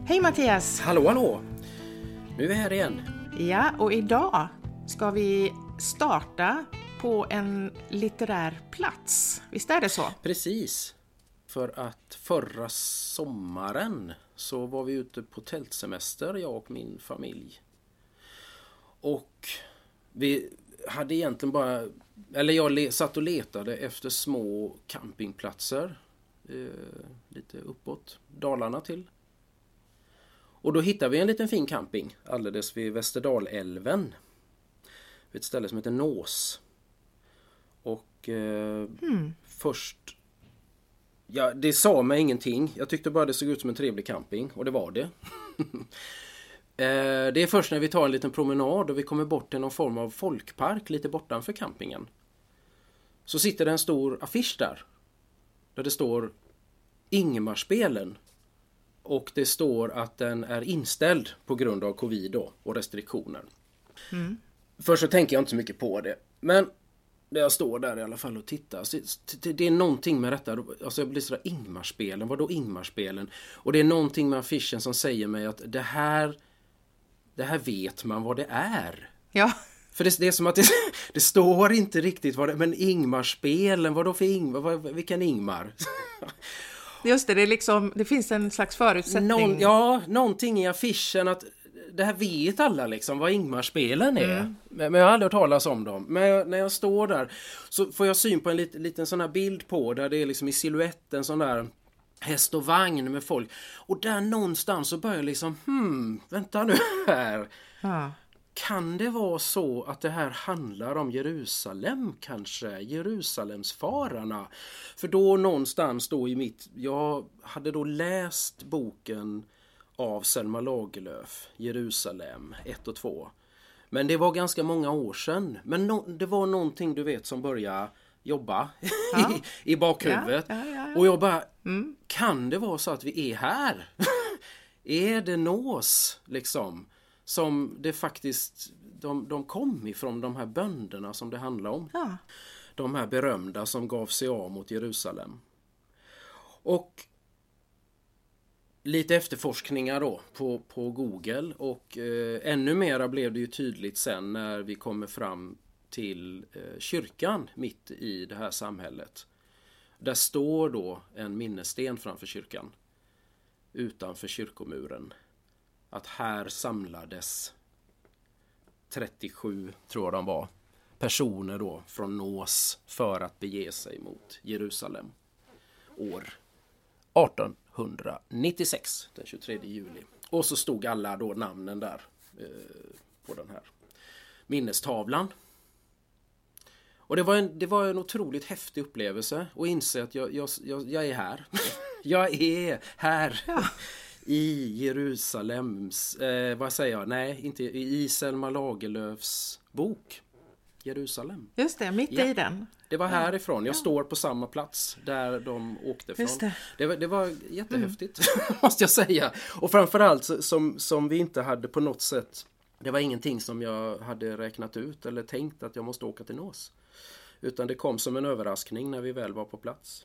Hej Mattias! Hallå, hallå! Nu är vi här igen. Ja, och idag ska vi starta på en litterär plats. Visst är det så? Precis. För att förra sommaren så var vi ute på tältsemester, jag och min familj. Och vi hade egentligen bara... Eller jag satt och letade efter små campingplatser. Lite uppåt Dalarna till. Och då hittade vi en liten fin camping alldeles vid Västerdalälven. Vid ett ställe som heter Nås. Och först... Ja, det sa mig ingenting. Jag tyckte bara det såg ut som en trevlig camping. Och det var det. Det är först när vi tar en liten promenad och vi kommer bort till någon form av folkpark lite bortanför campingen. Så sitter det en stor affisch där. Där det står Ingmarspelen. Och det står att den är inställd på grund av covid då, och restriktioner. Först så tänker jag inte så mycket på det. Men när jag står där i alla fall och tittar. Så det är någonting med detta. Alltså jag blir sådär, Ingmarspelen. Vadå Ingmarspelen? Och det är någonting med affischen som säger mig att det här vet man vad det är. Ja. För det är som att det står inte riktigt vad det är. Men Ingmarspelen, vadå för Ingmar? Vilken Ingmar? Just det, det finns en slags förutsättning. Någonting i affischen att det här vet alla liksom vad Ingmarspelen är. Men jag har aldrig hört talas om dem. Men när jag står där så får jag syn på en liten sån här bild på där det är liksom i siluetten sån där häst och vagn med folk. Och där någonstans så börjar jag liksom, vänta nu här. Ja. Kan det vara så att det här handlar om Jerusalem kanske? Jerusalemsfararna? För då någonstans då jag hade då läst boken av Selma Lagerlöf, Jerusalem 1 och 2. Men det var ganska många år sedan. Men det var någonting du vet som började jobba i bakhuvudet. Ja. Och jag bara, kan det vara så att vi är här? Är det Nås liksom? Som det faktiskt, de kom ifrån de här bönderna som det handlar om. Ja. De här berömda som gav sig av mot Jerusalem. Och lite efterforskningar då på Google. Och ännu mera blev det ju tydligt sen när vi kommer fram till kyrkan mitt i det här samhället. Där står då en minnessten framför kyrkan. Utanför kyrkomuren. Att här samlades 37, tror jag de var, personer då från Nås för att bege sig mot Jerusalem. År 1896, den 23 juli. Och så stod alla då namnen där på den här minnestavlan. Och det var en otroligt häftig upplevelse att inse att jag är här. Jag är här. Ja. I Jerusalems, vad säger jag? Nej, inte i Selma Lagerlöfs bok Jerusalem. Just det, mitt i den. Det var härifrån. Jag står på samma plats där de åkte från. Just det. Det var jättehäftigt, måste jag säga. Och framförallt som vi inte hade på något sätt, det var ingenting som jag hade räknat ut eller tänkt att jag måste åka till Nås. Utan det kom som en överraskning när vi väl var på plats.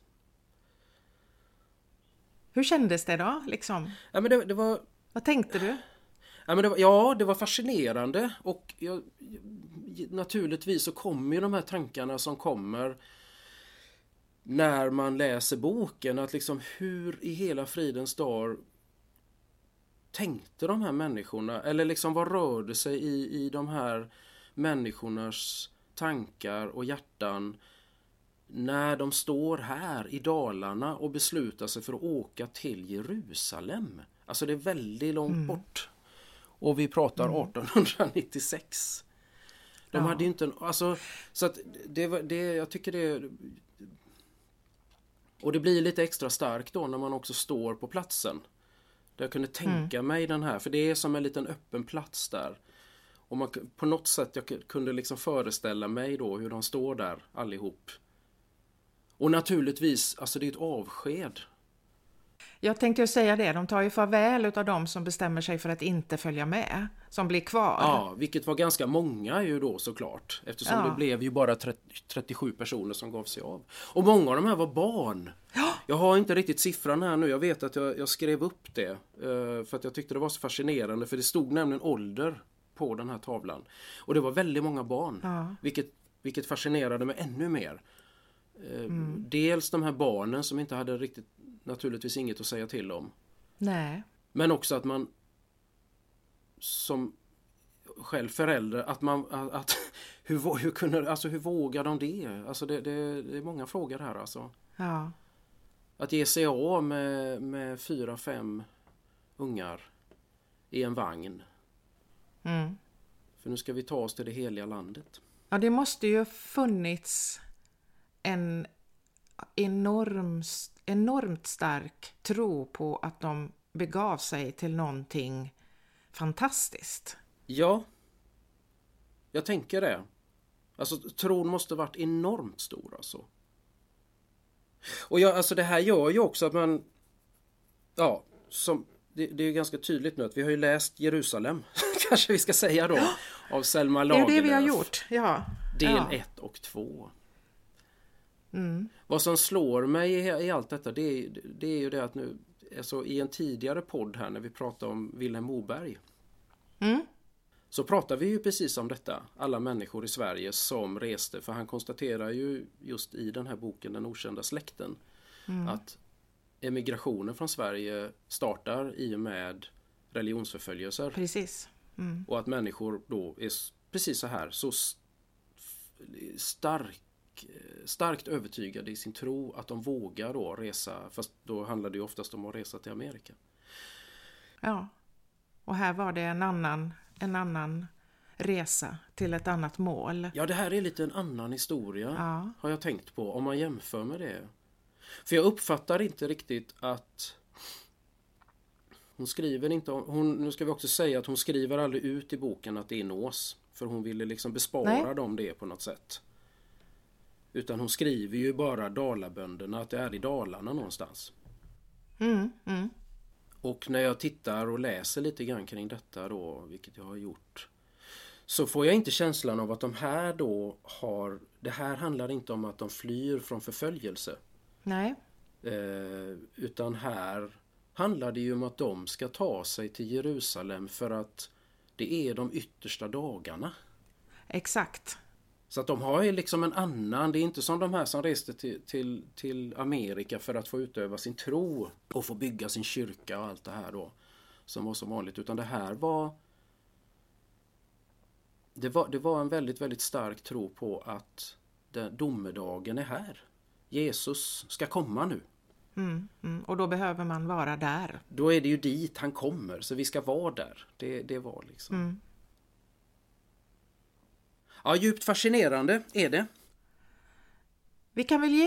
Hur kändes det då? Liksom? Ja, men det var... Vad tänkte du? Ja, men det var fascinerande. Och naturligtvis så kommer ju de här tankarna som kommer när man läser boken. Att liksom hur i hela fridens dag tänkte de här människorna? Eller liksom vad rörde sig i de här människornas tankar och hjärtan när de står här i Dalarna och beslutar sig för att åka till Jerusalem. Alltså det är väldigt långt bort. Och vi pratar 1896. De hade ju inte... Alltså, så att jag tycker det... Och det blir lite extra starkt då när man också står på platsen. Där jag kunde tänka mig den här. För det är som en liten öppen plats där. Och man, på något sätt jag kunde liksom föreställa mig då hur de står där allihop. Och naturligtvis, alltså det är ett avsked. Jag tänkte ju säga det, de tar ju farväl av de som bestämmer sig för att inte följa med, som blir kvar. Ja, vilket var ganska många ju då såklart. Eftersom det blev ju bara 37 personer som gav sig av. Och många av de här var barn. Ja, Jag har inte riktigt siffran här nu. Jag vet att jag skrev upp det. För att jag tyckte det var så fascinerande. För det stod nämligen ålder på den här tavlan. Och det var väldigt många barn. Ja. Vilket fascinerade mig ännu mer. Dels de här barnen som inte hade riktigt, naturligtvis inget att säga till om. Nej. Men också att man som själv förälder, hur vågar de det? Alltså det är många frågor här alltså. Ja. Att ge sig av med 4-5 ungar i en vagn. För nu ska vi ta oss till det heliga landet. Ja, det måste ju funnits en enormt stark tro på att de begav sig till någonting fantastiskt. Ja, jag tänker det. Alltså tron måste varit enormt stor alltså. Och alltså det här gör ju också att man, ja, det är ju ganska tydligt nu att vi har ju läst Jerusalem, kanske vi ska säga då, av Selma Lagerlöf. Det är det vi har gjort, ja. Del 1 och 2. Vad som slår mig i allt detta, det är ju det att nu, alltså i en tidigare podd här när vi pratade om Vilhelm Moberg, så pratar vi ju precis om detta. Alla människor i Sverige som reste, för han konstaterar ju just i den här boken Den okända släkten att emigrationen från Sverige startar i och med religionsförföljelser. Precis. Och att människor då är precis så här, så starkt övertygade i sin tro att de vågar då resa, fast då handlar det ju oftast om att resa till Amerika. Ja, och här var det en annan resa till ett annat mål. Ja, det här är lite en annan historia, har jag tänkt på, om man jämför med det. För jag uppfattar inte riktigt att hon skriver inte om, nu ska vi också säga att hon skriver aldrig ut i boken att det är nås, för hon ville liksom bespara dem det på något sätt. Utan hon skriver ju bara dalabönderna, att det är i Dalarna någonstans. Och när jag tittar och läser lite grann kring detta då, vilket jag har gjort, så får jag inte känslan av att de här då har, det här handlar inte om att de flyr från förföljelse. Nej. Utan här handlar det ju om att de ska ta sig till Jerusalem för att det är de yttersta dagarna. Exakt. Så att de har ju liksom en annan, det är inte som de här som reste till Amerika för att få utöva sin tro och få bygga sin kyrka och allt det här då som var så vanligt, utan det här var det var en väldigt, väldigt stark tro på att domedagen är här. Jesus ska komma nu. Och då behöver man vara där. Då är det ju dit han kommer, så vi ska vara där. Det var liksom. Ja, djupt fascinerande är det. Vi kan väl ge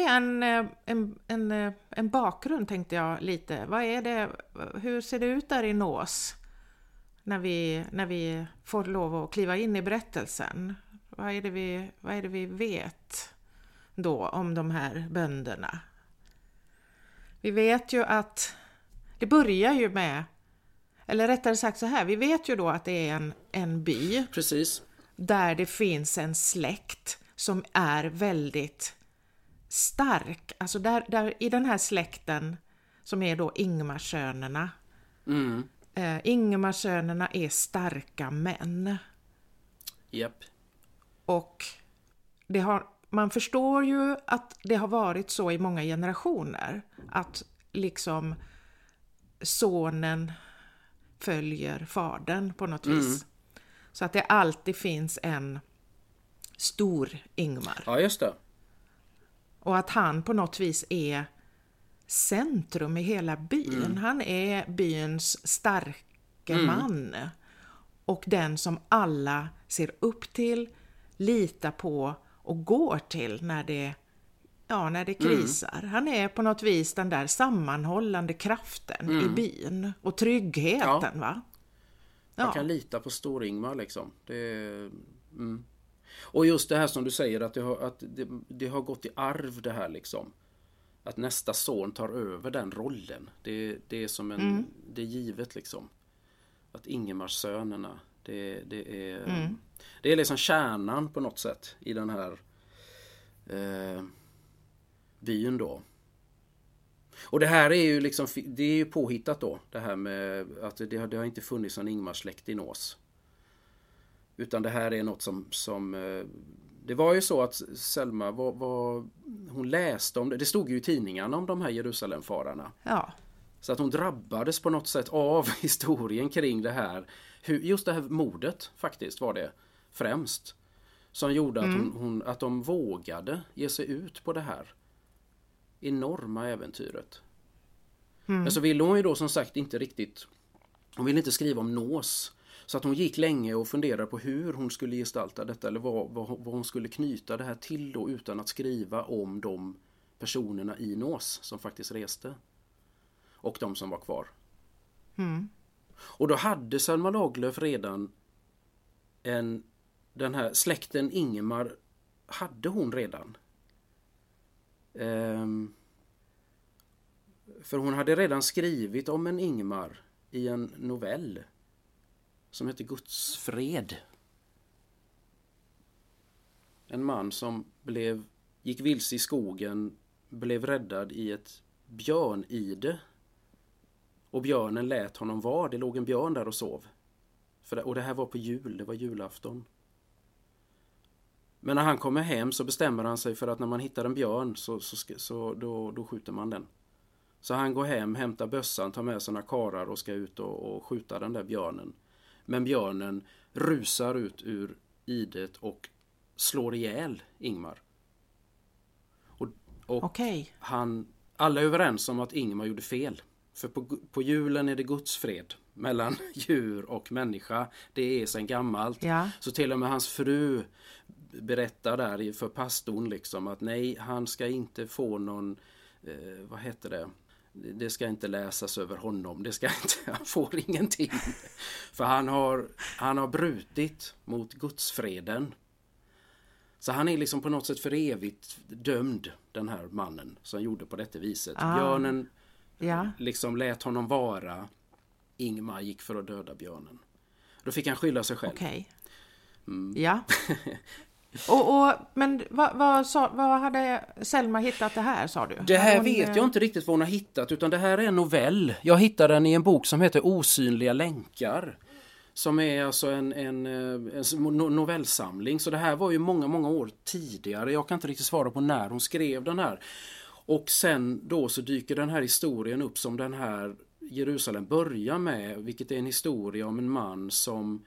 en bakgrund, tänkte jag lite. Vad är det, hur ser det ut där i Nås när vi får lov att kliva in i berättelsen? Vad är det vi vet då om de här bönderna? Vi vet ju att det börjar ju med, eller rättare sagt så här, vi vet ju då att det är en by. Precis. Där det finns en släkt som är väldigt stark. Alltså där i den här släkten som är då Ingmarsönerna. Ingmarsönerna är starka män. Japp. Och man förstår ju att det har varit så i många generationer. Att liksom sonen följer fadern på något vis. Så att det alltid finns en stor Ingmar. Ja, just det. Och att han på något vis är centrum i hela byn. Han är byns starke man. Och den som alla ser upp till, litar på och går till när det krisar. Han är på något vis den där sammanhållande kraften i byn. Och tryggheten, va? Man kan lita på stor Ingmar liksom. Och just det här som du säger, att det har gått i arv det här liksom. Att nästa son tar över den rollen. Det är som det är givet liksom. Att Ingemarsönerna, det är liksom kärnan på något sätt i den här byn då. Och det här är ju liksom, det är ju påhittat då, det här med att det har inte funnits någon Ingmar-släkt i Nås. Utan det här är något som det var ju så att Selma hon läste om det. Det stod ju i tidningarna om de här Jerusalemfararna. Ja. Så att hon drabbades på något sätt av historien kring det här. Just det här mordet faktiskt var det främst. Som gjorde att att de vågade ge sig ut på det här enorma äventyret. Men så ville hon ju då som sagt inte riktigt, hon ville inte skriva om Nås. Så att hon gick länge och funderade på hur hon skulle gestalta detta eller vad hon skulle knyta det här till då utan att skriva om de personerna i Nås som faktiskt reste. Och de som var kvar. Och då hade Selma Lagerlöf redan den här släkten Ingemar hade hon redan. För hon hade redan skrivit om en Ingemar i en novell som heter Guds fred. En man som gick vilse i skogen, blev räddad i ett björnide. Och björnen lät honom vara. Det låg en björn där och sov. Och det här var på jul, det var julafton. Men när han kommer hem så bestämmer han sig för att när man hittar en björn då skjuter man den. Så han går hem, hämtar bössan, tar med sina karar och ska ut och skjuta den där björnen. Men björnen rusar ut ur idet och slår ihjäl Ingmar. Och Okej. alla är överens om att Ingmar gjorde fel. För på julen är det Guds fred mellan djur och människa. Det är sedan gammalt. Ja. Så till och med hans fru berättar där för pastorn liksom att nej, han ska inte få någon, vad heter det? Det ska inte läsas över honom. Han får ingenting. För han har brutit mot Gudsfreden. Så han är liksom på något sätt för evigt dömd, den här mannen som gjorde på detta viset. Björnen liksom lät honom vara. Ingmar gick för att döda björnen. Då fick han skylla sig själv. Okej. Ja. Men vad hade Selma hittat det här, sa du? Det här vet jag inte riktigt vad hon har hittat, utan det här är en novell. Jag hittade den i en bok som heter Osynliga länkar. Som är alltså en novellsamling. Så det här var ju många, många år tidigare. Jag kan inte riktigt svara på när hon skrev den här. Och sen då så dyker den här historien upp som den här Jerusalem börjar med. Vilket är en historia om en man som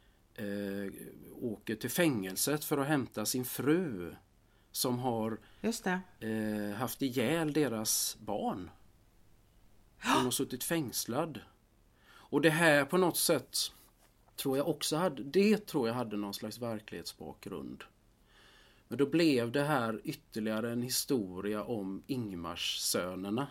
åker till fängelset för att hämta sin fru. Som har haft ihjäl deras barn. Hon har suttit fängslad. Och det här på något sätt tror jag hade någon slags verklighetsbakgrund. Men då blev det här ytterligare en historia om Ingmars sönerna.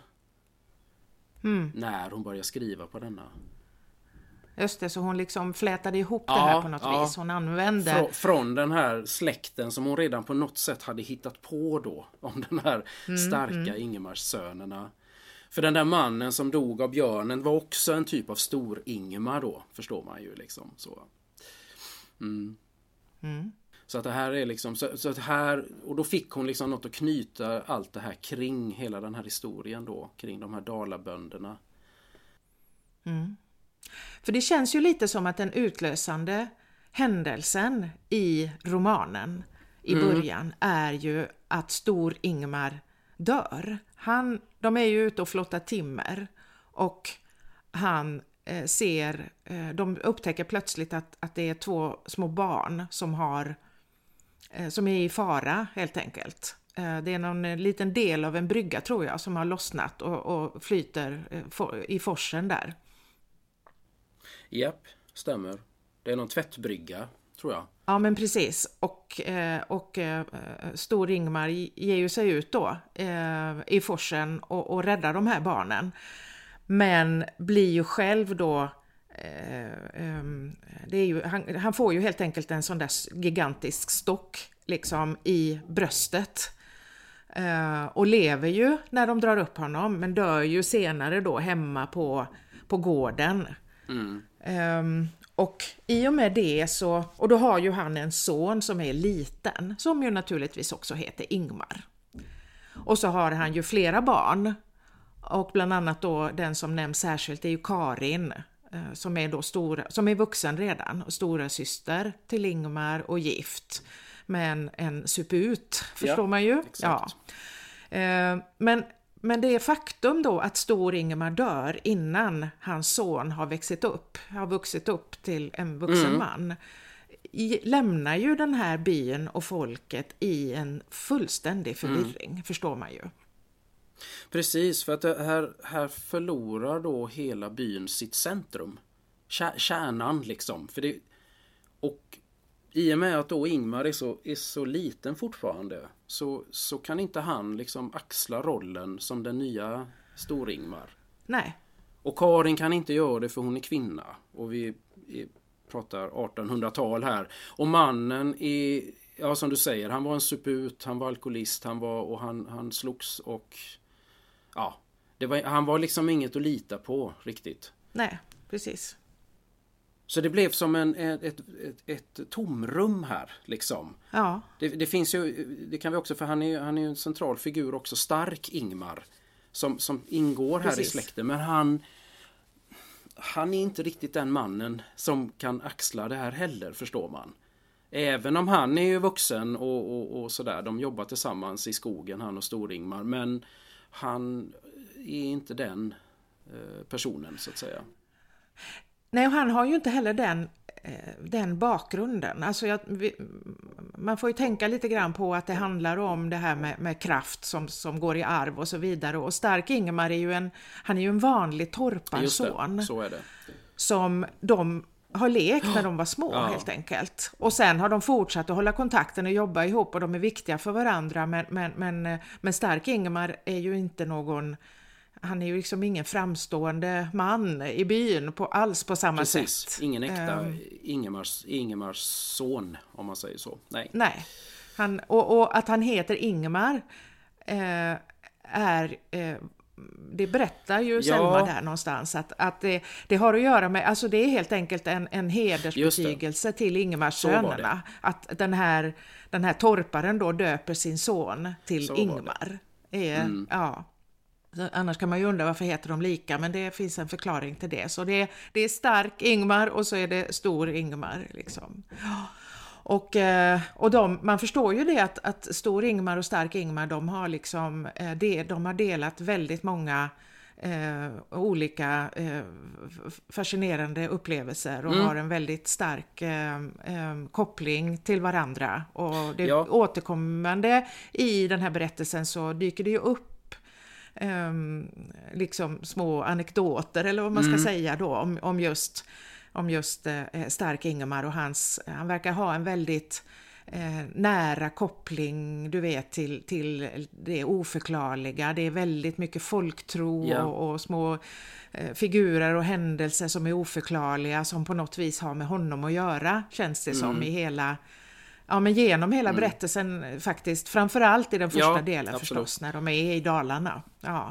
När hon började skriva på denna. Just det, så hon liksom flätade ihop det här på något vis. Hon använde... Från den här släkten som hon redan på något sätt hade hittat på då. Om den här starka Ingmars sönerna. För den där mannen som dog av björnen var också en typ av stor Ingmar då. Förstår man ju liksom så. Så att det här är liksom... Så att här, och då fick hon liksom något att knyta allt det här kring hela den här historien då. Kring de här dalabönderna. För det känns ju lite som att den utlösande händelsen i romanen i början är ju att stor Ingmar dör. De är ju ute och flottar timmer och de upptäcker plötsligt att det är 2 små barn som är i fara helt enkelt. Det är någon liten del av en brygga tror jag som har lossnat och flyter i forsen där. Japp, stämmer. Det är någon tvättbrygga, tror jag. Ja, men precis. Och stor Ingmar ger ju sig ut då i forsen och räddar de här barnen. Men blir ju själv då... han får ju helt enkelt en sån där gigantisk stock liksom i bröstet. Och lever ju när de drar upp honom, men dör ju senare då hemma på gården. Och i och med det och då har ju han en son som är liten, som ju naturligtvis också heter Ingmar. Och så har han ju flera barn. Och bland annat då den som nämns särskilt är ju Karin, som är då som är vuxen redan och stora syster till Ingmar och gift med en suput, förstår man ju. Exakt. Ja. Men det är faktum då att stor Ingmar dör innan hans son har vuxit upp till en vuxen man. Lämnar ju den här byn och folket i en fullständig förvirring, förstår man ju. Precis, för att här förlorar då hela byn sitt centrum. Kärnan liksom. Och i och med att då Ingmar är så liten fortfarande så kan inte han liksom axla rollen som den nya Stor-Ingmar. Nej. Och Karin kan inte göra det för hon är kvinna. Och vi pratar 1800-tal här. Och mannen är, ja som du säger, han var en suput, han var alkoholist, han slogs och ja, han var liksom inget att lita på riktigt. Nej, precis. Så det blev som ett tomrum här liksom. Ja. Det finns ju, det kan vi också, för han är ju en central figur också, stark Ingmar som ingår här i släkten, men han är inte riktigt den mannen som kan axla det här heller, förstår man. Även om han är ju vuxen och sådär, de jobbar tillsammans i skogen, han och Stor-Ingmar, men han är inte den personen så att säga. Nej, och han har ju inte heller den bakgrunden. Alltså man får ju tänka lite grann på att det handlar om det här med kraft som går i arv och så vidare. Och stark Ingmar är ju en vanlig torparson. Just det, så är det. Som de har lekt när de var små helt enkelt. Och sen har de fortsatt att hålla kontakten och jobba ihop och de är viktiga för varandra. Men stark Ingmar är ju inte han är ju liksom ingen framstående man i byn alls på samma sätt. Ingen äkta Ingmars son, om man säger så. Nej. Och att han heter Ingmar det berättar ju Selma där någonstans. Att det har att göra med, alltså det är helt enkelt en hedersbetygelse till Ingmars sönerna. Att den här torparen då döper sin son till Ingmar. Ja. Annars kan man ju undra varför heter de lika, men det finns en förklaring till det. Så det är stark Ingmar och så är det stor Ingmar liksom. Och man förstår ju det att stor Ingmar och stark Ingmar, de har delat väldigt många olika fascinerande upplevelser och har en väldigt stark koppling till varandra. Och det återkommande i den här berättelsen så dyker det ju upp liksom små anekdoter eller vad man ska säga då om just stark Ingmar och han verkar ha en väldigt nära koppling, du vet, till det oförklarliga. Det är väldigt mycket folktro och små figurer och händelser som är oförklarliga som på något vis har med honom att göra, känns det som i hela. Ja, men genom hela berättelsen faktiskt, framförallt i den första delen förstås, när de är i Dalarna.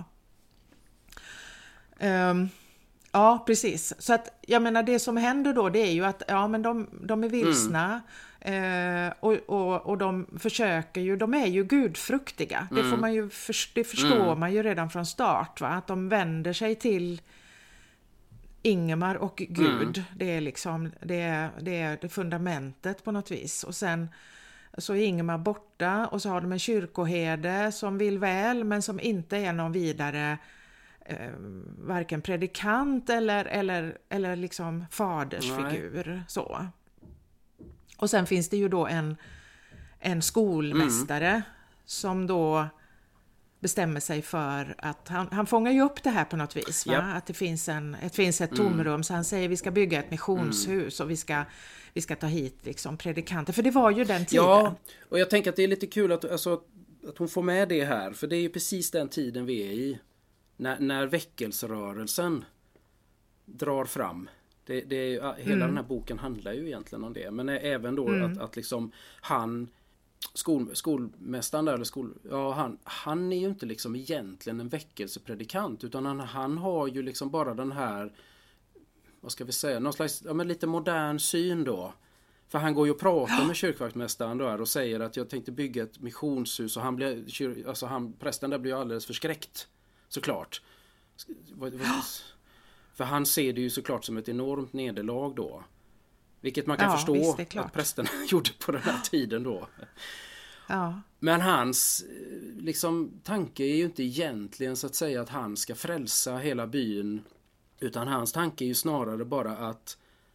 Ja, precis. Så att, jag menar, det som händer då, det är ju att men de är vilsna och de försöker ju, de är ju gudfruktiga. Det får man ju, det förstår man ju redan från start, va? Att de vänder sig till Ingmar och Gud. Det är liksom det är fundamentet på något vis. Och sen så är Ingmar borta och så har de en kyrkoherde som vill väl, men som inte är någon vidare varken predikant eller liksom fadersfigur. Så. Och sen finns det ju då en skolmästare som då bestämmer sig för att han fångar ju upp det här på något vis, va? Att det finns ett tomrum, så han säger vi ska bygga ett missionshus och vi ska ta hit liksom predikanter, för det var ju den tiden. Ja, och jag tänker att det är lite kul att hon får med det här, för det är ju precis den tiden vi är i när väckelserörelsen drar fram. Hela den här boken handlar ju egentligen om det, men även då att liksom skolmästaren där, han är ju inte liksom egentligen en väckelsepredikant, utan han har ju liksom bara den här, vad ska vi säga, någon slags lite modern syn då. För han går ju och pratar med kyrkvaktmästaren där och säger att jag tänkte bygga ett missionshus, och prästen där blir alldeles förskräckt, såklart. För han ser det ju såklart som ett enormt nederlag då. Vilket man kan förstå att prästerna gjorde på den här tiden då. Ja. Men hans liksom, tanke är ju inte egentligen så att säga att han ska frälsa hela byn. Utan hans tanke är ju snarare bara att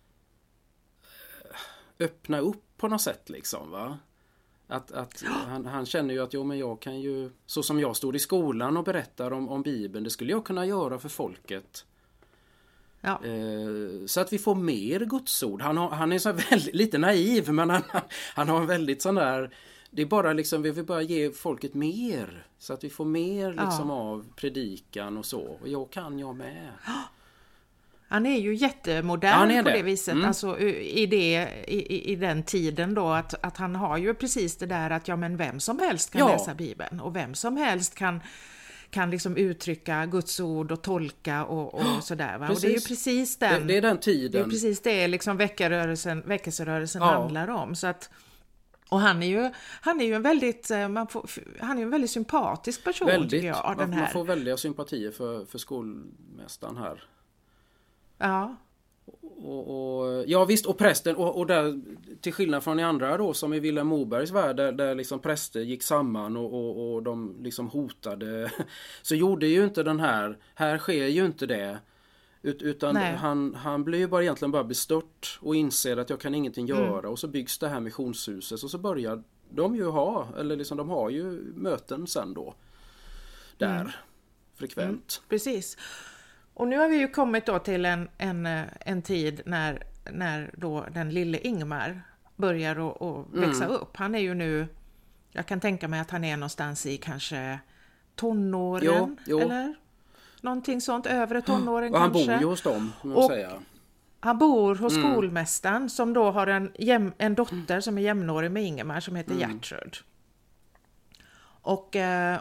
öppna upp på något sätt liksom, va? Att han känner ju att men jag kan ju, så som jag stod i skolan och berättar om Bibeln, det skulle jag kunna göra för folket. Ja. Så att vi får mer gudsord. Han är så väldigt, lite naiv, men han har en väldigt sån där, det är bara liksom, vi vill bara ge folket mer, så att vi får mer liksom av predikan och så. Och jag med. Han är ju jättemodern på det viset, alltså i den tiden då, att han har ju precis det där att men vem som helst kan läsa Bibeln, och vem som helst kan liksom uttrycka Guds ord och tolka och sådär, va? Och det är ju precis det är den tiden. Det är precis det liksom väckelserörelsen handlar om, så att, och han är ju en väldigt han är en väldigt sympatisk person, tycker jag, man får väldiga sympatier för skolmästaren här. Ja. Och ja visst, och prästen och där, till skillnad från i andra då, som i Vilhelm Mobergs värld, där liksom präster gick samman och de liksom hotade, så gjorde ju inte här sker ju inte det, utan han blir ju egentligen bara bestört och inser att jag kan ingenting göra, och så byggs det här missionshuset, och så börjar de ju de har ju möten sen då där frekvent. Precis. Och nu har vi ju kommit då till en tid när då den lille Ingmar börjar att växa upp. Han är ju nu, jag kan tänka mig att han är någonstans i kanske tonåren, eller någonting sånt, övre tonåren och kanske. Och han bor ju hos dem, kan man säga. Han bor hos skolmästaren, som då har en dotter som är jämnårig med Ingmar, som heter Gertrud. Och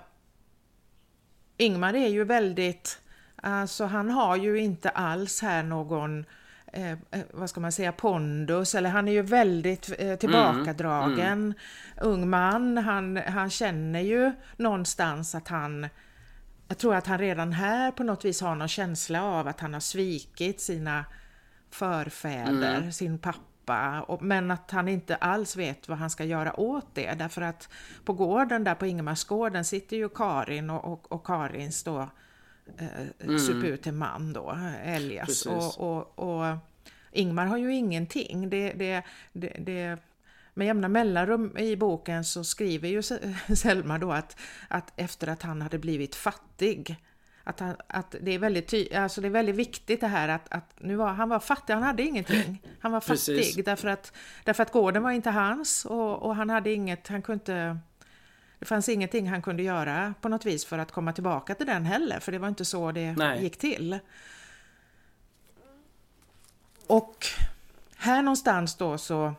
Ingmar är ju väldigt, alltså han har ju inte alls här någon vad ska man säga, pondus, eller han är ju väldigt tillbakadragen ung man. Han känner ju någonstans att jag tror att han redan här på något vis har någon känsla av att han har svikit sina förfäder, sin pappa, men att han inte alls vet vad han ska göra åt det, därför att på gården där, på Ingemarsgården, sitter ju Karin och Karins då supute man då, Elias, och Ingmar har ju ingenting. Det med jämna mellanrum i boken så skriver ju Selma då att efter att han hade blivit fattig, att det är väldigt alltså det är väldigt viktigt det här att han var fattig, han hade ingenting. Han var fattig därför att gården var inte hans, och han hade inget, det fanns ingenting han kunde göra på något vis för att komma tillbaka till den heller, för det var inte så det gick till. Och här någonstans då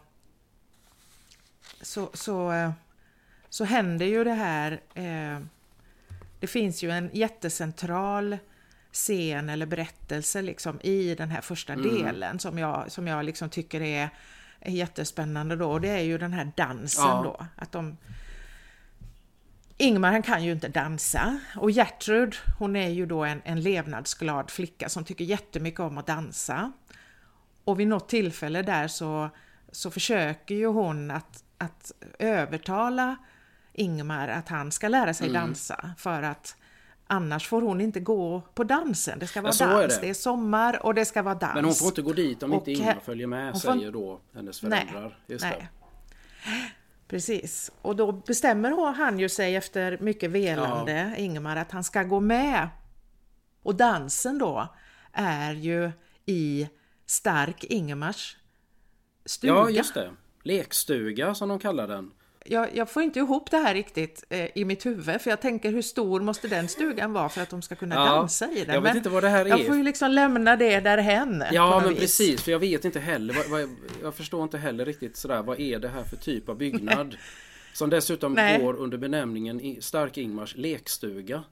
så händer ju det här. Det finns ju en jättecentral scen eller berättelse liksom i den här första delen som jag liksom tycker är jättespännande då. Och det är ju den här dansen då. Att Ingmar, han kan ju inte dansa, och Gertrud, hon är ju då en levnadsglad flicka som tycker jättemycket om att dansa. Och vid något tillfälle där så försöker ju hon att övertala Ingmar att han ska lära sig dansa, för att annars får hon inte gå på dansen. Det ska vara dans, det är sommar och det ska vara dans. Men hon får inte gå dit om inte Ingmar följer med, säger då hennes föräldrar. Nej. Precis. Och då bestämmer han ju sig efter mycket velande, Ingmar, att han ska gå med. Och dansen då är ju i Stark Ingmars stuga. Ja, just det. Lekstuga som de kallar den. Jag får inte ihop det här riktigt i mitt huvud, för jag tänker, hur stor måste den stugan vara för att de ska kunna dansa i den? Jag vet inte vad det här är. Jag får ju liksom lämna det därhen. Ja, men precis, för jag vet inte heller, jag förstår inte heller riktigt sådär, vad är det här för typ av byggnad? Som dessutom går under benämningen Stark Ingmars lekstuga.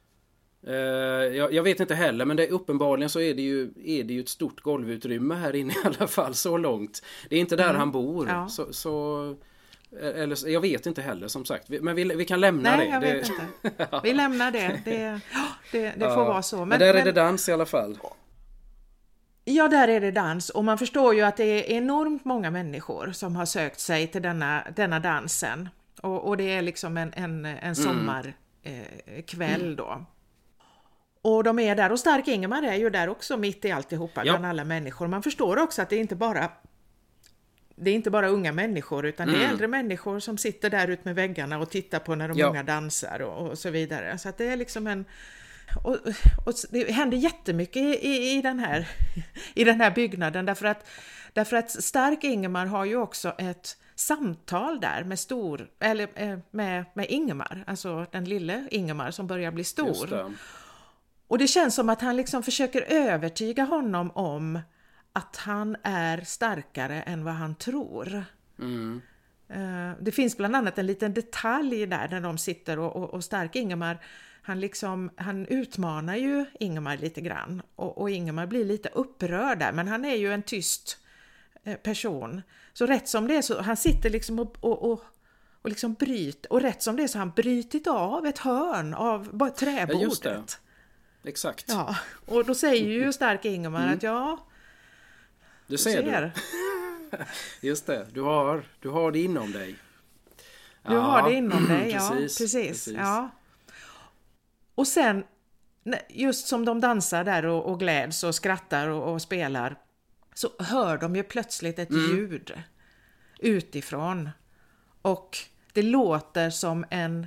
Jag vet inte heller, men uppenbarligen så är det ju ett stort golvutrymme här inne i alla fall, så långt. Det är inte där han bor. Så Eller, jag vet inte heller som sagt. Men vi kan lämna det. Nej, jag vet inte. Vi lämnar det. Det får vara så. Men där är det dans i alla fall. Ja, där är det dans. Och man förstår ju att det är enormt många människor som har sökt sig till denna dansen. Och det är liksom en sommarkväll då. Och de är där, och Stark Ingemar är ju där också mitt i alltihopa bland alla människor. Man förstår också att det är inte bara unga människor, utan det är äldre människor som sitter där ut med väggarna och tittar på när de unga dansar och så vidare. Så att det är liksom och det händer jättemycket i den här byggnaden, därför att Stark Ingemar har ju också ett samtal där med Ingemar, alltså den lille Ingemar som börjar bli stor. Och det känns som att han liksom försöker övertyga honom om att han är starkare än vad han tror. Det finns bland annat en liten detalj där när de sitter och Stark Ingemar, han utmanar ju Ingemar lite grann, och Ingemar blir lite upprörd där, men han är ju en tyst person. Så rätt som det är så han sitter liksom och liksom bryter, och rätt som det är så har han brytit av ett hörn av bara träbordet. Ja, just det. Exakt. Ja, och då säger ju Stark Ingemar att du ser. Just det, du har det inom dig. Du har det inom dig, precis. Ja. Och sen, just som de dansar där och gläds och skrattar och spelar, så hör de ju plötsligt ett ljud utifrån. Och det låter som en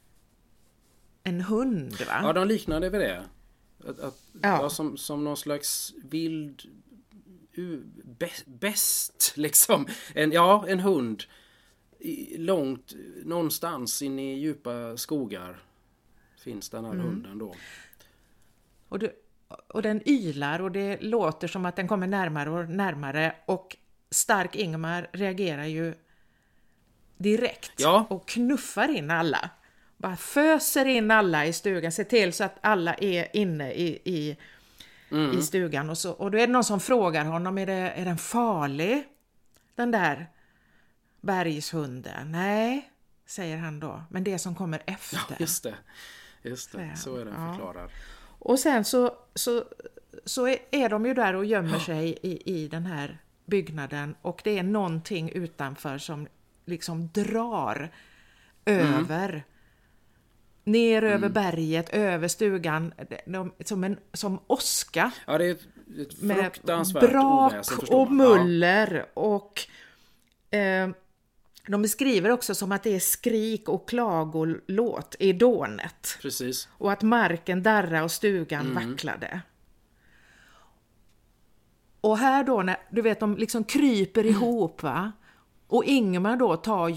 hund, va? Ja, de liknade vid det. Som någon slags vild bäst liksom. En hund långt någonstans in i djupa skogar finns den här hunden då. Och den ylar, och det låter som att den kommer närmare och närmare, och Stark Ingemar reagerar ju direkt och knuffar in alla. Bara föser in alla i stugan, ser till så att alla är inne i stugan. Och då är det någon som frågar honom, är den farlig, den där bergshunden? Nej, säger han då, men det som kommer efter. Ja, just det. Så är den förklarad. Och sen så är de ju där och gömmer sig i den här byggnaden, och det är någonting utanför som liksom drar över ner över berget, över stugan, som åska. Ja, det är ett fruktansvärt brak och muller. Och de beskriver också som att det är skrik och klagolåt i dånet. Precis. Och att marken darrade och stugan vacklade. Och här då, när du vet, de liksom kryper ihop, va? Och Ingemar då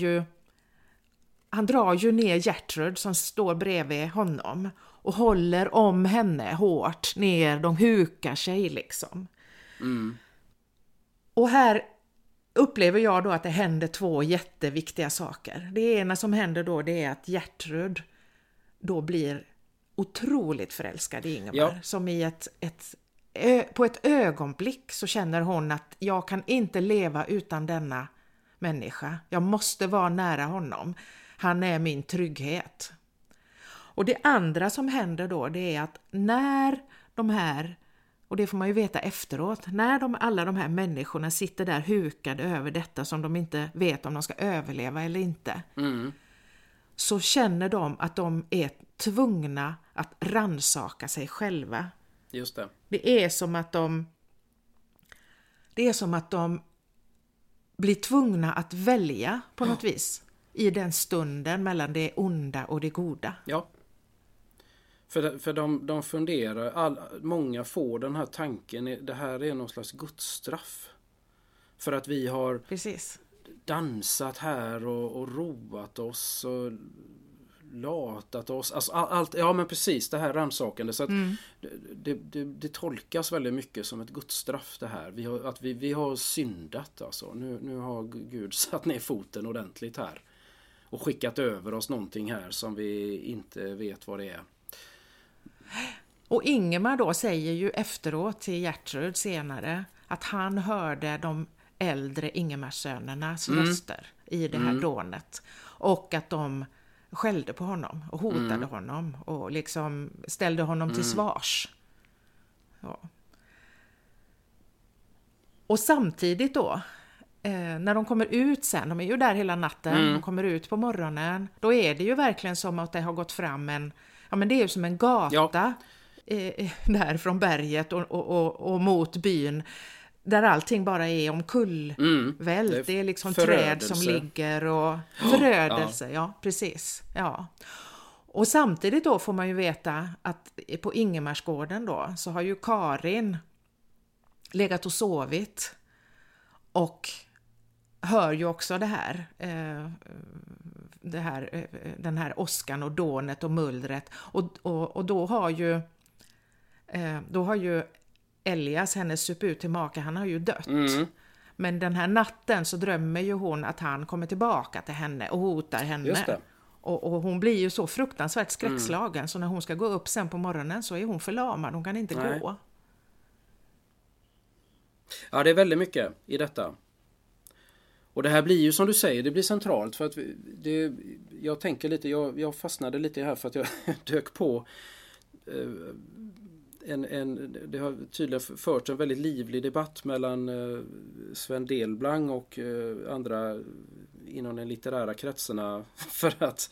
han drar ju ner Gertrud som står bredvid honom och håller om henne hårt ner, de hukar sig liksom. Och här upplever jag då att det händer två jätteviktiga saker. Det ena som händer då, det är att Gertrud då blir otroligt förälskad i Ingemar, som i på ett ögonblick så känner hon att jag kan inte leva utan denna människa. Jag måste vara nära honom. Han är min trygghet. Och det andra som händer då, det är att när de här, och det får man ju veta efteråt, när alla de här människorna sitter där hukade över detta som de inte vet om de ska överleva eller inte, så känner de att de är tvungna att ransaka sig själva. Just det. Det är som att de blir tvungna att välja på något vis i den stunden mellan det onda och det goda. Ja. För de funderar, många får den här tanken, det här är någon slags gudsstraff. För att vi har dansat här och roat oss och latat oss. Alltså allt, ja men precis, det här rannsakande. Så att det tolkas väldigt mycket som ett gudsstraff det här. Vi har syndat alltså. Nu har Gud satt ner foten ordentligt här. Och skickat över oss någonting här som vi inte vet vad det är. Och Ingemar då säger ju efteråt till Gertrud senare att han hörde dem äldre Ingemarssönernas röster i det här dånet. Och att de skällde på honom och hotade honom och liksom ställde honom till svars. Ja. Och samtidigt då, när de kommer ut sen, de är ju där hela natten, de kommer ut på morgonen, då är det ju verkligen som att det har gått fram men det är ju som en gata där från berget och mot byn, där allting bara är omkullvält, det är liksom träd som ligger och förödelse, ja precis, ja. Och samtidigt då får man ju veta att på Ingemarsgården då så har ju Karin legat och sovit och hör ju också den här åskan och dånet och mullret och då har ju Elias, hennes suput till maka, han har ju dött. Men den här natten så drömmer ju hon att han kommer tillbaka till henne och hotar henne. Just det. Och hon blir ju så fruktansvärt skräckslagen så när hon ska gå upp sen på morgonen så är hon förlamad, hon kan inte gå. Ja, det är väldigt mycket i detta. Och det här blir ju som du säger, det blir centralt för att jag tänker lite, jag fastnade lite här för att jag dök på det har tydligen förts en väldigt livlig debatt mellan Sven Delblang och andra inom den litterära kretsarna för att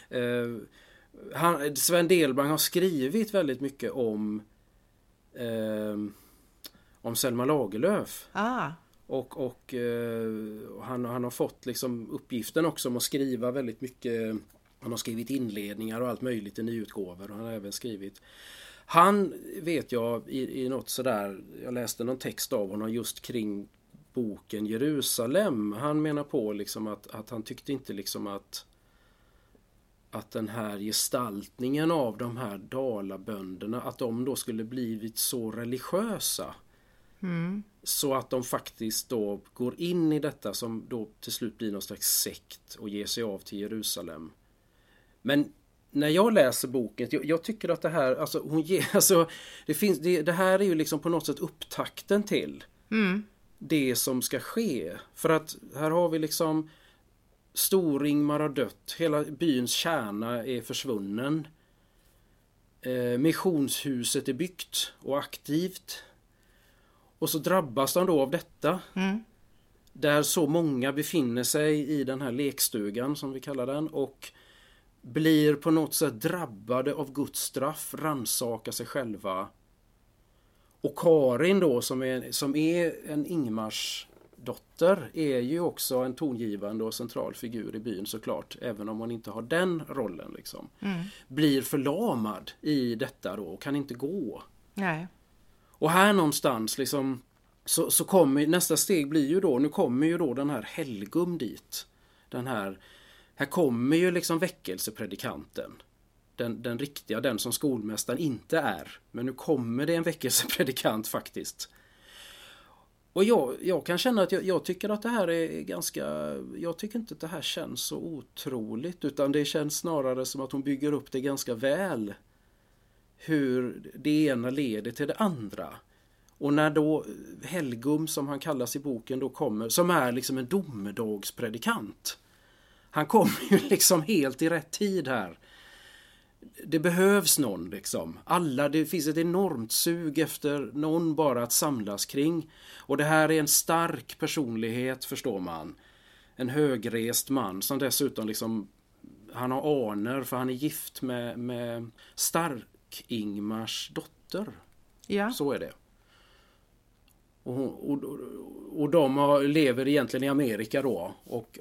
Sven Delblang har skrivit väldigt mycket om Selma Lagerlöf. Och han har fått liksom uppgiften också om att skriva väldigt mycket. Han har skrivit inledningar och allt möjligt i nyutgåvor och han har även skrivit. Han vet jag i något sådär, jag läste någon text av honom just kring boken Jerusalem. Han menar på liksom att han tyckte inte liksom att den här gestaltningen av de här dalabönderna, att de då skulle blivit så religiösa. Så att de faktiskt då går in i detta som då till slut blir någon slags sekt och ger sig av till Jerusalem. Men när jag läser boken, jag tycker att det här, det här är ju liksom på något sätt upptakten till det som ska ske. För att här har vi liksom Stor-Ingmar har dött, hela byns kärna är försvunnen. Missionshuset är byggt och aktivt. Och så drabbas de då av detta. Där så många befinner sig i den här lekstugan som vi kallar den. Och blir på något sätt drabbade av Guds straff. Rannsakar sig själva. Och Karin då som är en Ingmars dotter. Är ju också en tongivande och central figur i byn såklart. Även om hon inte har den rollen liksom. Blir förlamad i detta då och kan inte gå. Nej. Och här någonstans liksom så kommer nästa steg blir ju då, nu kommer ju då den här Helgum dit. Här kommer ju liksom väckelsepredikanten. Den riktiga, den som skolmästaren inte är. Men nu kommer det en väckelsepredikant faktiskt. Och jag kan känna att jag tycker att det här är ganska, jag tycker inte att det här känns så otroligt, utan det känns snarare som att hon bygger upp det ganska väl. Hur det ena leder till det andra. Och när då Helgum, som han kallas i boken, då kommer, som är liksom en domedagspredikant. Han kommer ju liksom helt i rätt tid här. Det behövs någon liksom. Det finns ett enormt sug efter någon bara att samlas kring. Och det här är en stark personlighet, förstår man. En högrest man som dessutom liksom, han har aner för han är gift med Stark-Ingmars dotter. Ja. Så är det. Och de lever egentligen i Amerika då.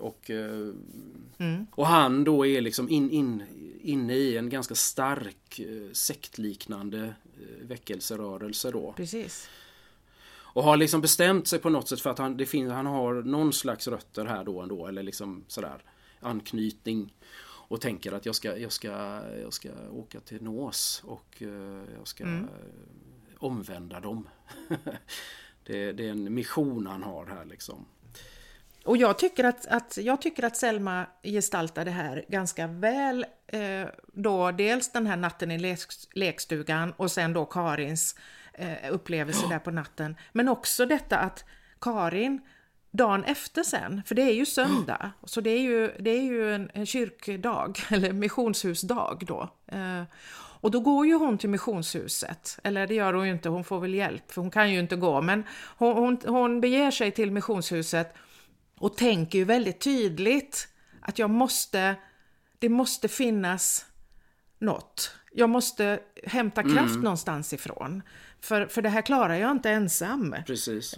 Och han då är liksom inne i en ganska stark sektliknande väckelserörelse då. Precis. Och har liksom bestämt sig på något sätt för att han har någon slags rötter här då ändå. Eller liksom sådär anknytning. Och tänker att jag ska åka till Nås och jag ska omvända dem. Det är en mission han har här liksom. Och jag tycker att Selma gestaltar det här ganska väl. Då dels den här natten i lekstugan och sen då Karins upplevelse där på natten. Men också detta att Karin dagen efter sen, för det är ju söndag, så det är ju en kyrkdag, eller missionshusdag då. Och då går ju hon till missionshuset, eller det gör hon ju inte, hon får väl hjälp, för hon kan ju inte gå, men hon beger sig till missionshuset och tänker ju väldigt tydligt att det måste finnas något. Jag måste hämta kraft någonstans ifrån. För det här klarar jag inte ensam. Precis.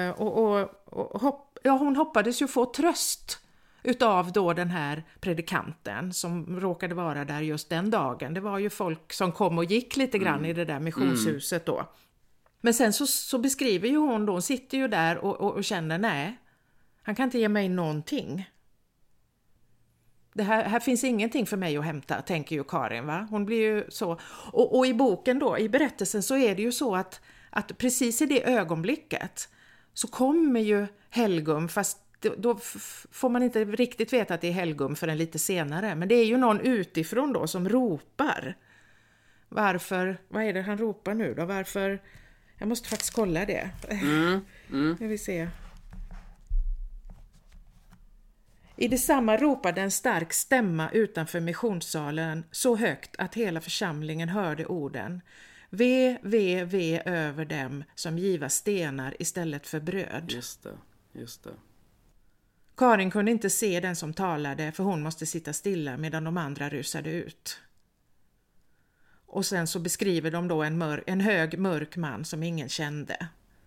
Hon hoppades ju få tröst utav då den här predikanten som råkade vara där just den dagen. Det var ju folk som kom och gick lite grann i det där missionshuset då. Men sen så beskriver ju hon sitter ju där och känner nej, han kan inte ge mig någonting. Det här finns ingenting för mig att hämta, tänker ju Karin, va? Hon blir ju så. Och i boken då, i berättelsen, så är det ju så att precis i det ögonblicket så kommer ju Helgum, fast då får man inte riktigt veta att det är Helgum förrän lite senare. Men det är ju någon utifrån då som ropar. Varför? Vad är det han ropar nu då? Varför? Jag måste faktiskt kolla det. Jag vill se. I detsamma ropade en stark stämma utanför missionssalen så högt att hela församlingen hörde orden. Ve, ve, ve över dem som giva stenar istället för bröd. Just det. Karin kunde inte se den som talade, för hon måste sitta stilla medan de andra rusade ut. Och sen så beskriver de då en hög mörk man som ingen kände.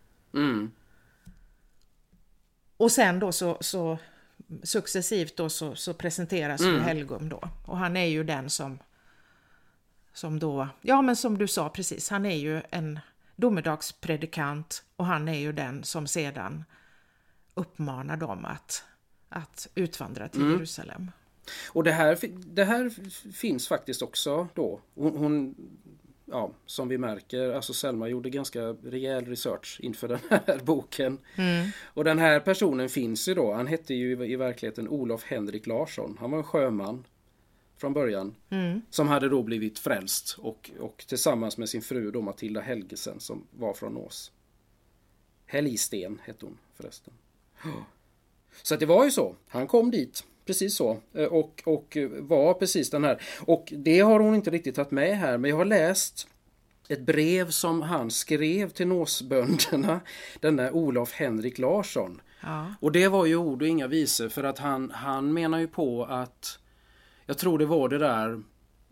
Och sen då så successivt då så presenteras ju Helgum då. Och han är ju den som då, ja men som du sa precis, han är ju en domedagspredikant och han är ju den som sedan uppmanar dem att utvandra till Jerusalem. Och det här finns faktiskt också då. Hon som vi märker, alltså Selma gjorde ganska rejäl research inför den här boken. Och den här personen finns ju då, han hette ju i verkligheten Olof Henrik Larsson. Han var en sjöman från början som hade då blivit frälst och tillsammans med sin fru då Matilda Helgesen som var från Ås. Helgsten hette hon förresten. Så att det var ju så, han kom dit. Precis så. Och var precis den här. Och det har hon inte riktigt tagit med här. Men jag har läst ett brev som han skrev till Nåsbönderna. Den där Olof Henrik Larsson. Ja. Och det var ju ord och inga visor. För att han menar ju på att, jag tror det var det där.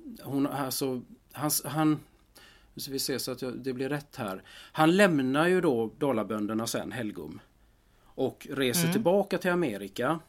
Han nu ska vi se så att det blir rätt här. Han lämnar ju då Dalabönderna sen, Helgum. Och reser tillbaka till Amerika.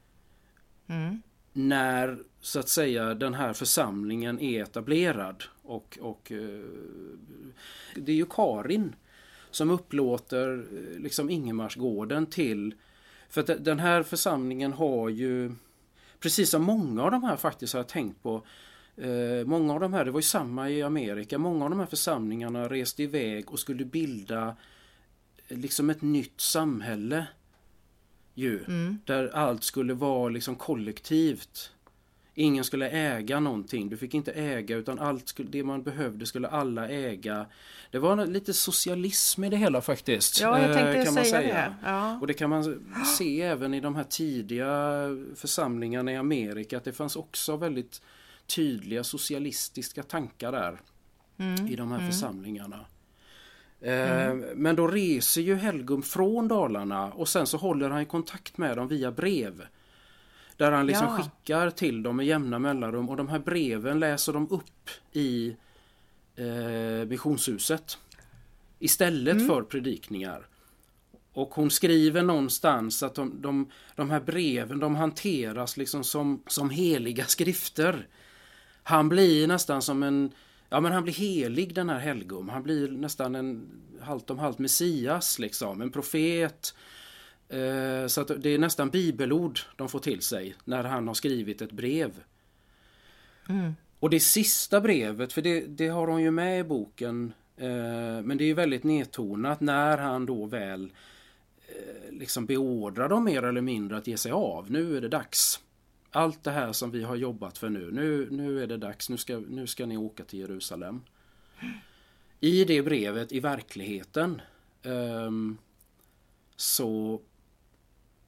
När så att säga den här församlingen är etablerad och det är ju Karin som upplåter liksom Ingemarsgården till, för att den här församlingen har ju, precis som många av de här faktiskt har jag tänkt på, många av de här, det var ju samma i Amerika, många av de här församlingarna reste iväg och skulle bilda liksom ett nytt samhälle där allt skulle vara liksom kollektivt. Ingen skulle äga någonting. Du fick inte äga, utan det man behövde skulle alla äga. Det var lite socialism i det hela faktiskt. Ja, jag tänkte kan man säga säga. det. Ja. Och det kan man se även i de här tidiga församlingarna i Amerika, att det fanns också väldigt tydliga socialistiska tankar där i de här församlingarna. Men då reser ju Helgum från Dalarna och sen så håller han i kontakt med dem via brev. Där han liksom skickar till dem med jämna mellanrum, och de här breven läser de upp i missionshuset istället för predikningar. Och hon skriver någonstans att de här breven, de hanteras liksom som heliga skrifter. Han blir nästan som han blir helig, den här Helgum. Han blir nästan en halvt om halvt Messias liksom, en profet. Så att det är nästan bibelord de får till sig när han har skrivit ett brev. Och det sista brevet, för det har hon ju med i boken, men det är ju väldigt nedtonat när han då väl liksom beordrar dem mer eller mindre att ge sig av. Nu är det dags. Allt det här som vi har jobbat för nu är det dags. Nu ska ni åka till Jerusalem. I det brevet, i verkligheten, så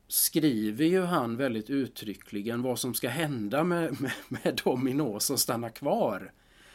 skriver ju han väldigt uttryckligen vad som ska hända med Dominå som stannar kvar.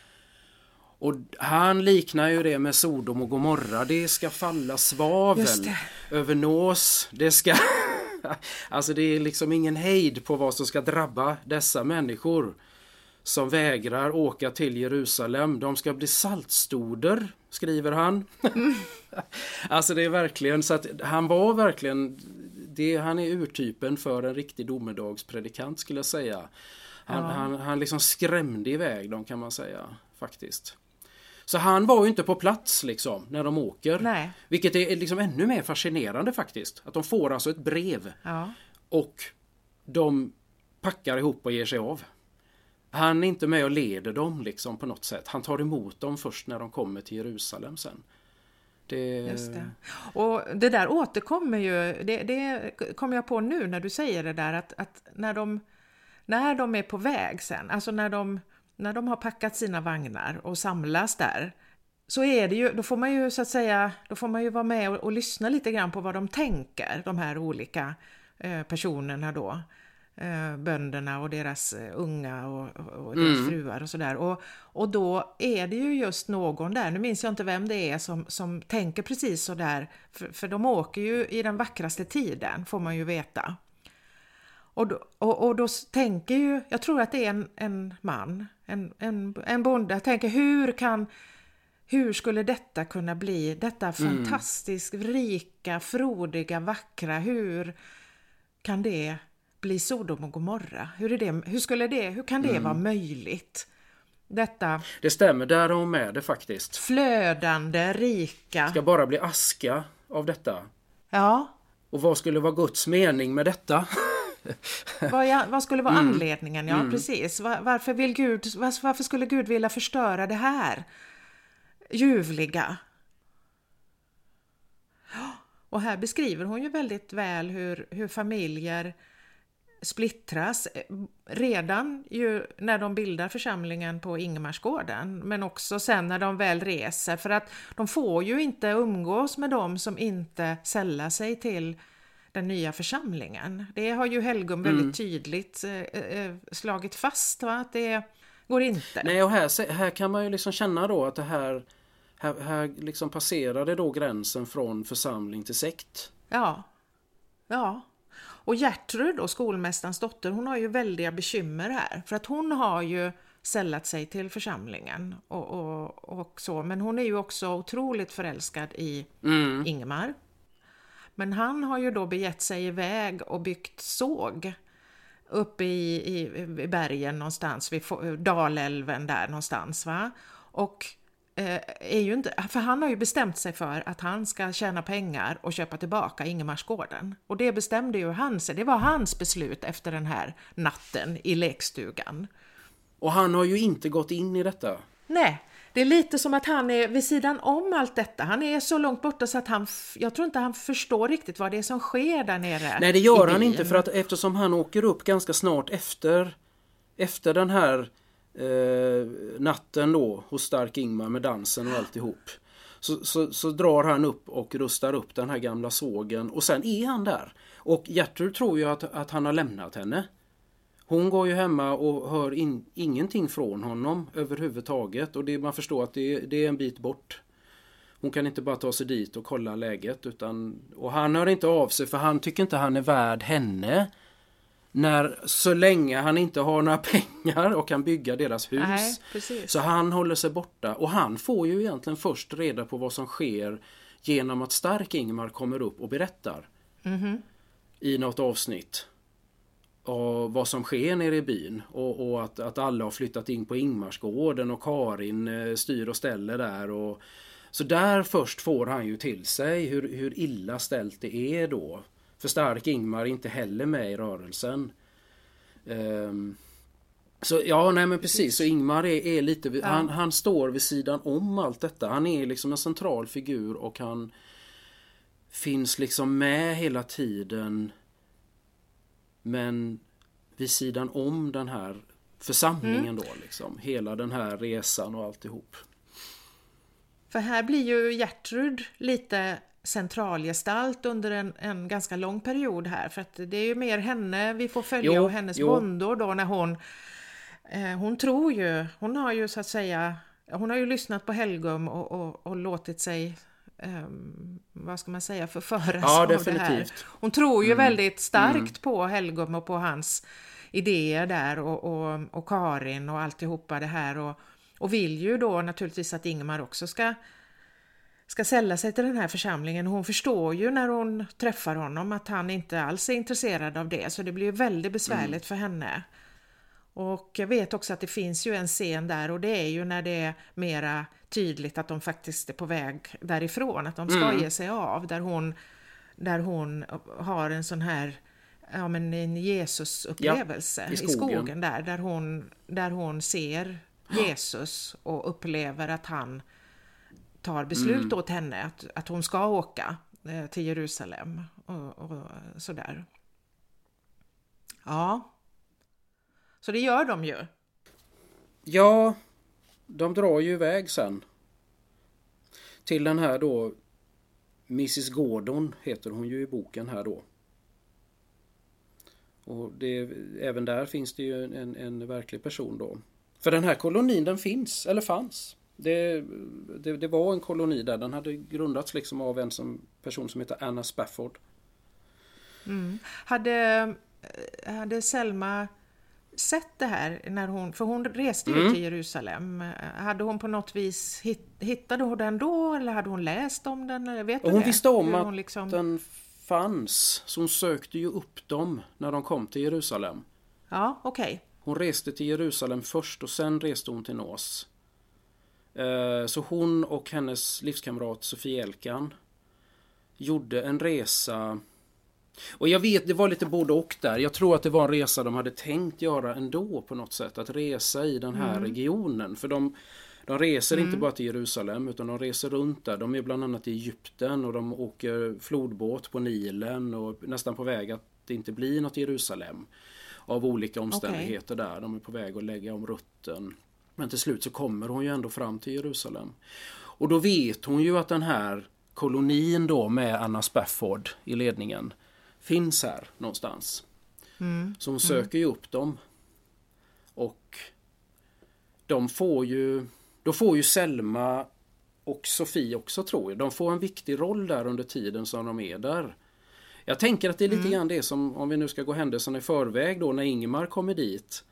Och han liknar ju det med Sodom och Gomorra. Det ska falla svavel över Nås. Det ska... Alltså det är liksom ingen hejd på vad som ska drabba dessa människor som vägrar åka till Jerusalem. De ska bli saltstoder, skriver han. Alltså det är verkligen så att han var verkligen... han är urtypen för en riktig domedagspredikant, skulle jag säga. Han liksom skrämde iväg dem, kan man säga, faktiskt. Så han var ju inte på plats liksom när de åker. Nej. Vilket är liksom ännu mer fascinerande faktiskt. Att de får alltså ett brev. Ja. Och de packar ihop och ger sig av. Han är inte med och leder dem liksom på något sätt. Han tar emot dem först när de kommer till Jerusalem sen. Just det. Och det där återkommer ju, det kommer jag på nu när du säger det där, att när de är på väg sen, alltså när de har packat sina vagnar och samlas där, så är det ju, då får man ju så att säga, då får man ju vara med och lyssna lite grann på vad de tänker, de här olika personerna då. Bönderna och deras unga och deras fruar och sådär. Och då är det ju just någon där, nu minns jag inte vem det är som tänker precis så där, för de åker ju i den vackraste tiden, får man ju veta. Och då tänker ju, jag tror att det är en man, en bonde, jag tänker hur skulle detta kunna bli, detta fantastiskt rika, frodiga, vackra, hur kan det bli Sodom och Gomorra? Hur kan det vara möjligt? Det stämmer, där är hon med det faktiskt. Flödande, rika. Ska bara bli aska av detta. Ja. Och vad skulle vara Guds mening med detta? Vad skulle vara anledningen? Ja, precis. Varför skulle Gud vilja förstöra det här ljuvliga? Och här beskriver hon ju väldigt väl hur familjer splittras redan ju när de bildar församlingen på Ingemarsgården, men också sen när de väl reser, för att de får ju inte umgås med dem som inte sällar sig till den nya församlingen. Det har ju Helgum väldigt tydligt slagit fast, va? Att det går inte. Nej, och här kan man ju liksom känna då att det här liksom passerade då gränsen från församling till sekt. Ja. Och Gertrud då, skolmästarens dotter, hon har ju väldiga bekymmer här. För att hon har ju sällat sig till församlingen och så. Men hon är ju också otroligt förälskad i Ingemar. Men han har ju då begett sig iväg och byggt såg uppe i bergen någonstans, vid Dalälven där någonstans, va? Och är ju inte, för han har ju bestämt sig för att han ska tjäna pengar och köpa tillbaka Ingemarsgården. Och det bestämde ju han sig. Det var hans beslut efter den här natten i lekstugan. Och han har ju inte gått in i detta. Nej, det är lite som att han är vid sidan om allt detta. Han är så långt borta så att jag tror inte han förstår riktigt vad det är som sker där nere. Nej, det gör han inte, för att eftersom han åker upp ganska snart efter den här natten då hos Stark Ingmar med dansen och alltihop, så drar han upp och rustar upp den här gamla sågen, och sen är han där. Och Gertrud tror ju att han har lämnat henne. Hon går ju hemma och hör ingenting från honom överhuvudtaget, och man förstår att det är en bit bort. Hon kan inte bara ta sig dit och kolla läget, och han hör inte av sig, för han tycker inte han är värd henne. Så länge han inte har några pengar och kan bygga deras hus. Nej, precis. Så han håller sig borta. Och han får ju egentligen först reda på vad som sker genom att Stark Ingmar kommer upp och berättar i något avsnitt. Och vad som sker nere i byn. Och att alla har flyttat in på Ingmarsgården och Karin styr och ställer där. Så där först får han ju till sig hur illa ställt det är då. För Stark Ingmar är inte heller med i rörelsen. Så ja, nej men precis. Så Ingmar är lite... Ja. Han står vid sidan om allt detta. Han är liksom en central figur, och han finns liksom med hela tiden. Men vid sidan om den här församlingen då liksom. Hela den här resan och alltihop. För här blir ju Gertrud lite centralgestalt under en ganska lång period här, för att det är ju mer henne vi får följa och hennes våndor då när hon tror ju, hon har ju så att säga, hon har ju lyssnat på Helgum och låtit sig vad ska man säga, förföras av det här. Hon tror ju väldigt starkt på Helgum och på hans idéer där och Karin och alltihopa det här och vill ju då naturligtvis att Ingmar också ska sälla sig till den här församlingen. Hon förstår ju när hon träffar honom att han inte alls är intresserad av det, så det blir ju väldigt besvärligt för henne. Och jag vet också att det finns ju en scen där, och det är ju när det är mera tydligt att de faktiskt är på väg därifrån, att de ska ge sig av, där hon har en sån här en Jesus-upplevelse i skogen där hon ser Jesus och upplever att han tar beslut åt henne att hon ska åka till Jerusalem och sådär. Ja. Så det gör de ju. Ja, de drar ju iväg sen. Till den här då, Mrs. Gordon heter hon ju i boken här då. Och även där finns det ju en verklig person då. För den här kolonin, den finns, eller fanns. Det var en koloni där, den hade grundats liksom av en person som heter Anna Spafford. Hade Selma sett det här för hon reste ju till Jerusalem. Hade hon på något vis hittade hon den då, eller hade hon läst om den, eller vet du hon det? Visste om att den fanns, så hon sökte ju upp dem när de kom till Jerusalem. Ja, okej. Hon reste till Jerusalem först och sen reste hon till Nås. Så hon och hennes livskamrat Sofie Elkan gjorde en resa. Och jag vet, det var lite både och där. Jag tror att det var en resa de hade tänkt göra ändå på något sätt. Att resa i den här regionen. För de reser inte bara till Jerusalem, utan de reser runt där. De är bland annat i Egypten och de åker flodbåt på Nilen och nästan på väg att det inte blir något Jerusalem. Av olika omständigheter där. De är på väg att lägga om rutten. Men till slut så kommer hon ju ändå fram till Jerusalem. Och då vet hon ju att den här kolonin då med Anna Spafford i ledningen finns här någonstans. Så hon söker ju upp dem. Och då får ju Selma och Sofie också, tror jag. De får en viktig roll där under tiden som de är där. Jag tänker att det är lite grann det som, om vi nu ska gå händelserna i förväg då, när Ingmar kommer dit.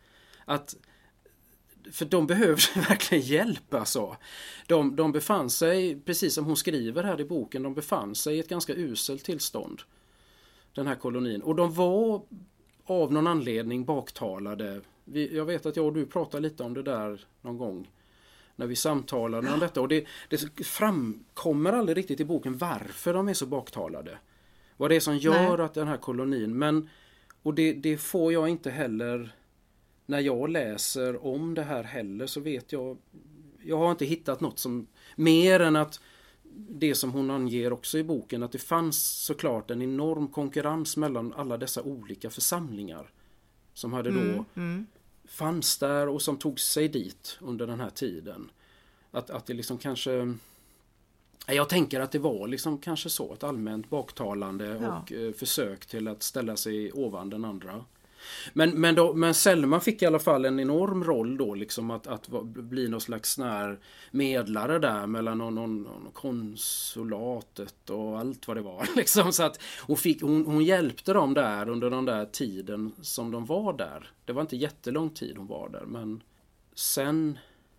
För de behöver verkligen hjälp alltså. De befann sig, precis som hon skriver här i boken, de befann sig i ett ganska uselt tillstånd. Den här kolonin. Och de var av någon anledning baktalade. Jag vet att jag och du pratade lite om det där någon gång. När vi samtalade om detta. Och det framkommer aldrig riktigt i boken varför de är så baktalade. Vad det är som gör att den här kolonin. Och det får jag inte heller. När jag läser om det här heller, så vet jag har inte hittat något som mer än att det som hon anger också i boken, att det fanns såklart en enorm konkurrens mellan alla dessa olika församlingar som hade då fanns där och som tog sig dit under den här tiden. Att det liksom kanske, jag tänker att det var liksom kanske så ett allmänt baktalande och försök till att ställa sig ovan den andra. Men Selma fick i alla fall en enorm roll då, liksom att bli någon slags medlare där mellan någon konsulatet och allt vad det var liksom, så att hon hjälpte dem där under den där tiden som de var där. Det var inte jättelång tid hon var där, men sen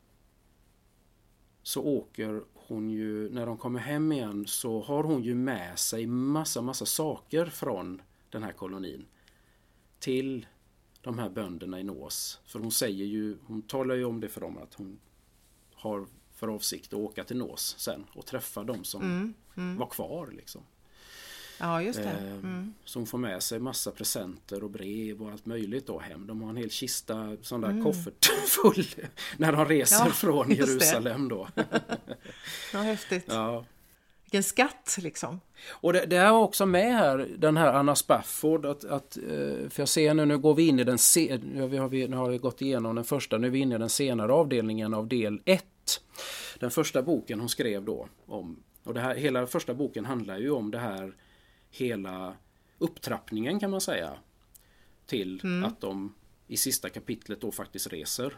så åker hon ju, när de kommer hem igen så har hon ju med sig massa saker från den här kolonin till de här bönderna i Nås. För hon talar ju om det för dem, att hon har för avsikt att åka till Nås sen och träffa dem som var kvar liksom. Ja, just det. Så hon får med sig massa presenter och brev och allt möjligt då hem. De har en hel kista, sån där koffert full när de reser från Jerusalem då. Ja, häftigt. Ja. Vilken skatt liksom. Och det är också med här, den här Anna Spafford, för jag ser nu går vi in i nu har vi gått igenom den första, nu är vi inne i den senare avdelningen av del 1. Den första boken hon skrev då om Och det här, hela första boken handlar ju om det här, hela upptrappningen kan man säga, till att de i sista kapitlet då faktiskt reser.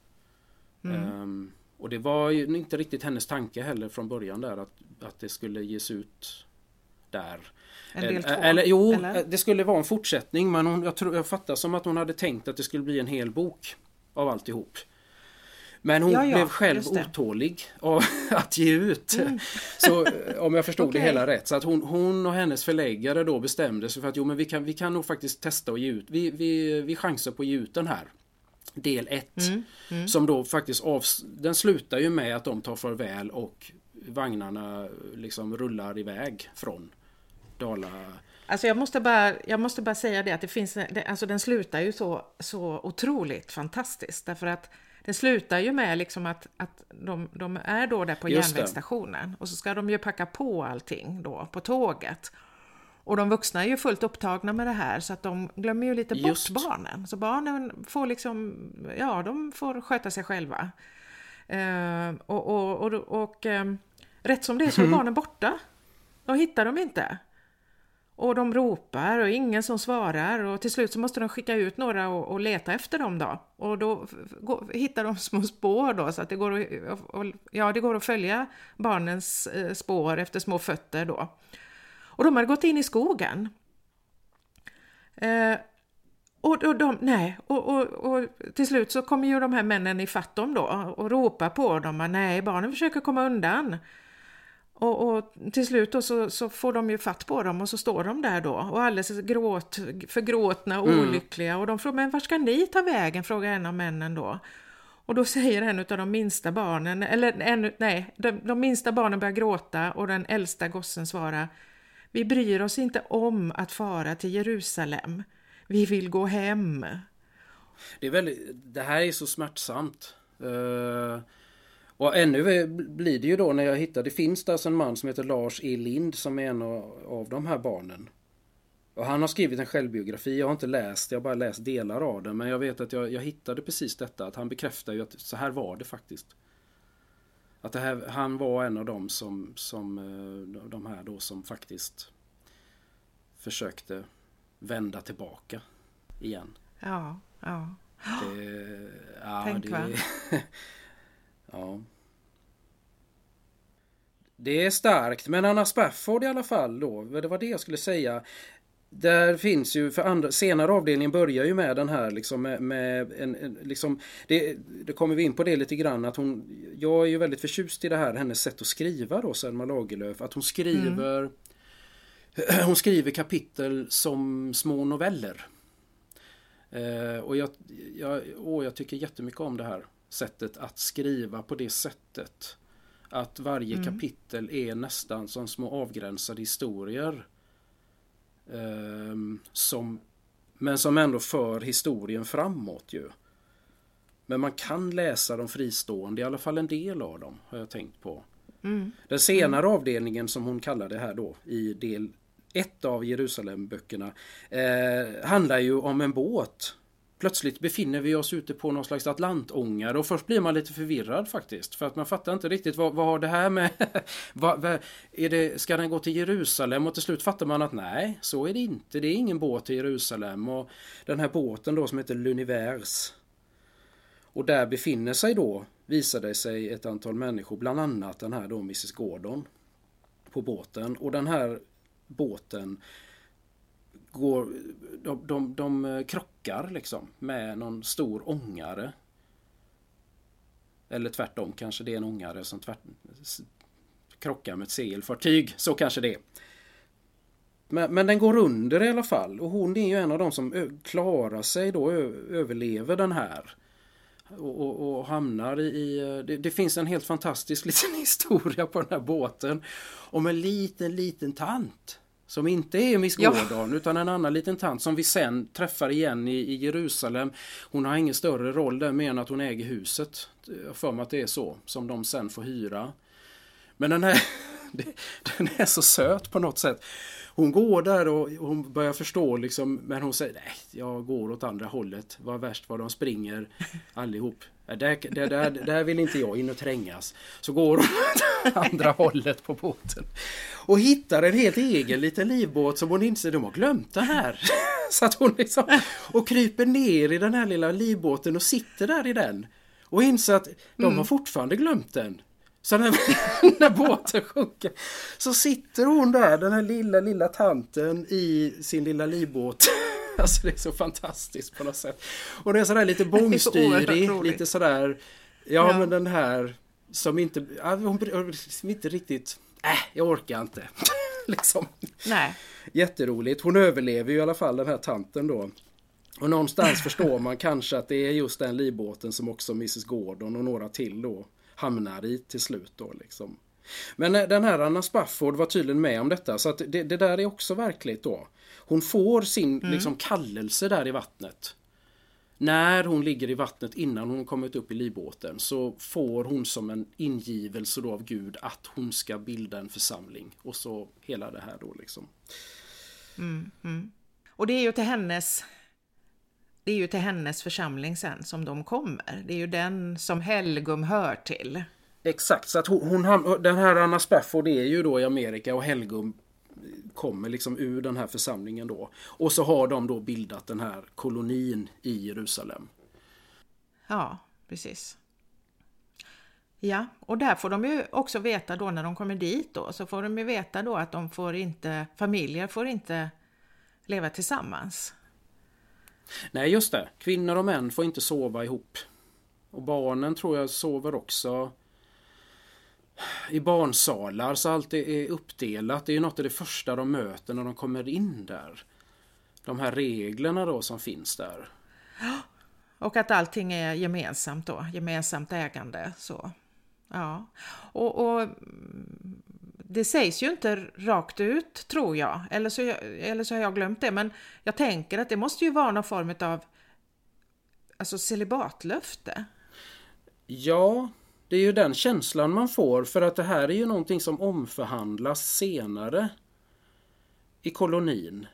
Och det var ju inte riktigt hennes tanke heller från början där att det skulle ges ut där. En del två, eller? Det skulle vara en fortsättning, men jag fattar som att hon hade tänkt att det skulle bli en hel bok av alltihop. Men hon blev själv otålig av att ge ut. Så om jag förstod det hela rätt. Så att hon och hennes förläggare då bestämde sig för att men vi kan nog faktiskt testa och ge ut. Vi chansar på att ge ut den här. Del 1. Som då faktiskt den slutar ju med att de tar farväl och vagnarna liksom rullar iväg från Dala. Alltså jag måste bara säga det att det finns, alltså den slutar ju så otroligt fantastiskt, därför att det slutar ju med liksom att de är då där på järnvägsstationen och så ska de ju packa på allting då på tåget. Och de vuxna är ju fullt upptagna med det här så att de glömmer ju lite bort barnen. Så barnen får liksom, de får sköta sig själva. Och rätt som det är så är barnen borta. De hittar dem inte. Och de ropar och ingen som svarar. Och till slut så måste de skicka ut några och leta efter dem då. Och då hittar de små spår då. Så att det går att följa barnens spår efter små fötter då. Och de hade gått in i skogen. Och till slut så kommer ju de här männen ifatt dem då. Och ropar på dem. Nej, barnen försöker komma undan. Och till slut då så får de ju fatt på dem och så står de där då och alldeles förgråtna och olyckliga och de frågar, men var ska ni ta vägen, frågar en av männen då. Och då säger en av de minsta barnen, de minsta barnen börjar gråta och den äldsta gossen svarar, vi bryr oss inte om att fara till Jerusalem, vi vill gå hem. Det här är så smärtsamt. Och ännu blir det ju då när jag hittar, det finns där en man som heter Lars E. Lind som är en av de här barnen. Och han har skrivit en självbiografi, jag har inte läst, jag har bara läst delar av den. Men jag vet att jag hittade precis detta, att han bekräftar ju att så här var det faktiskt. Att han var en av dem som de här då som faktiskt försökte vända tillbaka igen. Ja. Tänk va? Ja. Det är starkt, men Anna Spafford i alla fall då, det var det jag skulle säga. Där finns ju, senare avdelningen börjar ju med den här liksom med en liksom, det kommer vi in på det lite grann, att jag är ju väldigt förtjust i det här, hennes sätt att skriva då, Selma Lagerlöf, att hon skriver kapitel som små noveller. Och jag tycker jättemycket om det här sättet att skriva på det sättet. Att varje kapitel är nästan som små avgränsade historier. Men som ändå för historien framåt ju. Men man kan läsa dem fristående, i alla fall en del av dem har jag tänkt på. Den senare avdelningen som hon kallar det här då i del 1 av Jerusalemböckerna handlar ju om en båt. Plötsligt befinner vi oss ute på någon slags atlantångare och först blir man lite förvirrad faktiskt. För att man fattar inte riktigt vad har det här med... ska den gå till Jerusalem? Och till slut fattar man att nej, så är det inte. Det är ingen båt till Jerusalem. Och den här båten då som heter L'Univers. Och där befinner sig då, visade sig ett antal människor. Bland annat den här då Mrs. Gordon på båten. Och den här båten... De krockar liksom med någon stor ångare. Eller tvärtom, kanske det är en ångare som krockar med ett segelfartyg. Så kanske det är. Men den går under i alla fall. Och hon är ju en av de som klarar sig då, överlever den här. Och hamnar i... Det finns en helt fantastisk liten historia på den här båten. Om en liten tant. Som inte är Miss Gordon utan en annan liten tant som vi sen träffar igen i Jerusalem. Hon har ingen större roll där mer än att hon äger huset. Jag för mig att det är så som de sen får hyra. Men den är så söt på något sätt. hon går där och hon börjar förstå liksom, men hon säger nej, jag går åt andra hållet. Vad värst vad de springer allihop. Där vill inte jag in och trängas. Så går hon åt andra hållet på båten. Och hittar en helt egen liten livbåt som hon inser de har glömt det här. Så att hon liksom, och kryper ner i den här lilla livbåten och sitter där i den. Och inser att de har fortfarande glömt den. Så när båten sjunker så sitter hon där, den här lilla tanten i sin lilla livbåt. Alltså det är så fantastiskt på något sätt. Och det är sådär lite bångstyrig, lite sådär, ja men den här som inte, som inte riktigt, jag orkar inte. Liksom. Nej. Jätteroligt. Hon överlever ju i alla fall, den här tanten då. Och någonstans förstår man kanske att det är just den livbåten som också Mrs. Gordon och några till då hamnar i till slut då liksom. Men den här Anna Spafford var tydligen med om detta, så att det där är också verkligt då. Hon får sin liksom kallelse där i vattnet. När hon ligger i vattnet innan hon kommit upp i livbåten så får hon som en ingivelse då av Gud att hon ska bilda en församling. Och så hela det här då liksom. Och det är ju till hennes församling sen som de kommer. Det är ju den som Helgum hör till. Exakt, så att den här Anna Spafford är ju då i Amerika och Helgum kommer liksom ur den här församlingen då. Och så har de då bildat den här kolonin i Jerusalem. Ja, precis. Ja, och där får de ju också veta då när de kommer dit då, så får de ju veta då att familjer får inte leva tillsammans. Nej, just det. Kvinnor och män får inte sova ihop. Och barnen tror jag sover också i barnsalar, så allt är uppdelat. Det är ju något av det första de möter när de kommer in där. De här reglerna då som finns där. Och att allting är gemensamt då, gemensamt ägande så. Ja. Och det sägs ju inte rakt ut, tror jag. Eller så har jag glömt det, men jag tänker att det måste ju vara någon form av celibatlöfte. Ja, det är ju den känslan man får, för att det här är ju någonting som omförhandlas senare i kolonin.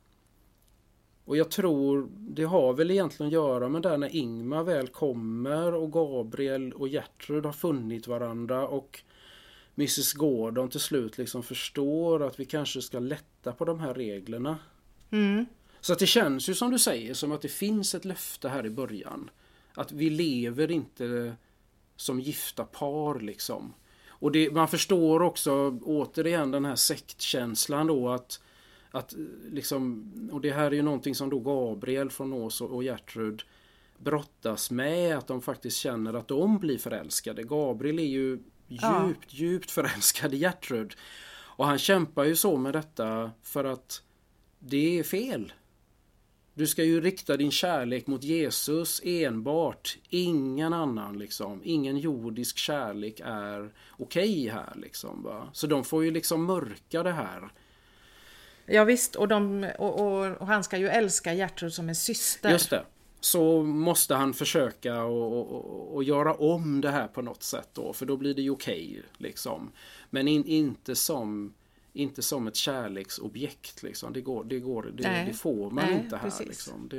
Och jag tror det har väl egentligen att göra med det när Ingmar väl kommer och Gabriel och Gertrud har funnit varandra och Mrs. Gordon till slut liksom förstår att vi kanske ska lätta på de här reglerna. Så att det känns ju som du säger som att det finns ett löfte här i början. Att vi lever inte som gifta par liksom. Och man förstår också återigen den här sektkänslan då att liksom, och det här är ju någonting som då Gabriel från Ås och Gertrud brottas med, att de faktiskt känner att de blir förälskade. Gabriel är ju djupt förälskad i Gertrud. Och han kämpar ju så med detta för att det är fel. Du ska ju rikta din kärlek mot Jesus enbart. Ingen annan liksom. Ingen jordisk kärlek är okej här liksom. Va? Så de får ju liksom mörka det här. Ja visst, och han ska ju älska Gertrud som en syster. Just det. Så måste han försöka och göra om det här på något sätt då. För då blir det ju okej liksom. Men inte som ett kärleksobjekt liksom. Det får man inte här precis. Liksom.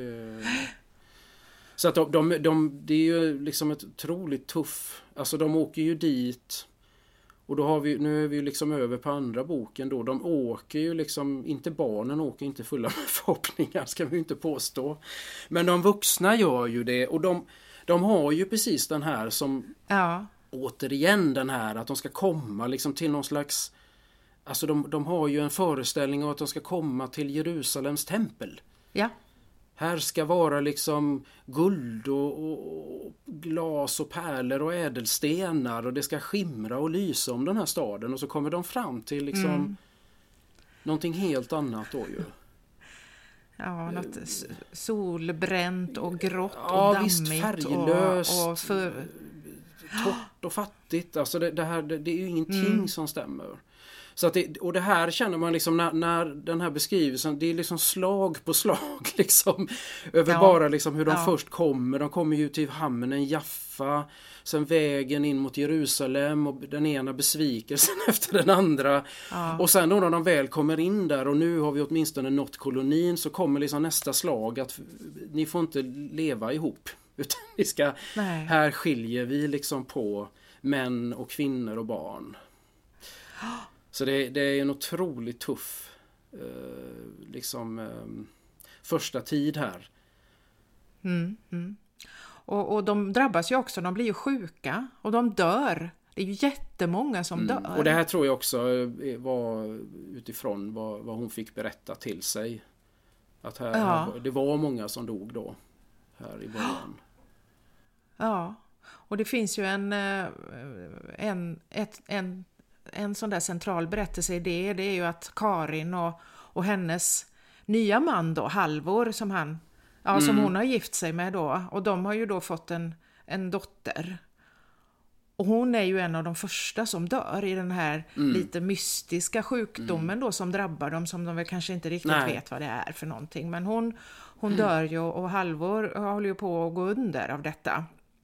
Så att det är ju liksom ett otroligt tuff. Alltså de åker ju dit. Och då nu är vi liksom över på andra boken då. De åker ju liksom, inte barnen åker inte fulla med förhoppningar, ska vi inte påstå. Men de vuxna gör ju det. Och de har ju precis den här som, återigen den här, att de ska komma liksom till någon slags, alltså de har ju en föreställning om att de ska komma till Jerusalems tempel. Ja. Här ska vara liksom guld och glas och pärlor och ädelstenar och det ska skimra och lysa om den här staden, och så kommer de fram till liksom någonting helt annat då ju. Ja, något solbränt och grått och dammigt. Visst, färglöst, torrt och fattigt. Alltså det är ju ingenting som stämmer. Så att och det här känner man liksom när den här beskrivelsen, det är liksom slag på slag liksom, över bara liksom hur de först kommer. De kommer ju till hamnen Jaffa, sen vägen in mot Jerusalem och den ena besvikelsen efter den andra. Och sen då när de väl kommer in där och nu har vi åtminstone nått kolonin, så kommer liksom nästa slag att ni får inte leva ihop. Utan vi ska, här skiljer vi liksom på män och kvinnor och barn. Så det är en otroligt tuff första tid här. Och de drabbas ju också, de blir ju sjuka och de dör. Det är ju jättemånga som dör. Och det här tror jag också var utifrån vad hon fick berätta till sig. Att det var många som dog då här i början. Ja, och det finns ju en sån där central berättelse i det är ju att Karin och hennes nya man då, Halvor, som hon har gift sig med då, och de har ju då fått en dotter. Och hon är ju en av de första som dör i den här lite mystiska sjukdomen då som drabbar dem, som de väl kanske inte riktigt vet vad det är för någonting. Men hon dör ju, och Halvor håller ju på att gå under av detta.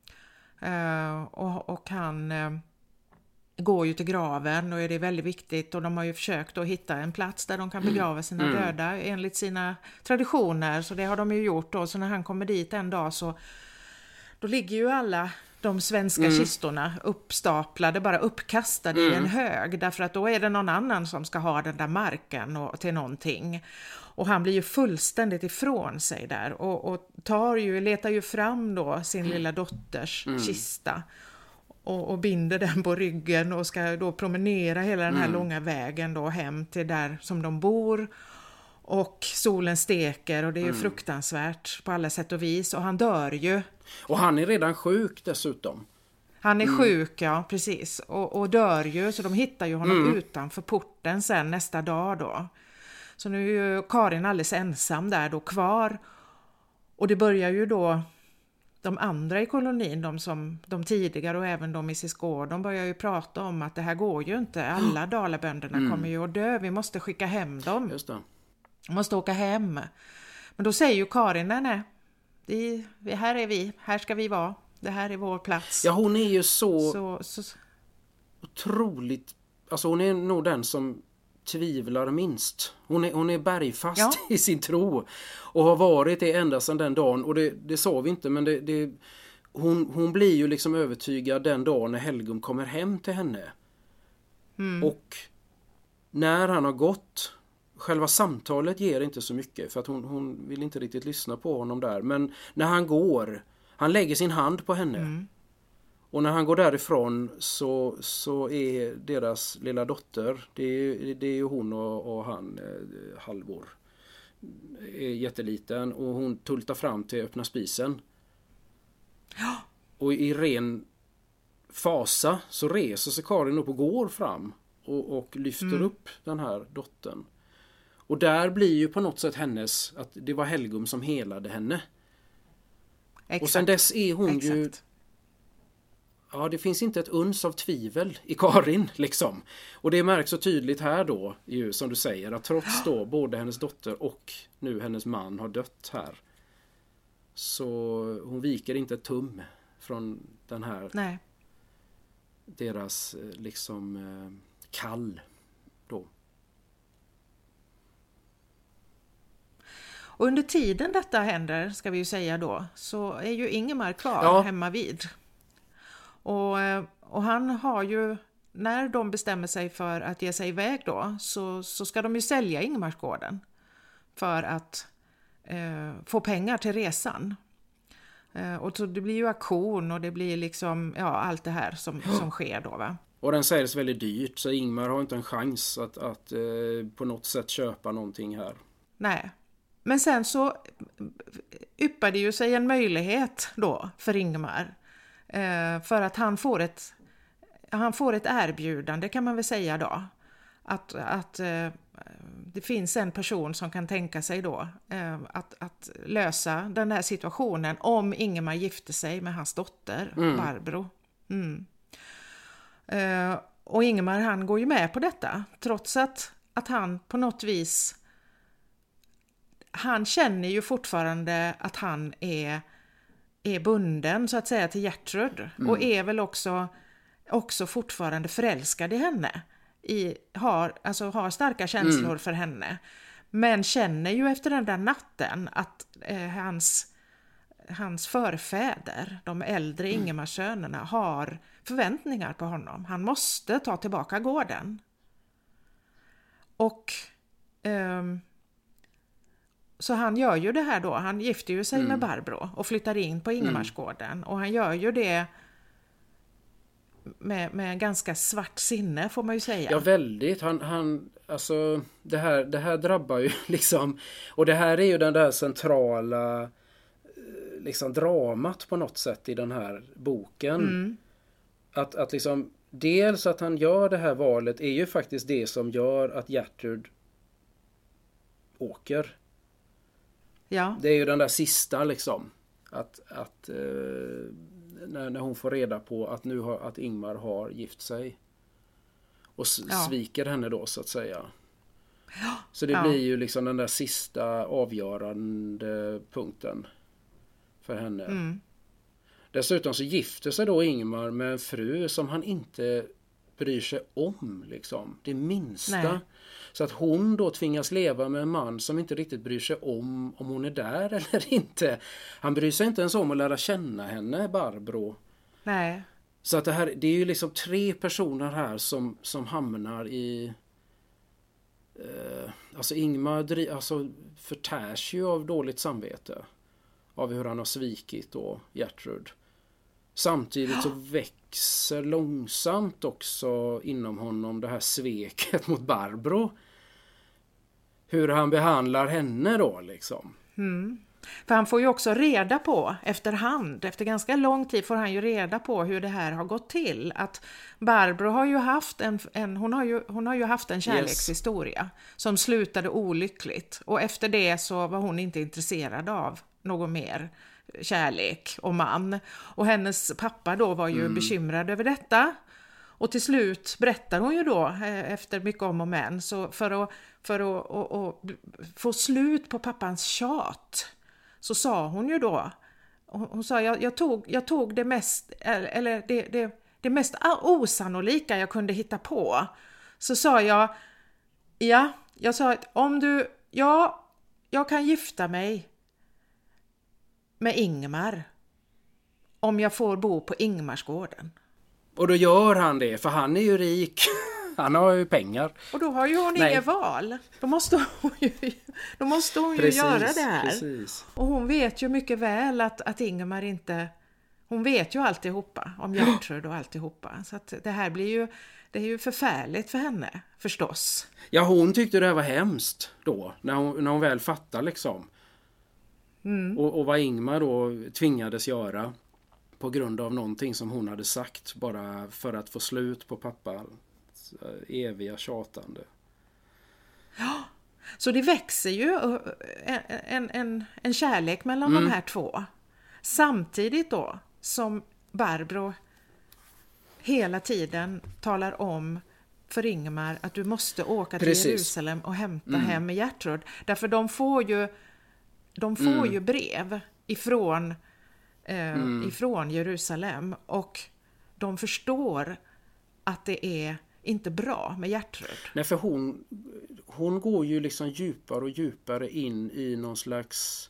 Och han går ju till graven, och är det väldigt viktigt, och de har ju försökt att hitta en plats där de kan begrava sina döda enligt sina traditioner, så det har de ju gjort då. Så när han kommer dit en dag, så då ligger ju alla de svenska kistorna uppstaplade, bara uppkastade i en hög, därför att då är det någon annan som ska ha den där marken till någonting. Och han blir ju fullständigt ifrån sig där och letar ju fram då sin lilla dotters kista och binder den på ryggen och ska då promenera hela den här långa vägen då hem till där som de bor. Och solen steker och det är ju fruktansvärt på alla sätt och vis, och han dör ju. Och han är redan sjuk dessutom. Han är sjuk, ja, precis. Och dör ju, så de hittar ju honom utanför porten sen nästa dag då. Så nu är ju Karin alldeles ensam där då kvar. Och det börjar ju då, de andra i kolonin, de tidigare och även de i Siskår, de börjar ju prata om att det här går ju inte. Alla dalabönderna kommer ju att dö, vi måste skicka hem dem. Just det. De måste åka hem. Men då säger ju Karin, nej, här är vi, här ska vi vara. Det här är vår plats. Ja, hon är ju så otroligt, alltså hon är nog den som tvivlar minst. Hon är bergfast i sin tro och har varit det ända sedan den dagen, och det sa vi inte, men hon blir ju liksom övertygad den dagen när Helgum kommer hem till henne. Och när han har gått, själva samtalet ger inte så mycket, för att hon vill inte riktigt lyssna på honom där, men när han går, han lägger sin hand på henne. Och när han går därifrån så är deras lilla dotter, det är ju hon och han, Halvor, är jätteliten, och hon tultar fram till öppna spisen. Och i ren fasa så reser sig Karin upp och går fram och lyfter upp den här dottern. Och där blir ju på något sätt hennes, att det var Helgum som helade henne. Exakt. Och sen dess är hon ju... Ja, det finns inte ett uns av tvivel i Karin liksom. Och det märks så tydligt här då, ju, som du säger, att trots då både hennes dotter och nu hennes man har dött här, så hon viker inte ett tum från den här deras liksom kall då. Och under tiden detta händer, ska vi ju säga då, så är ju Ingemar kvar hemma vid. Och han har ju, när de bestämmer sig för att ge sig iväg då, så ska de ju sälja Ingemarsgården för att få pengar till resan. Och så det blir ju auktion och det blir liksom, allt det här som sker då, va. Och den säljs väldigt dyrt, så Ingmar har inte en chans att på något sätt köpa någonting här. Nej. Men sen så yppar det ju sig en möjlighet då för Ingmar. För att han får ett erbjudande, kan man väl säga då. Att det finns en person som kan tänka sig då att lösa den här situationen om Ingemar gifter sig med hans dotter Barbro. Och Ingemar, han går ju med på detta, trots att han på något vis, han känner ju fortfarande att han är bunden så att säga till Gertrud, och är väl också fortfarande förälskad i henne, har starka känslor för henne, men känner ju efter den där natten att hans förfäder, de äldre Ingemarsönerna, har förväntningar på honom. Han måste ta tillbaka gården. Och så han gör ju det här då. Han gifter ju sig med Barbro och flyttar in på Ingemarsgården. Och han gör ju det med ganska svart sinne, får man ju säga. Ja, väldigt. Han alltså det här drabbar ju liksom, och det här är ju den där centrala liksom dramat på något sätt i den här boken. Att liksom, dels att han gör det här valet är ju faktiskt det som gör att Gertrud åker. Ja. Det är ju den där sista liksom, att när hon får reda på att att Ingmar har gift sig och sviker henne då, så att säga. Ja. Så det blir ju liksom den där sista avgörande punkten för henne. Dessutom så gifter sig då Ingmar med en fru som han inte bryr sig om liksom, det minsta. Nej. Så att hon då tvingas leva med en man som inte riktigt bryr sig om hon är där eller inte. Han bryr sig inte ens om att lära känna henne, Barbro. Nej. Så att det är ju liksom 3 personer här som hamnar i alltså Ingmar förtärs ju av dåligt samvete av hur han har svikit då Gertrud. Samtidigt så växer långsamt också inom honom det här sveket mot Barbro. Hur han behandlar henne då liksom. För han får ju också reda på efterhand, efter ganska lång tid får han ju reda på hur det här har gått till. Att Barbro har ju haft hon har ju haft en kärlekshistoria som slutade olyckligt. Och efter det så var hon inte intresserad av något mer kärlek och man. Och hennes pappa då var ju bekymrad över detta. Och till slut berättar hon ju då, efter mycket om och men, så för att få slut på pappans tjat, så sa hon ju då, hon sa jag tog det mest, eller det mest osannolika jag kunde hitta på. Så sa jag sa att jag kan gifta mig med Ingmar om jag får bo på Ingmarsgården. Och då gör han det, för han är ju rik. Han har ju pengar. Och då har ju hon inget val. Då måste hon ju göra det här. Precis. Och hon vet ju mycket väl att Ingmar inte... Hon vet ju alltihopa om Gertrud och alltihopa. Så att det här det är ju förfärligt för henne, förstås. Ja, hon tyckte det här var hemskt då, när hon väl fattar liksom. Och vad Ingmar då tvingades göra på grund av någonting som hon hade sagt, bara för att få slut på pappans eviga tjatande. Ja, så det växer ju en kärlek mellan de här två. Samtidigt då som Barbro hela tiden talar om för Ingmar att du måste åka till Jerusalem och hämta hem med Gertrud. Därför de får ju brev ifrån Jerusalem, och de förstår att det är inte bra med Gertrud. Nej, för hon går ju liksom djupare och djupare in i någon slags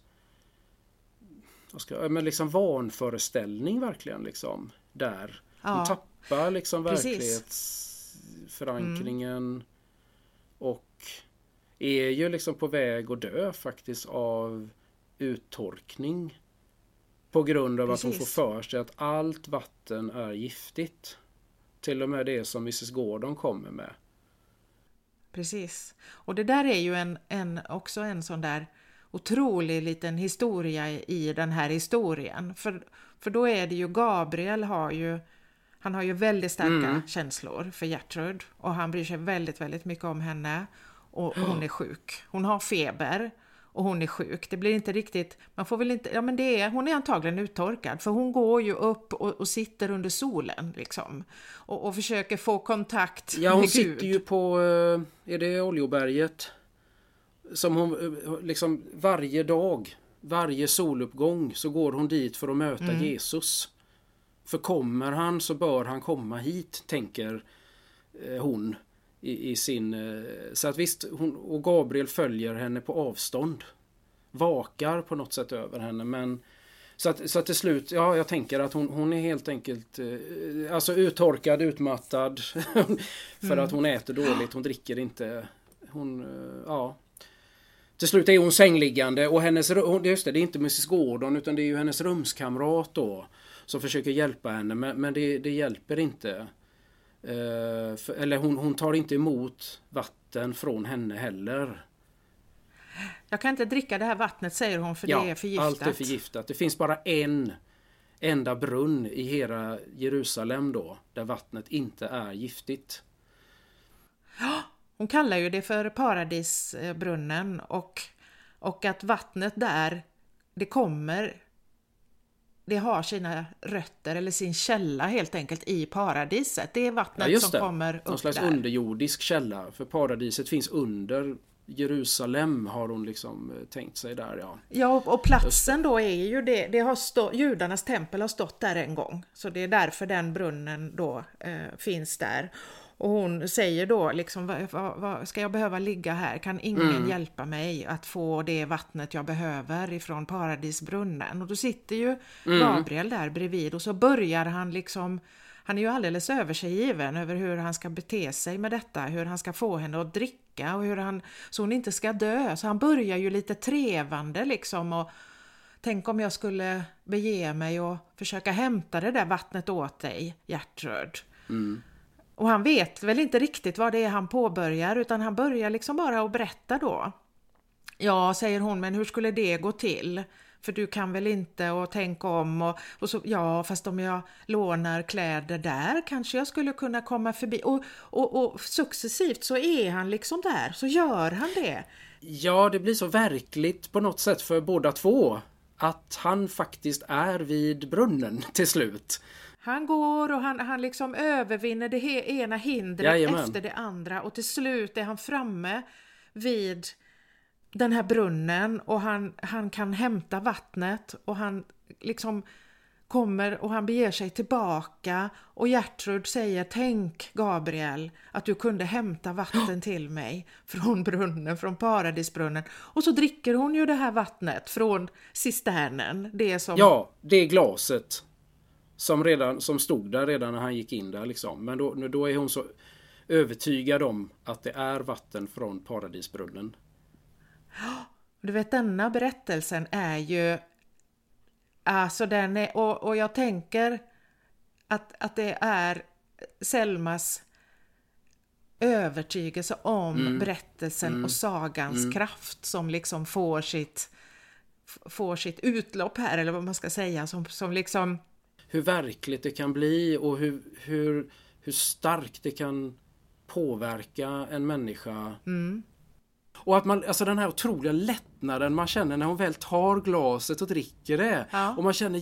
liksom vanföreställning verkligen liksom där. Hon tappar liksom verklighetsförankringen och är ju liksom på väg att dö faktiskt av uttorkning på grund av att hon får för sig att allt vatten är giftigt. Till och med det som Mrs. Gordon kommer med. Precis. Och det där är ju också en sån där otrolig liten historia i den här historien. För då är det ju Gabriel han har ju väldigt starka känslor för Gertrud, och han bryr sig väldigt, väldigt mycket om henne, och hon är sjuk. Hon har feber och hon är sjuk. Det blir inte riktigt, man får väl inte, ja men hon är antagligen uttorkad för hon går ju upp och sitter under solen liksom och försöker få kontakt med hon Gud. Sitter ju på, är det Oljeberget? Som hon liksom varje dag, varje soluppgång så går hon dit för att möta Jesus. För kommer han så bör han komma hit, tänker hon i sin... Så att visst, hon och Gabriel följer henne på avstånd. Vakar på något sätt över henne, men... Så att till slut, ja, jag tänker att hon är helt enkelt alltså uttorkad, utmattad för att hon äter dåligt, hon dricker inte, ja. Till slut är hon sängliggande och hennes, just det är inte Mrs Gordon utan det är ju hennes rumskamrat då som försöker hjälpa henne, men det hjälper inte. Eller hon tar inte emot vatten från henne heller. Jag kan inte dricka det här vattnet, säger hon, för det är förgiftat. Allt är förgiftat. Det finns bara en enda brunn i hela Jerusalem då, där vattnet inte är giftigt. Hon kallar ju det för paradisbrunnen och att vattnet där, det har sina rötter eller sin källa helt enkelt i paradiset. Det är vattnet som kommer upp där. Någon slags underjordisk källa, för paradiset finns under Jerusalem har hon liksom tänkt sig där, ja. Ja, och platsen då är ju det har judarnas tempel har stått där en gång. Så det är därför den brunnen då finns där. Och hon säger då liksom, vad ska jag behöva ligga här? Kan ingen hjälpa mig att få det vattnet jag behöver ifrån paradisbrunnen? Och då sitter ju Gabriel där bredvid och så börjar han liksom, han är ju alldeles över sig given över hur han ska bete sig med detta, hur han ska få henne att dricka och så hon inte ska dö. Så han börjar ju lite trevande liksom och tänk om jag skulle bege mig och försöka hämta det där vattnet åt dig, Gertrud. Och han vet väl inte riktigt vad det är han påbörjar, utan han börjar liksom bara att berätta då. Ja, säger hon, men hur skulle det gå till? För du kan väl inte och tänk om och så, ja, fast om jag lånar kläder där kanske jag skulle kunna komma förbi. Och successivt så är han liksom där, så gör han det. Ja, det blir så verkligt på något sätt för båda två att han faktiskt är vid brunnen till slut. Han går och han liksom övervinner det ena hindret efter det andra och till slut är han framme vid den här brunnen och han kan hämta vattnet och han liksom kommer och han beger sig tillbaka och Gertrud säger, tänk Gabriel att du kunde hämta vatten till mig från brunnen, från paradisbrunnen, och så dricker hon ju det här vattnet från cisternen, det glaset som stod där redan när han gick in där liksom. Men då är hon så övertygad om att det är vatten från paradisbrunnen. Du vet, denna berättelsen är ju alltså den är, och jag tänker att det är Selmas övertygelse om berättelsen och sagans kraft som liksom får sitt utlopp här, eller vad man ska säga, som liksom hur verkligt det kan bli och hur starkt det kan påverka en människa. Och att man, alltså den här otroliga lättnaden man känner när hon väl tar glaset och dricker det. Ja. Och man känner,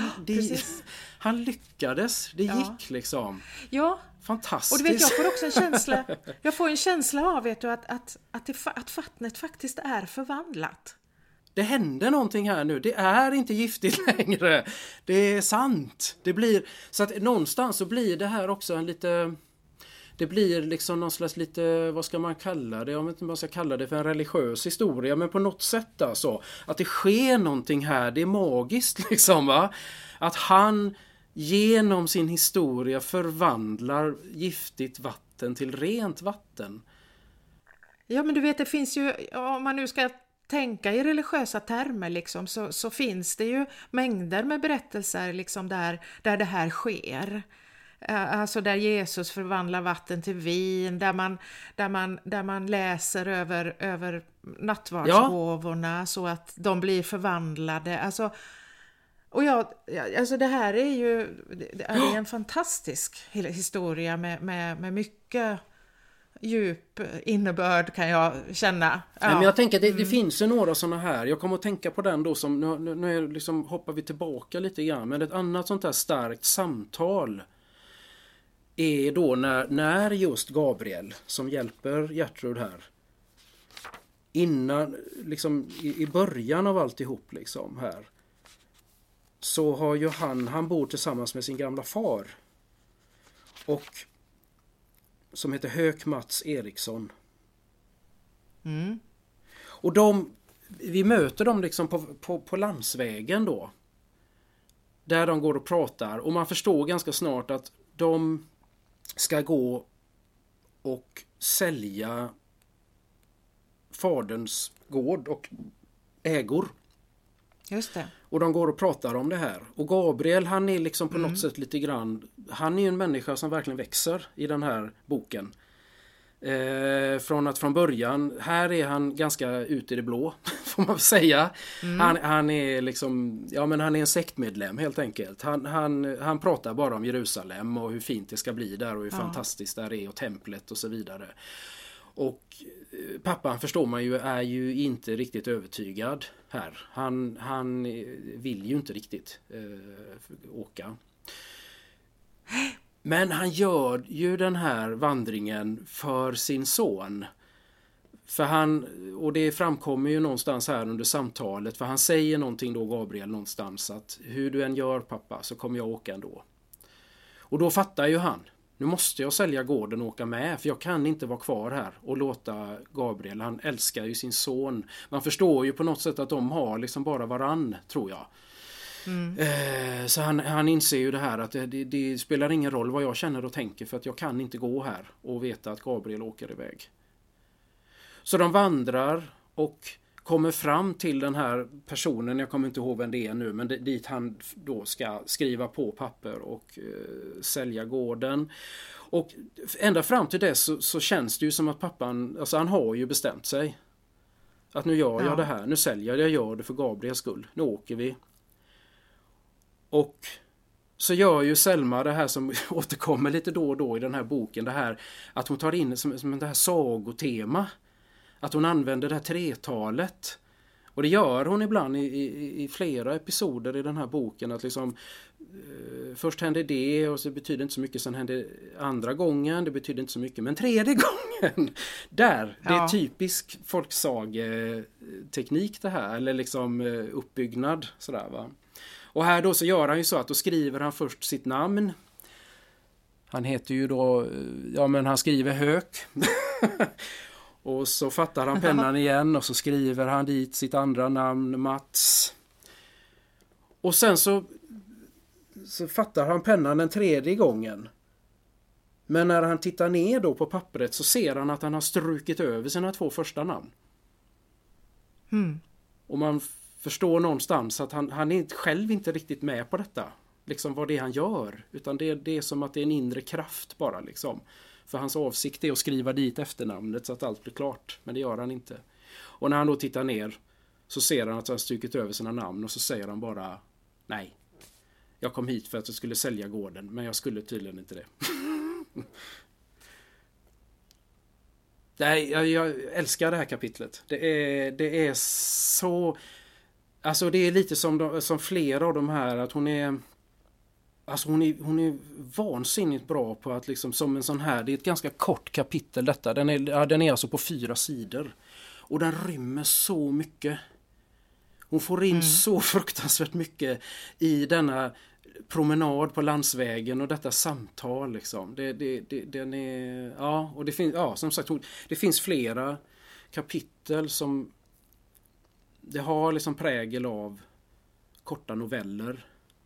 han lyckades, det gick liksom. Ja. Fantastiskt. Och du vet, jag får också en känsla av, vet du, att vattnet faktiskt är förvandlat. Det händer någonting här nu. Det är inte giftigt längre. Det är sant. Det blir, så att någonstans så blir det här också en lite... Det blir liksom någon slags lite, vad ska man kalla det? Jag vet inte vad jag ska kalla det för, en religiös historia. Men på något sätt alltså. Att det sker någonting här. Det är magiskt liksom, va? Att han genom sin historia förvandlar giftigt vatten till rent vatten. Ja, men du vet, det finns ju, om man nu ska tänka i religiösa termer liksom, så finns det ju mängder med berättelser liksom där det här sker. Alltså där Jesus förvandlar vatten till vin, där man läser över nattvardsgåvorna så att de blir förvandlade. Alltså, och alltså det här är ju en fantastisk historia med mycket djup innebörd kan jag känna. Ja. Nej, men jag tänker att det finns ju några sådana här. Jag kommer att tänka på den då som, nu liksom hoppar vi tillbaka lite grann. Men ett annat sånt här starkt samtal är då när just Gabriel som hjälper Gertrud här. Innan, liksom i början av alltihop liksom här. Så har ju han bor tillsammans med sin gamla far. Och som heter Höök Mats Eriksson. Mm. Och vi möter dem liksom på landsvägen då. Där de går och pratar. Och man förstår ganska snart att de ska gå och sälja faderns gård och ägor. Just det. Och de går och pratar om det här. Och Gabriel, han är liksom på något sätt lite grann, han är ju en människa som verkligen växer i den här boken. Från att från början, här är han ganska ute i det blå, får man väl säga. Han är liksom, ja men han är en sektmedlem helt enkelt. Han pratar bara om Jerusalem och hur fint det ska bli där och hur fantastiskt det är och templet och så vidare. Och pappan, förstår man ju, är ju inte riktigt övertygad här. Han vill ju inte riktigt åka. Men han gör ju den här vandringen för sin son. Och det framkommer ju någonstans här under samtalet. För han säger någonting då, Gabriel, någonstans att hur du än gör pappa så kommer jag åka ändå. Och då fattar ju han. Nu måste jag sälja gården och åka med, för jag kan inte vara kvar här och låta Gabriel, han älskar ju sin son. Man förstår ju på något sätt att de har liksom bara varann, tror jag. Så han inser ju det här att det spelar ingen roll vad jag känner och tänker, för att jag kan inte gå här och veta att Gabriel åker iväg. Så de vandrar och kommer fram till den här personen, jag kommer inte ihåg vem det är nu, men dit han då ska skriva på papper och sälja gården. Och ända fram till dess så känns det ju som att pappan, alltså han har ju bestämt sig. Att nu gör jag det här, nu säljer jag gör det för Gabriels skull, nu åker vi. Och så gör ju Selma det här som återkommer lite då och då i den här boken, det här att hon tar in som det här sagotema. Att hon använder det här tretalet. Och det gör hon ibland i flera episoder i den här boken. Att liksom, först händer det och så betyder inte så mycket. Sen händer andra gången, det betyder inte så mycket. Men tredje gången, där, det är typisk folksageteknik det här. Eller liksom uppbyggnad sådär va. Och här då så gör han ju så att då skriver han först sitt namn. Han heter ju då, ja men han skriver Höök. Och så fattar han pennan igen och så skriver han dit sitt andra namn, Mats. Och sen så fattar han pennan en tredje gången. Men när han tittar ner då på pappret så ser han att han har strukit över sina 2 första namn. Och man förstår någonstans att han är själv inte riktigt med på detta. Liksom vad det är han gör. Utan det är som att det är en inre kraft bara liksom. För hans avsikt är att skriva dit efternamnet så att allt blir klart. Men det gör han inte. Och när han då tittar ner så ser han att han har strukit över sina namn. Och så säger han bara nej. Jag kom hit för att jag skulle sälja gården. Men jag skulle tydligen inte det. Nej, jag älskar det här kapitlet. Det är så... Alltså det är lite som flera av de här. Att hon är vansinnigt bra på att liksom som en sån här, det är ett ganska kort kapitel detta. Den är alltså på 4 sidor. Och den rymmer så mycket. Hon får in så fruktansvärt mycket i denna promenad på landsvägen och detta samtal liksom. Den är, ja, och det finns, ja, som sagt, det finns flera kapitel som det har liksom prägel av korta noveller.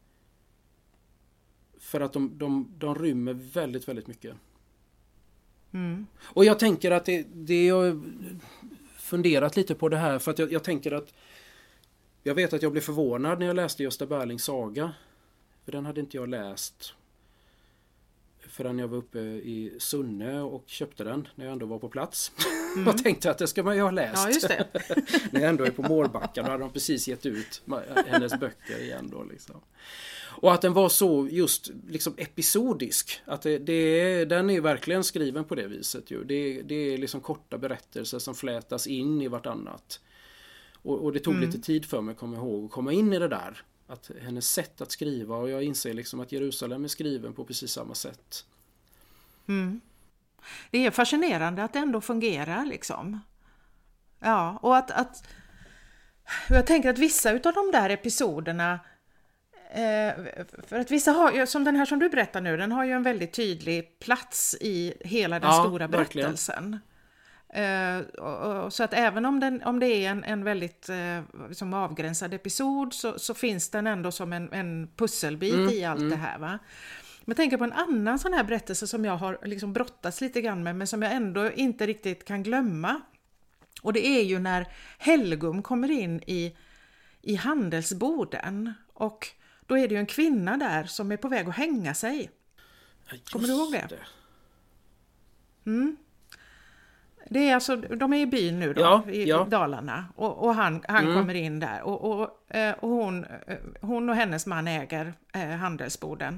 För att de rymmer väldigt, väldigt mycket. Och jag tänker att det jag funderat lite på det här. För att jag tänker att jag vet att jag blev förvånad när jag läste Gösta Berlings saga. För den hade inte jag läst förrän jag var uppe i Sunne och köpte den när jag ändå var på plats. Och tänkte att det ska man ju ha läst. Ja, just det. När jag ändå är på Mårbacka, då hade de precis gett ut hennes böcker igen då liksom. Och att den var så just liksom episodisk. Att den är verkligen skriven på det viset. Ju. Det är liksom korta berättelser som flätas in i vartannat. Och det tog lite tid för mig, kommer ihåg, att komma in i det där. Att hennes sätt att skriva, och jag inser liksom att Jerusalem är skriven på precis samma sätt. Det är fascinerande att det ändå fungerar liksom. Ja, och att jag tänker att vissa utav de där episoderna, för att vissa har, som den här som du berättar nu, den har ju en väldigt tydlig plats i hela den stora berättelsen. Så att även om det är en väldigt som avgränsad episod, så finns den ändå som en pusselbit i allt det här, va? Men jag tänker på en annan sån här berättelse som jag har liksom brottats lite grann med, men som jag ändå inte riktigt kan glömma. Och det är ju när Helgum kommer in i handelsboden, och då är det ju en kvinna där som är på väg att hänga sig. Kommer du ihåg det? Det är alltså, de är i byn nu då, i Dalarna, och han kommer in där, och hon och hennes man äger handelsboden.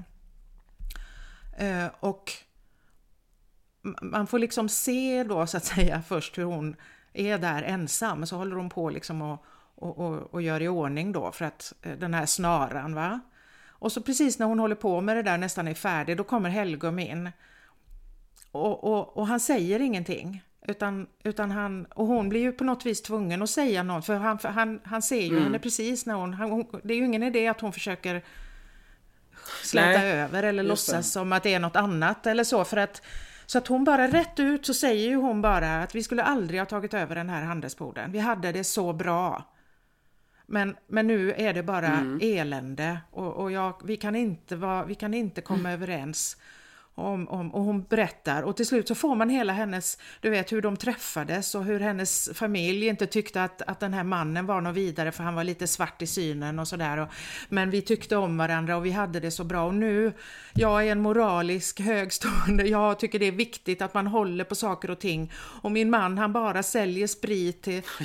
Och man får liksom se då, så att säga, först hur hon är där ensam, så håller hon på liksom och gör i ordning då för att den här snaran, va? Och så precis när hon håller på med det där, nästan är färdig, då kommer Helgum in, och han säger ingenting, utan han, och hon blir ju på något vis tvungen att säga något, för han ser ju henne precis när hon, det är ju ingen idé att hon försöker släta över eller låtsas som att det är något annat eller så, så att hon bara rätt ut, så säger ju hon bara att vi skulle aldrig ha tagit över den här handelsboden. Vi hade det så bra. Men nu är det bara elände, och vi kan inte komma överens och hon berättar, och till slut så får man hela hennes, du vet, hur de träffades och hur hennes familj inte tyckte att den här mannen var något vidare, för han var lite svart i synen och sådär, men vi tyckte om varandra och vi hade det så bra, och nu, jag är en moralisk högstående, jag tycker det är viktigt att man håller på saker och ting, och min man, han bara säljer sprit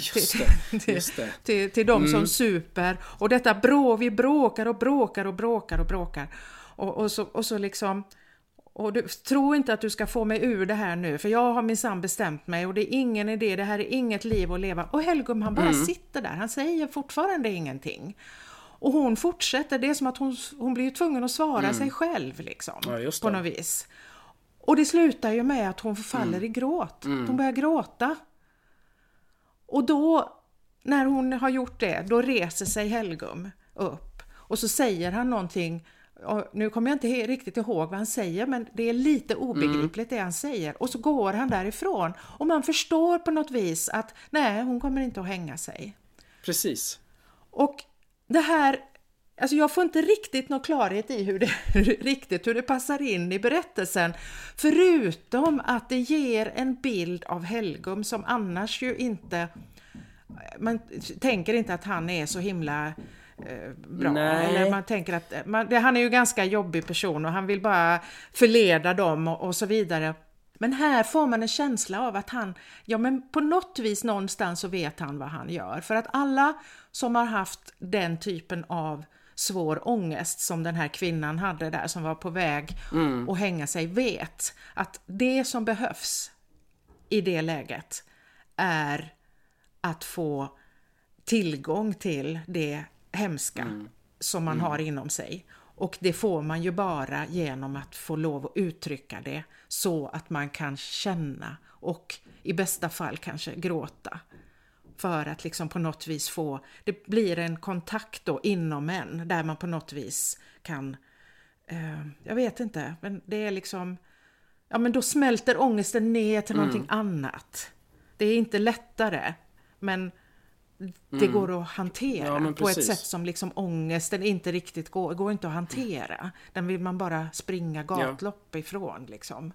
till de som super, och detta vi bråkar och så liksom. Och du tror inte att du ska få mig ur det här nu, för jag har minsann bestämt mig, och det är ingen idé, det här är inget liv att leva. Och Helgum, han bara sitter där, han säger fortfarande ingenting. Och hon fortsätter, det är som att hon blir tvungen att svara sig själv liksom, på något vis. Och det slutar ju med att hon faller i gråt. Hon börjar gråta. Och då, när hon har gjort det, då reser sig Helgum upp, och så säger han någonting. Och nu kommer jag inte riktigt ihåg vad han säger, men det är lite obegripligt det han säger. Och så går han därifrån, och man förstår på något vis att nej, hon kommer inte att hänga sig. Precis. Och det här, alltså jag får inte riktigt någon klarhet i hur det passar in i berättelsen, förutom att det ger en bild av Helgum som annars ju inte, man tänker inte att han är så himla bra. Eller man tänker att han är ju ganska jobbig person, och han vill bara förleda dem och så vidare. Men här får man en känsla av att han, men på något vis någonstans så vet han vad han gör. För att alla som har haft den typen av svår ångest som den här kvinnan hade där, som var på väg att hänga sig, vet att det som behövs i det läget är att få tillgång till det hemska som man har inom sig. Och det får man ju bara genom att få lov att uttrycka det, så att man kan känna och i bästa fall kanske gråta, för att liksom på något vis det blir en kontakt då inom en, där man på något vis kan, jag vet inte, men det är liksom, men då smälter ångesten ner till någonting annat. Det är inte lättare, men det går att hantera på ett sätt som liksom ångesten inte riktigt går inte att hantera. Den vill man bara springa gatlopp ifrån liksom.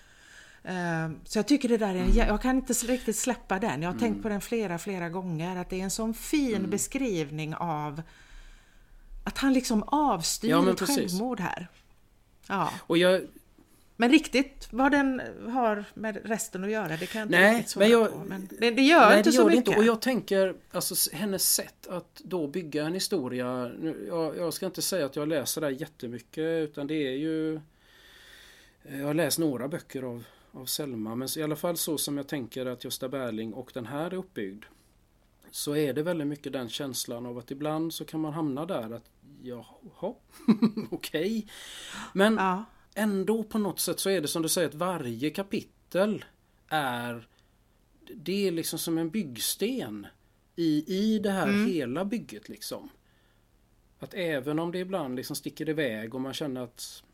Så jag tycker det där jag kan inte riktigt släppa den. Jag har tänkt på den flera gånger, att det är en sån fin beskrivning av att han liksom avstyr ett självmord här. Ja. Och Men riktigt vad den har med resten att göra, det kan jag inte Nej, riktigt svara på. Men det gör nej, inte det så gör det mycket. inte. Och jag tänker, alltså hennes sätt att då bygga en historia, jag ska inte säga att jag läser där jättemycket, utan det är ju, jag har läst några böcker av Selma, men i alla fall så som jag tänker att Gösta Berling och den här är uppbyggd, så är det väldigt mycket den känslan av att ibland så kan man hamna där att jaha, okej. Men ändå på något sätt så är det som du säger att varje kapitel det är liksom som en byggsten i det här hela bygget liksom. Att även om det ibland liksom sticker iväg och man känner att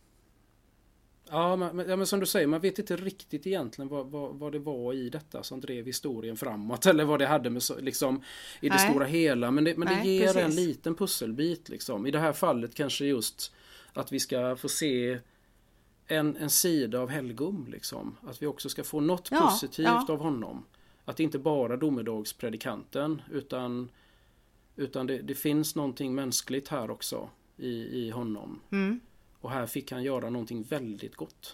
men som du säger, man vet inte riktigt egentligen vad det var i detta som drev historien framåt eller vad det hade med liksom i det stora hela, men det ger precis en liten pusselbit liksom. I det här fallet kanske just att vi ska få se en sida av Helgum liksom, att vi också ska få något positivt av honom, att inte bara domedagspredikanten utan det finns någonting mänskligt här också i honom. Och här fick han göra någonting väldigt gott.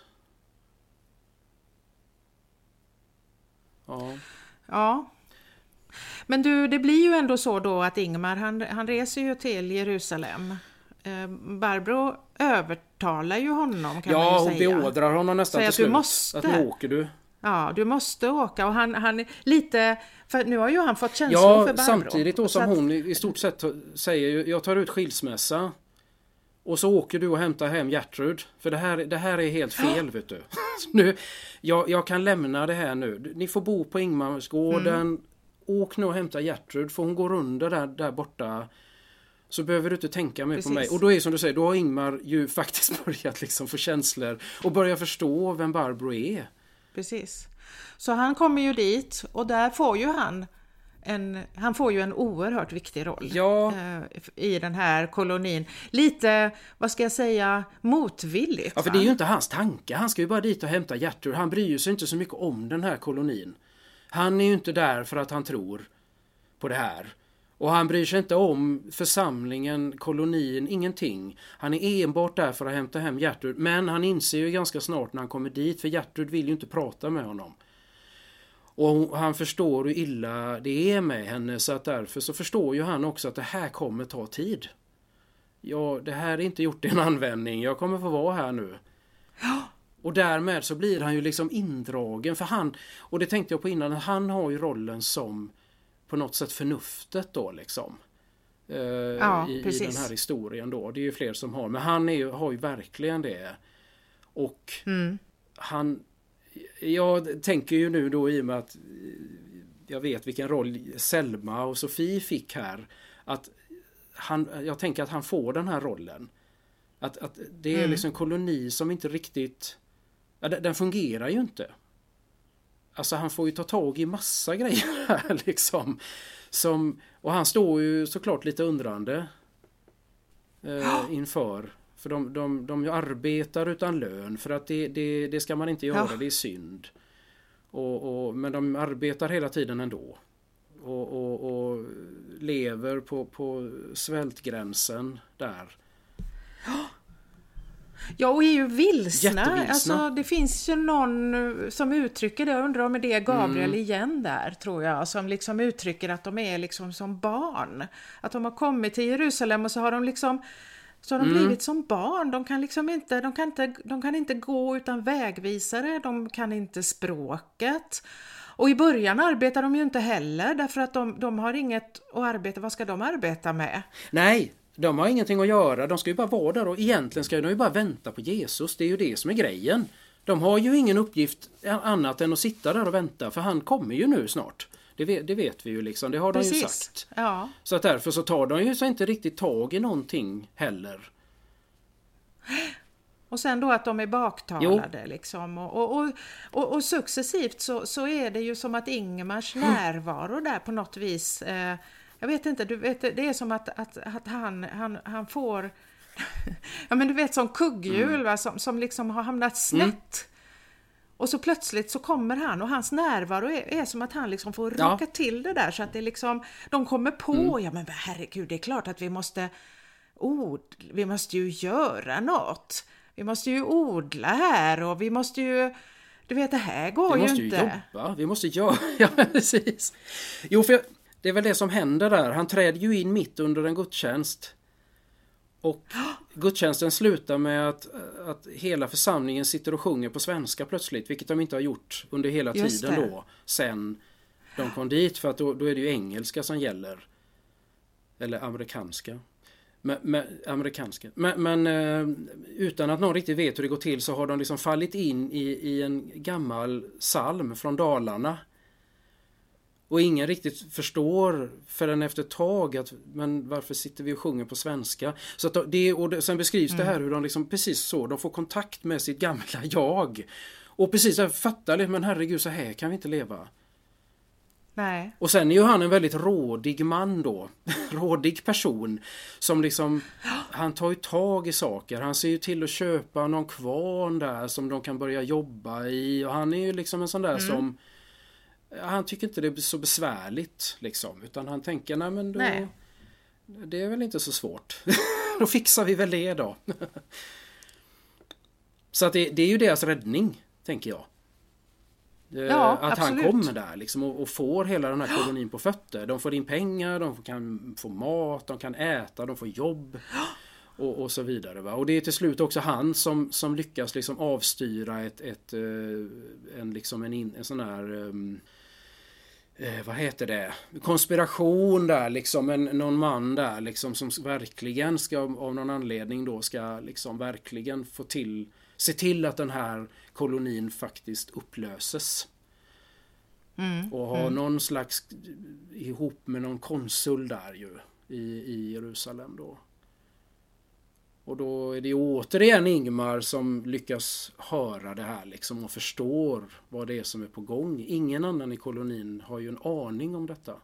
Ja. Men du, det blir ju ändå så då att Ingmar, han reser ju till Jerusalem. Barbro övertalar ju honom, kan man ju säga. Ja, hon beordrar honom nästan till slut. Måste. Att nu åker du. Ja, du måste åka. Och han är lite, för nu har ju han fått känslor för Barbro. Samtidigt då som hon i stort sett säger, jag tar ut skilsmässa. Och så åker du och hämtar hem Gertrud. För det här är helt fel, vet du. Nu, jag kan lämna det här nu. Ni får bo på Ingmarsgården. Åk nu och hämta Gertrud. För hon går under där borta. Så behöver du inte tänka mer på mig. Och då är som du säger, då har Ingmar ju faktiskt börjat liksom få känslor. Och börja förstå vem Barbro är. Precis. Så han kommer ju dit. Och där får ju han får ju en oerhört viktig roll i den här kolonin. Lite, vad ska jag säga, motvilligt. Ja, för det är ju inte hans tanke. Han ska ju bara dit och hämta Gertrud. Han bryr sig inte så mycket om den här kolonin. Han är ju inte där för att han tror på det här. Och han bryr sig inte om församlingen, kolonin, ingenting. Han är enbart där för att hämta hem Gertrud. Men han inser ju ganska snart när han kommer dit, för Gertrud vill ju inte prata med honom. Och han förstår hur illa det är med henne, så att därför så förstår ju han också att det här kommer ta tid. Ja, det här är inte gjort i en användning. Jag kommer få vara här nu. Och därmed så blir han ju liksom indragen, för han, och det tänkte jag på innan, han har ju rollen som på något sätt förnuftet då liksom. I den här historien då. Det är ju fler som har, men han har ju verkligen det. Och jag tänker ju nu då, i och med att jag vet vilken roll Selma och Sofie fick här, att jag tänker att han får den här rollen. Att det är liksom en koloni som inte riktigt, den fungerar ju inte. Alltså han får ju ta tag i massa grejer här liksom. Och han står ju såklart lite undrande inför. För de arbetar utan lön, för att det ska man inte göra, det är synd. Men de arbetar hela tiden ändå. Och lever på svältgränsen där. Ja, och är ju vilsna. Jättevilsna. Alltså, det finns ju någon som uttrycker det, jag undrar om det är Gabriel igen där, tror jag, som liksom uttrycker att de är liksom som barn. Att de har kommit till Jerusalem och så har de liksom blivit som barn. De kan inte gå utan vägvisare, de kan inte språket. Och i början arbetar de ju inte heller, därför att de har inget att arbeta. Vad ska de arbeta med? Nej, de har ingenting att göra. De ska ju bara vara där, och egentligen ska de ju bara vänta på Jesus. Det är ju det som är grejen. De har ju ingen uppgift annat än att sitta där och vänta, för han kommer ju nu snart. Det vet vi ju liksom, det har de ju sagt. Ja. Så att därför så tar de ju så inte riktigt tag i någonting heller. Och sen då att de är baktalade liksom. Och successivt så är det ju som att Ingmars närvaro där på något vis, jag vet inte, du vet, det är som att han får ja, men du vet, som kugghjul va, som liksom har hamnat snett. Och så plötsligt så kommer han, och hans närvaro är som att han liksom får raka till det där, så att det liksom, de kommer på, ja men herregud, det är klart att vi måste ju göra något. vi måste ju odla här och vi måste ju, du vet, det här går ju inte. Vi måste ju jobba, vi måste göra, ja precis. Jo, för det är väl det som händer där. Han träder ju in mitt under en gudstjänst. Och gudstjänsten slutar med att hela församlingen sitter och sjunger på svenska plötsligt. Vilket de inte har gjort under hela tiden då. Sen de kom dit. För att då är det ju engelska som gäller. Eller amerikanska. Men utan att någon riktigt vet hur det går till så har de liksom fallit in i en gammal psalm från Dalarna. Och ingen riktigt förstår förrän efter ett tag att, men varför sitter vi och sjunger på svenska? Så att sen beskrivs det här hur de liksom precis så, de får kontakt med sitt gamla jag. Och precis så fattar det, men herregud, så här kan vi inte leva. Nej. Och sen är ju han en väldigt rådig man då. Rådig person. Som liksom, han tar ju tag i saker. Han ser ju till att köpa någon kvarn där som de kan börja jobba i. Och han är ju liksom en sån där som, han tycker inte det är så besvärligt liksom. Utan han tänker, nej men då, det är väl inte så svårt. Då fixar vi väl det då. Så att det är ju deras räddning, tänker jag. Ja, att absolut. Han kommer där liksom och får hela den här kolonin på fötter. De får in pengar, de kan få mat, de kan äta, de får jobb och så vidare. Va? Och det är till slut också han som lyckas liksom avstyra en sån här vad heter det? Konspiration där liksom, någon man där liksom som verkligen ska av någon anledning då ska liksom verkligen se till att den här kolonin faktiskt upplöses. Och ha någon slags ihop med någon konsul där ju i Jerusalem då. Och då är det återigen Ingmar som lyckas höra det här liksom och förstår vad det är som är på gång. Ingen annan i kolonin har ju en aning om detta.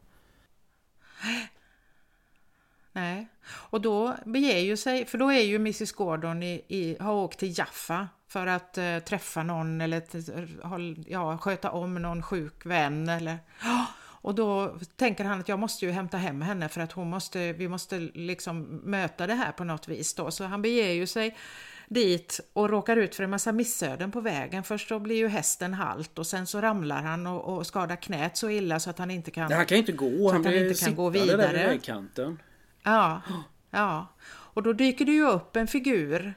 Nej, och då beger ju sig, för då är ju Mrs Gordon har åkt till Jaffa för att träffa någon eller sköta om någon sjuk vän eller, och då tänker han att jag måste ju hämta hem henne för att vi måste liksom möta det här på något vis då, så han beger ju sig dit och råkar ut för en massa missöden på vägen. Först då blir ju hästen halt och sen så ramlar han och skadar knät så illa så att han inte kan, han kan inte gå, han inte kan gå vidare där vid vägkanten. Ja. Och då dyker det ju upp en figur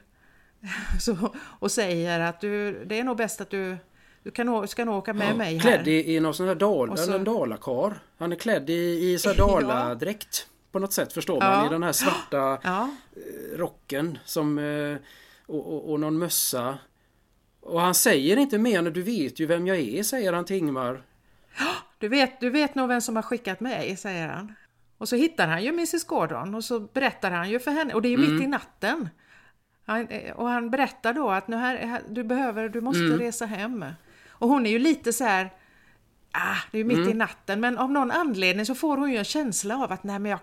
och säger att det är nog bäst att du ska nog åka med mig här. Klädd i någon sån här dalakar. Han är klädd i så här daladräkt på något sätt, förstår man, i den här svarta rocken som och någon mössa. Och han säger inte mer än du vet ju vem jag är, säger han till Ingmar. Du vet nog vem som har skickat mig, säger han. Och så hittar han ju Mrs Gordon och så berättar han ju för henne, och det är ju mitt i natten. Han berättar då att du måste resa hem. Och hon är ju lite så här, det är ju mitt i natten, men av någon anledning så får hon ju en känsla av att nej, men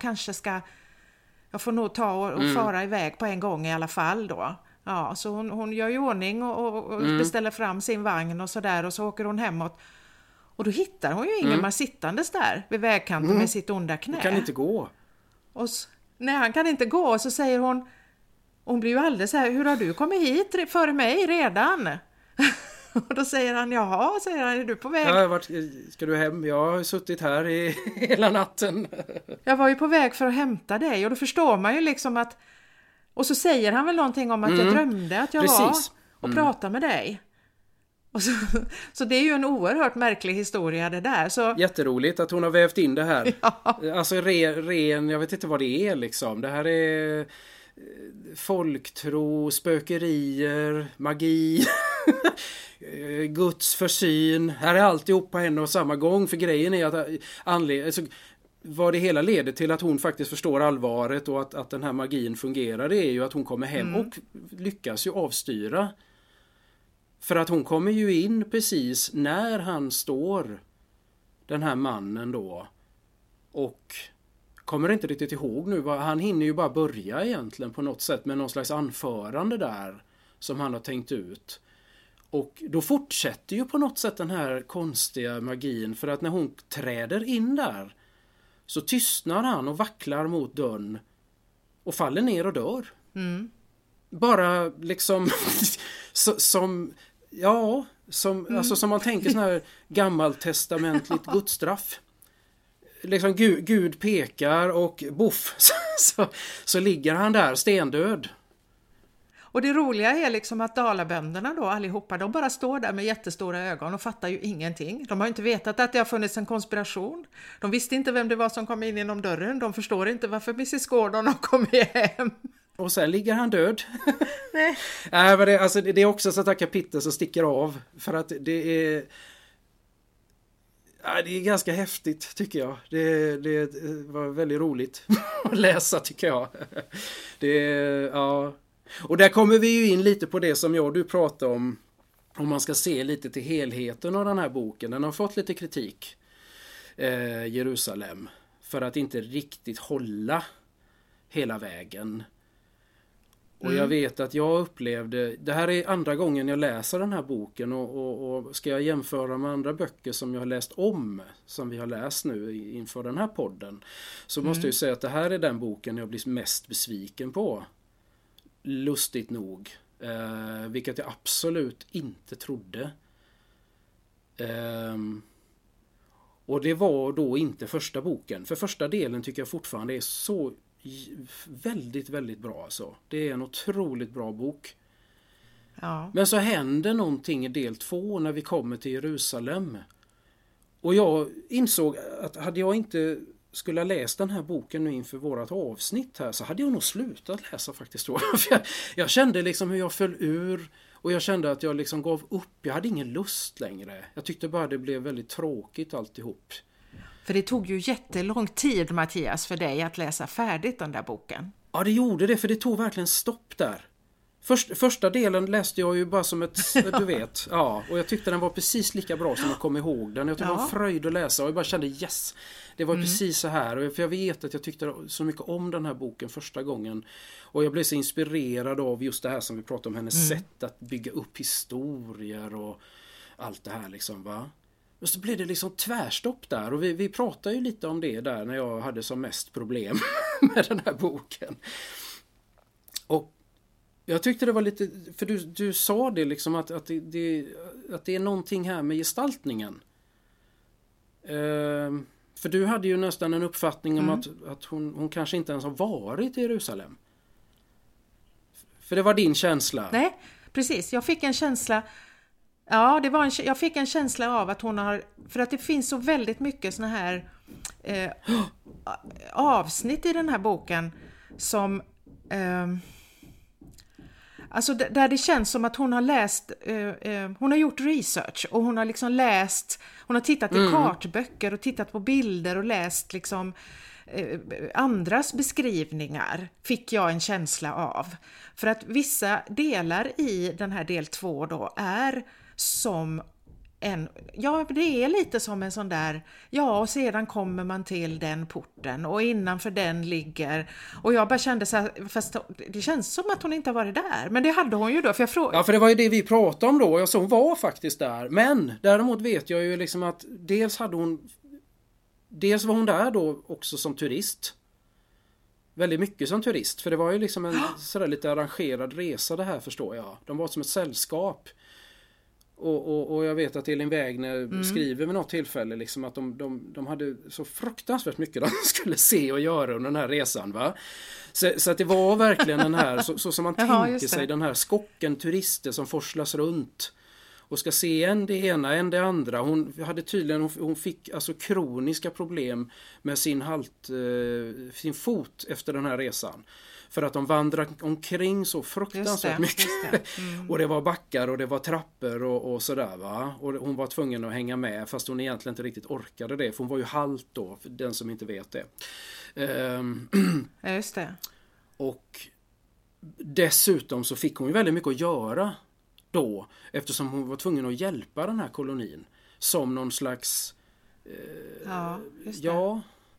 jag får nog ta och fara iväg på en gång i alla fall då. Ja, så hon gör ju ordning och beställer fram sin vagn och så där, och så åker hon hemåt. Och då hittar hon ju Ingemar sittandes där vid vägkanten med sitt onda knä. Han kan inte gå. Nej, han kan inte gå. Och så säger hon blir ju alldeles så här, hur har du kommit hit före mig redan? Och då säger han, jaha, är du på väg? Ska du hem? Jag har suttit här i hela natten. Jag var ju på väg för att hämta dig, och då förstår man ju liksom att, och så säger han väl någonting om att jag drömde att jag var och pratade med dig. Och så det är ju en oerhört märklig historia det där. Så... Jätteroligt att hon har vävt in det här. Ja. Alltså ren, jag vet inte vad det är liksom. Det här är folktro, spökerier, magi, Guds försyn. Här är alltihop på henne och samma gång. För grejen är att vad det hela leder till att hon faktiskt förstår allvaret och att den här magin fungerar, det är ju att hon kommer hem och lyckas ju avstyra. För att hon kommer ju in precis när han står, den här mannen då, och kommer inte riktigt ihåg nu. Han hinner ju bara börja egentligen på något sätt med någon slags anförande där som han har tänkt ut. Och då fortsätter ju på något sätt den här konstiga magin, för att när hon träder in där så tystnar han och vacklar mot dörren och faller ner och dör. bara liksom som alltså som man tänker sån här gammaltestamentligt gudsstraff. Liksom Gud pekar och boff så ligger han där stendöd. Och det roliga är liksom att dalabönderna då allihopa, de bara står där med jättestora ögon och fattar ju ingenting. De har inte vetat att det har funnits en konspiration. De visste inte vem det var som kom in genom dörren. De förstår inte varför Mrs. Gordon har kommit hem. Och sen ligger han död. Nej. Nej, men det är också sådana kapitel som sticker av. För att det är ganska häftigt tycker jag. Det var väldigt roligt att läsa tycker jag. Ja. Och där kommer vi ju in lite på det som jag och du pratade om man ska se lite till helheten av den här boken. Den har fått lite kritik, Jerusalem, för att inte riktigt hålla hela vägen. Och jag vet att jag upplevde, det här är andra gången jag läser den här boken och ska jag jämföra med andra böcker som jag har läst om, som vi har läst nu inför den här podden, så måste jag säga att det här är den boken jag blir mest besviken på. Lustigt nog. Vilket jag absolut inte trodde. Och det var då inte första boken. För första delen tycker jag fortfarande är så väldigt, väldigt bra. Alltså. Det är en otroligt bra bok. Ja. Men så händer någonting i del 2 när vi kommer till Jerusalem. Och jag insåg att hade jag inte skulle ha läst den här boken nu inför vårat avsnitt här, så hade jag nog slutat läsa faktiskt då. Jag kände liksom hur jag föll ur och jag kände att jag liksom gav upp. Jag hade ingen lust längre. Jag tyckte bara det blev väldigt tråkigt alltihop. För det tog ju jättelång tid, Mattias, för dig att läsa färdigt den där boken. Ja, det gjorde det, för det tog verkligen stopp där. Första delen läste jag ju bara som ett, du vet, ja, och jag tyckte den var precis lika bra som jag kom ihåg den. Jag tyckte det var en fröjd att läsa och jag bara kände yes, det var precis så här. För jag vet att jag tyckte så mycket om den här boken första gången. Och jag blev så inspirerad av just det här som vi pratade om, hennes sätt att bygga upp historier och allt det här liksom, va. Och så blev det liksom tvärstopp där och vi pratade ju lite om det där när jag hade som mest problem med den här boken. Och jag tyckte det var lite, för du sa det liksom att det är någonting här med gestaltningen. För du hade ju nästan en uppfattning om att hon kanske inte ens har varit i Jerusalem. För det var din känsla. Nej, precis. Jag fick en känsla. Ja, jag fick en känsla av att hon har, för att det finns så väldigt mycket såna här avsnitt i den här boken som alltså där det känns som att hon har läst, hon har gjort research och hon har liksom läst, hon har tittat i kartböcker och tittat på bilder och läst liksom andras beskrivningar, fick jag en känsla av. För att vissa delar i den här del 2 då är som det är lite som en sån där, och sedan kommer man till den porten och innanför den ligger, och jag bara kände så här, fast det känns som att hon inte har varit där, men det hade hon ju då, för jag frågade. Ja, för det var ju det vi pratade om då, jag så hon var faktiskt där, men däremot vet jag ju liksom att dels var hon där då också som turist, väldigt mycket som turist, för det var ju liksom en sådär lite arrangerad resa det här, förstår jag. De var som ett sällskap. Och jag vet att Elin Wägner skriver vid något tillfälle liksom att de hade så fruktansvärt mycket de skulle se och göra under den här resan, va? Så att det var verkligen den här, så som man tänker sig, den här skocken turister som forslas runt och ska se en det ena, en det andra. Hon fick alltså kroniska problem med sin fot efter den här resan. För att de vandrar omkring så fruktansvärt mycket. Och det var backar och det var trappor och sådär, va. Och hon var tvungen att hänga med fast hon egentligen inte riktigt orkade det. För hon var ju halt då, för den som inte vet det. Just det. Och dessutom så fick hon ju väldigt mycket att göra då. Eftersom hon var tvungen att hjälpa den här kolonin. Som någon slags... just det. Ja...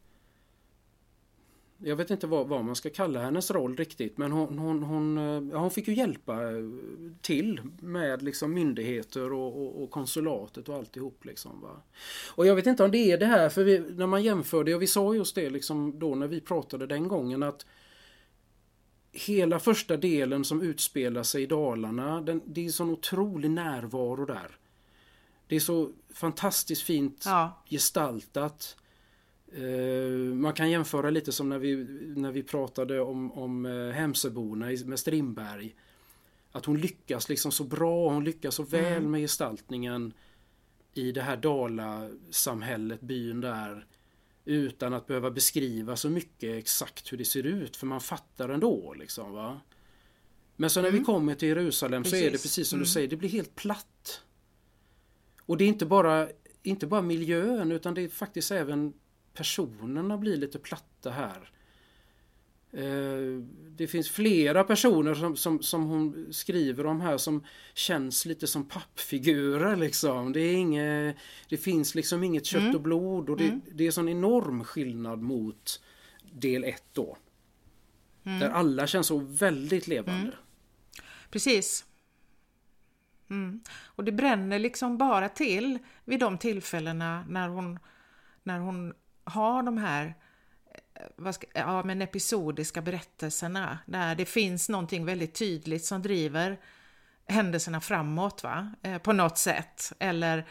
Jag vet inte vad man ska kalla hennes roll riktigt, men hon fick ju hjälpa till med liksom myndigheter och konsulatet och alltihop liksom, va. Och jag vet inte om det är det här, för när man jämför det, och vi sa just det liksom då när vi pratade den gången, att hela första delen som utspelar sig i Dalarna, det är sån otrolig närvaro där. Det är så fantastiskt fint gestaltat. Man kan jämföra lite som när vi pratade om Hemsöborna med Strindberg. Att hon lyckas liksom så bra, hon lyckas så väl med gestaltningen i det här Dalasamhället, byn där, utan att behöva beskriva så mycket exakt hur det ser ut, för man fattar ändå liksom, va. Men så när vi kommer till Jerusalem så är det precis som du säger, det blir helt platt. Och det är inte bara miljön, utan det är faktiskt även personerna blir lite platta här. Det finns flera personer som hon skriver om här som känns lite som pappfigurer liksom. Det finns liksom inget kött och blod, och det är sån enorm skillnad mot del 1 då. Där alla känns så väldigt levande. Precis. Och det bränner liksom bara till vid de tillfällena när hon har de här men episodiska berättelserna där det finns någonting väldigt tydligt som driver händelserna framåt, va? På något sätt, eller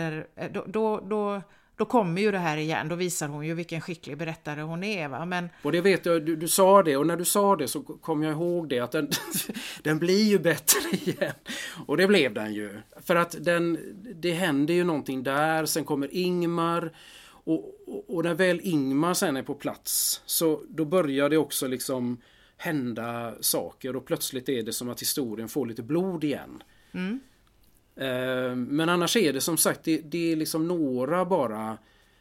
då kommer ju det här igen, då visar hon ju vilken skicklig berättare hon är, va? Men... Och det vet jag, du sa det, och när du sa det så kom jag ihåg det, att den blir ju bättre igen, och det blev den ju, för att det händer ju någonting där. Sen kommer Ingmar, och när väl Ingmar sen är på plats, så då börjar det också liksom hända saker, och plötsligt är det som att historien får lite blod igen. Men annars är det som sagt, det är liksom några bara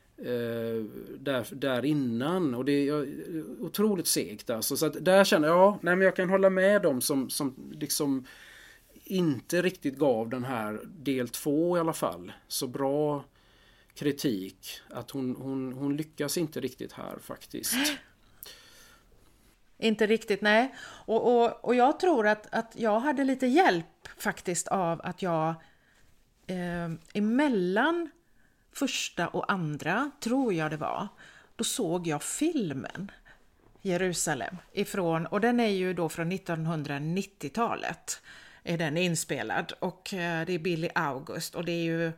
där innan, och det är otroligt segt alltså. Så att där känner jag, men jag kan hålla med dem som liksom inte riktigt gav den här del 2 i alla fall så bra kritik, att hon lyckas inte riktigt här faktiskt. Inte riktigt, nej. Och jag tror att jag hade lite hjälp faktiskt av att jag emellan första och andra, tror jag det var, då såg jag filmen Jerusalem ifrån, och den är ju då från 1990-talet är den inspelad, och det är Billy August, och det är ju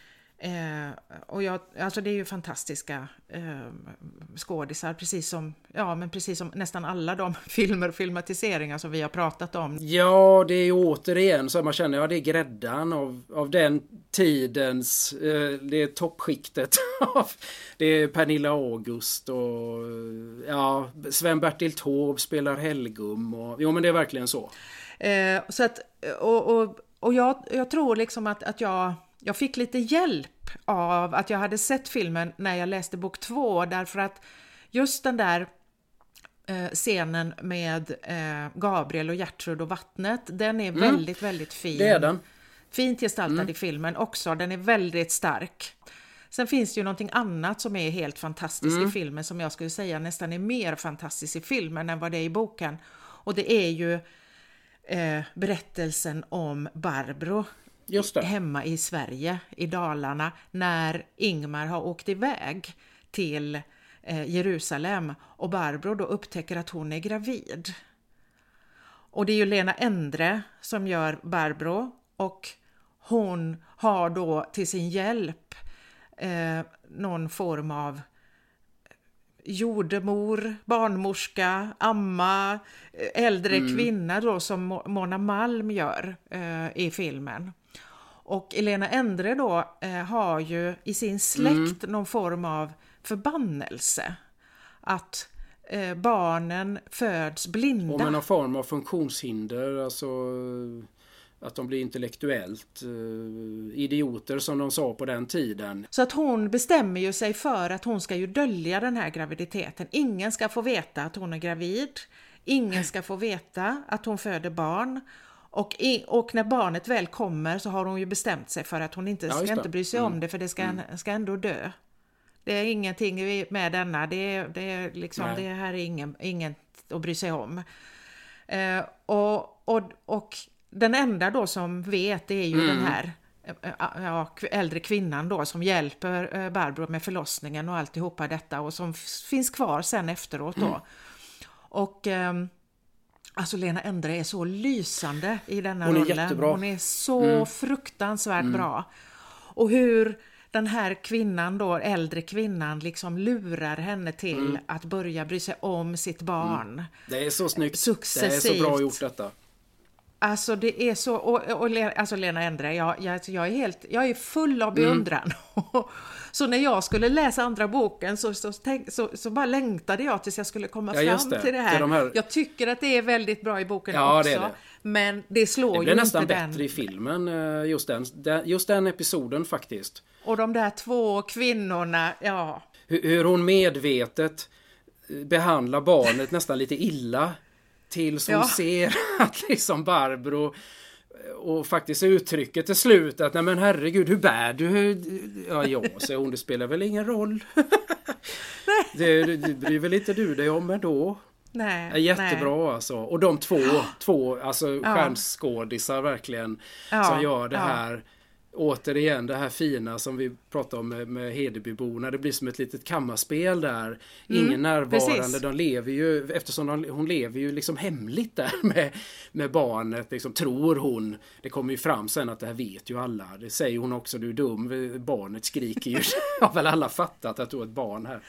alltså det är ju fantastiska skådisar, precis som nästan alla de filmer och filmatiseringar som vi har pratat om. Ja, det är ju återigen så man känner, det är gräddan av den tidens, det är toppskiktet. Det är Pernilla August och Sven-Bertil Taube spelar Helgum, och jo, men det är verkligen så. Så att och jag tror liksom att jag fick lite hjälp av att jag hade sett filmen när jag läste bok 2, därför att just den där scenen med Gabriel och Gertrud och vattnet, den är väldigt, väldigt fin. Det är den. Fint gestaltad i filmen också, den är väldigt stark. Sen finns det ju någonting annat som är helt fantastiskt i filmen, som jag skulle säga nästan är mer fantastiskt i filmen än vad det är i boken. Och det är ju berättelsen om Barbro hemma i Sverige, i Dalarna, när Ingmar har åkt iväg till Jerusalem, och Barbro då upptäcker att hon är gravid. Och det är ju Lena Endre som gör Barbro, och hon har då till sin hjälp någon form av jordemor, barnmorska, amma, äldre kvinna då, som Mona Malm gör i filmen. Och Lena Endre då har ju i sin släkt någon form av förbannelse att barnen föds blinda. Och med någon form av funktionshinder, alltså att de blir intellektuellt idioter, som de sa på den tiden. Så att hon bestämmer ju sig för att hon ska ju dölja den här graviditeten. Ingen ska få veta att hon är gravid. Ingen ska få veta att hon föder barn. Och när barnet väl kommer så har hon ju bestämt sig för att hon inte ska bry sig om det, för det ska ändå dö. Det är ingenting med denna. Det är liksom, det här är ingen att bry sig om. Och den enda då som vet, det är ju den här äldre kvinnan då, som hjälper Barbro med förlossningen och alltihopa detta, och som finns kvar sen efteråt då. Alltså Lena Endre är så lysande i denna Hon är rollen. jättebra. Hon är så fruktansvärt bra. Och hur den här kvinnan då, äldre kvinnan, liksom lurar henne till att börja bry sig om sitt barn. Det är så snyggt. Successivt. Det är så bra gjort detta. Alltså det är så, alltså Lena Endre, jag är full av beundran. Så när jag skulle läsa andra boken så bara längtade jag tills jag skulle komma fram till det här. Jag tycker att det är väldigt bra i boken också. Det är det. Men det slår ju inte den. Det blir nästan bättre i filmen, just den episoden faktiskt. Och de där 2 kvinnorna, ja. Hur hon medvetet behandlar barnet nästan lite illa. Tills hon ser att liksom Barbro och faktiskt uttrycket till slut att nej men herregud, hur bär du? Ja, så hon, det spelar väl ingen roll. det bryr väl inte du dig om ändå. Nej, jättebra alltså. Och de två alltså stjärnskådisar verkligen som gör det här. Återigen det här fina som vi pratade om med Hedebyborna. Det blir som ett litet kammarspel där. Ingen närvarande. Precis. De lever ju, eftersom hon lever ju liksom hemligt där med barnet. Liksom, tror hon. Det kommer ju fram sen att det här vet ju alla. Det säger hon också, du är dum. Barnet skriker ju. Har väl alla fattat att du är ett barn här.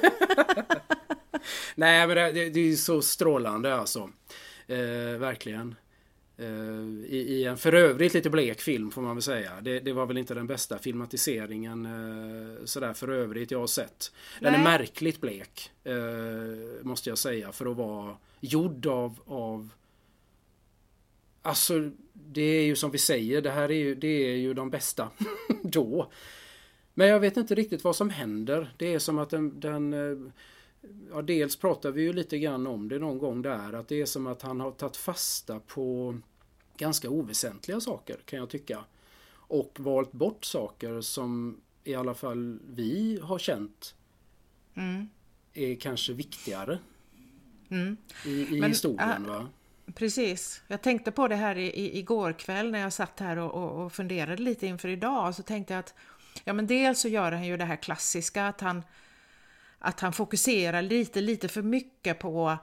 Nej, men det är ju så strålande alltså. Verkligen. I en för övrigt lite blek film får man väl säga. Det var väl inte den bästa filmatiseringen sådär för övrigt jag har sett. Den är märkligt blek måste jag säga, för att vara gjord av alltså det är ju som vi säger, det är ju de bästa då. Men jag vet inte riktigt vad som händer. Det är som att den dels pratar vi ju lite grann om det någon gång där, att det är som att han har tagit fasta på ganska oväsentliga saker kan jag tycka, och valt bort saker som i alla fall vi har känt är kanske viktigare i historien va? Precis. Jag tänkte på det här igår kväll när jag satt här och funderade lite inför idag, så tänkte jag att men dels så gör han ju det här klassiska att han fokuserar lite för mycket på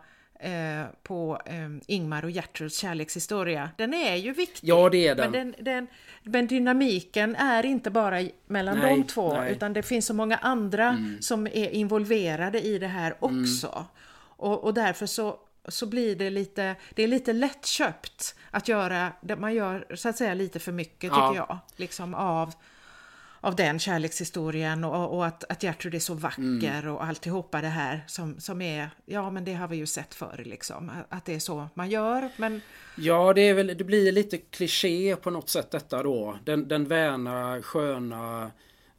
Ingmar och Gertruds kärlekshistoria. Den är ju viktig. Ja, det är den. Men dynamiken är inte bara mellan de två, utan det finns så många andra som är involverade i det här också. Och därför så blir det är lite lättköpt att göra, man gör så att säga lite för mycket tycker jag, liksom av den kärlekshistorien och att Gertrud är så vacker och alltihopa det här som är, men det har vi ju sett förr liksom, att det är så man gör, men ja, det blir lite kliché på något sätt detta då, den väna, sköna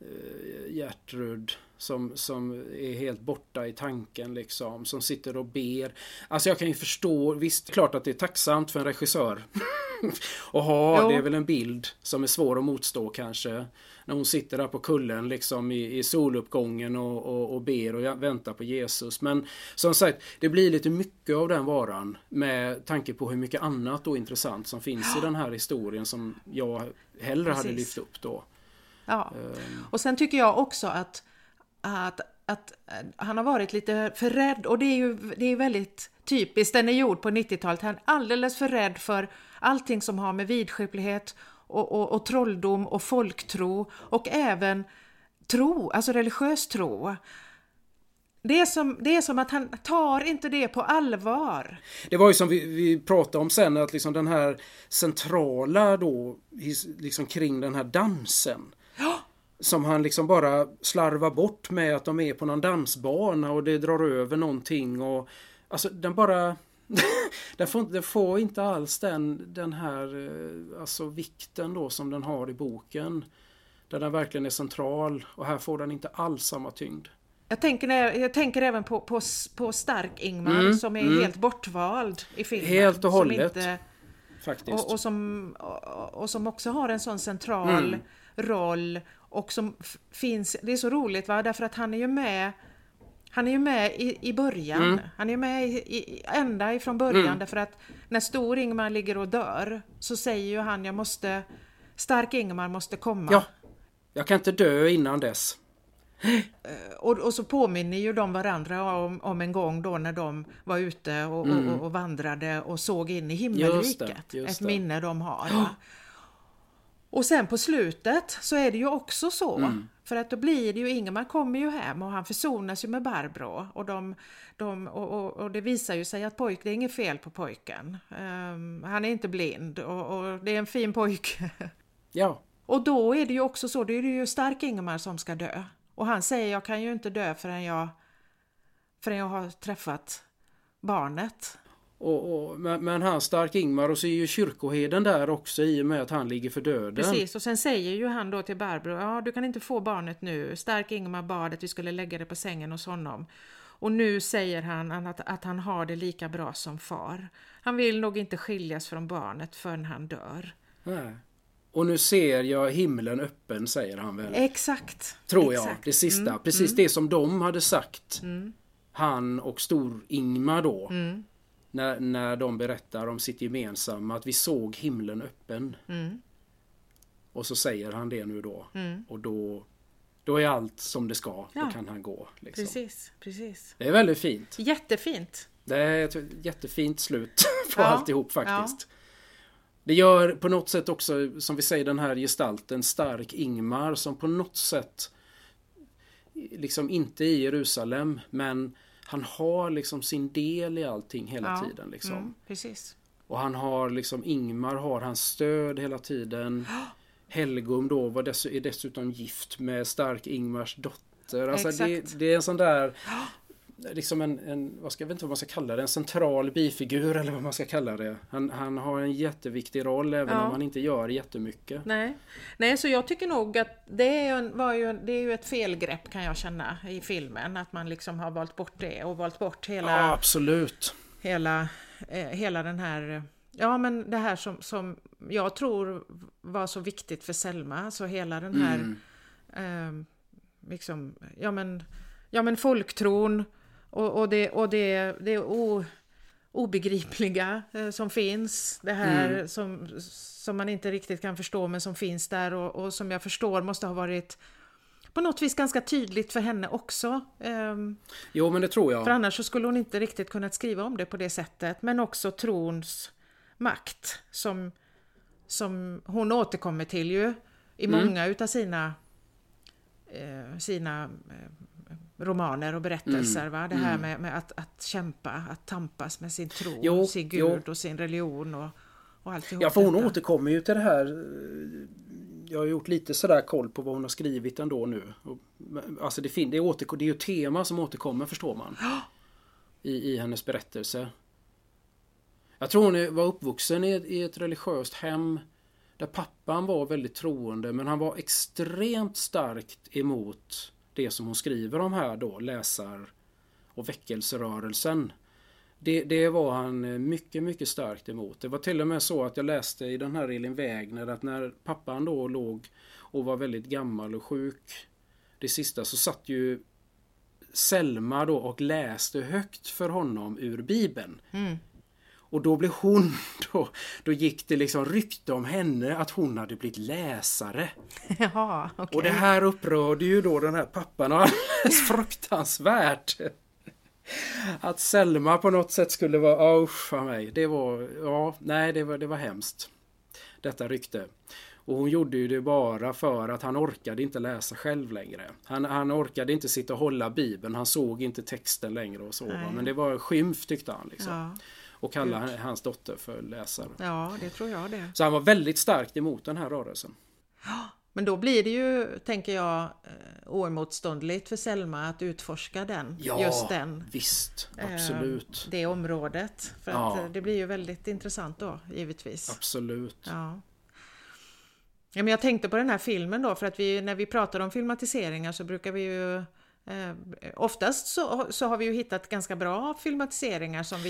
Gertrud som är helt borta i tanken liksom, som sitter och ber. Alltså jag kan ju förstå, visst klart att det är tacksamt för en regissör och det är väl en bild som är svår att motstå kanske, när hon sitter där på kullen liksom i soluppgången och ber och väntar på Jesus. Men som sagt, det blir lite mycket av den varan med tanke på hur mycket annat och intressant som finns i den här historien som jag hellre hade lyft upp då. Ja, och sen tycker jag också att han har varit lite för rädd, och det är väldigt typiskt, den är gjord på 90-talet, han är alldeles för rädd för allting som har med vidskeplighet och trolldom och folktro och även tro, alltså religiös tro. Det är som att han tar inte det på allvar. Det var ju som vi pratade om sen, att liksom den här centrala då liksom kring den här dansen. Som han liksom bara slarvar bort med att de är på någon dansbana och det drar över någonting och alltså den bara den får inte alls den här alltså vikten då som den har i boken, där den verkligen är central, och här får den inte alls samma tyngd. Jag tänker även på stark Ingmar som är helt bortvald i filmen. Helt och hållet. Faktiskt. Och som också har en sån central roll, och som finns, det är så roligt va, därför att han är ju med i början. Han är ju med ända ifrån början, därför att när stor Ingmar ligger och dör så säger ju han, stark Ingmar måste komma. Ja, jag kan inte dö innan dess. Och så påminner ju de varandra om en gång då när de var ute och vandrade och såg in i himmelriket. Just det. Minne de har. Ja. Och sen på slutet så är det ju också så. För att då blir det ju, Ingemar kommer ju hem och han försonas ju med Barbro. Och det visar ju sig att det är inget fel på pojken. Han är inte blind och det är en fin pojke. Ja. Och då är det ju också så, det är ju stark Ingemar som ska dö. Och han säger, jag kan ju inte dö förrän jag har träffat barnet. Men han stark Ingmar, och så är ju kyrkoheden där också i och med att han ligger för döden. Precis, och sen säger ju han då till Barbro, ja du kan inte få barnet nu. Stark Ingmar bad att vi skulle lägga det på sängen hos honom. Och nu säger han att han har det lika bra som far. Han vill nog inte skiljas från barnet förrän han dör. Nej. Och nu ser jag himlen öppen, säger han väl. Exakt. Tror jag, det sista. Precis det som de hade sagt. Han och stor Ingmar då. När de berättar om sitt gemensamma, att vi såg himlen öppen. Och så säger han det nu då. Och då är allt som det ska. Ja. Då kan han gå. Liksom. Precis. Det är väldigt fint. Jättefint. Det är ett jättefint slut på alltihop faktiskt. Ja. Det gör på något sätt också, som vi säger, den här gestalten stark Ingmar, som på något sätt liksom inte i Jerusalem, men han har liksom sin del i allting hela tiden liksom. Precis. Och han har liksom, Ingmar har hans stöd hela tiden. Helgum då är dessutom gift med stark Ingmars dotter. Alltså det är en sån där liksom jag vet inte vad man ska kalla det, en central bifigur eller vad man ska kalla det. Han har en jätteviktig roll även om han inte gör jättemycket. Nej, så jag tycker nog att det är ju ett felgrepp, kan jag känna, i filmen, att man liksom har valt bort det och valt bort hela... Ja, absolut. Hela den här... Ja, men det här som jag tror var så viktigt för Selma, så hela den här liksom, ja men folktron och det obegripliga som finns, det här som man inte riktigt kan förstå men som finns där och som jag förstår måste ha varit på något vis ganska tydligt för henne också. Jo, men det tror jag. För annars så skulle hon inte riktigt kunnat skriva om det på det sättet, men också trons makt som hon återkommer till ju i många utav sina romaner och berättelser, va? Det här med att kämpa, att tampas med sin tro, sin Gud och sin religion och alltihop. Ja, för hon återkommer ju till det här. Jag har gjort lite sådär koll på vad hon har skrivit ändå nu. Alltså det är ju tema som återkommer, förstår man. I hennes berättelse. Jag tror hon var uppvuxen i ett religiöst hem där pappan var väldigt troende, men han var extremt starkt emot det som hon skriver om här då, läsar- och väckelserörelsen. Det var han mycket, mycket starkt emot. Det var till och med så att jag läste i den här Elin Wägner att när pappan då låg och var väldigt gammal och sjuk, det sista, så satt ju Selma då och läste högt för honom ur Bibeln. Och då blev hon då gick det liksom rykte om henne att hon hade blivit läsare. Ja, okay. Och det här upprörde ju då den här pappan alldeles fruktansvärt. Att Selma på något sätt skulle vara för mig. Det var hemskt. Detta rykte. Och hon gjorde ju det bara för att han orkade inte läsa själv längre. Han orkade inte sitta och hålla Bibeln. Han såg inte texten längre och så. Men det var skymf, tyckte han liksom. Ja. Och kalla hans dotter för läsare. Ja, det tror jag det. Så han var väldigt starkt emot den här rörelsen. Men då blir det ju, tänker jag, oemotståndligt för Selma att utforska den. Ja, just den. Visst. Absolut. Det området. För att det blir ju väldigt intressant då, givetvis. Absolut. Ja. Ja, men jag tänkte på den här filmen då, för att när vi pratar om filmatiseringar så brukar vi ju oftast så har vi ju hittat ganska bra filmatiseringar som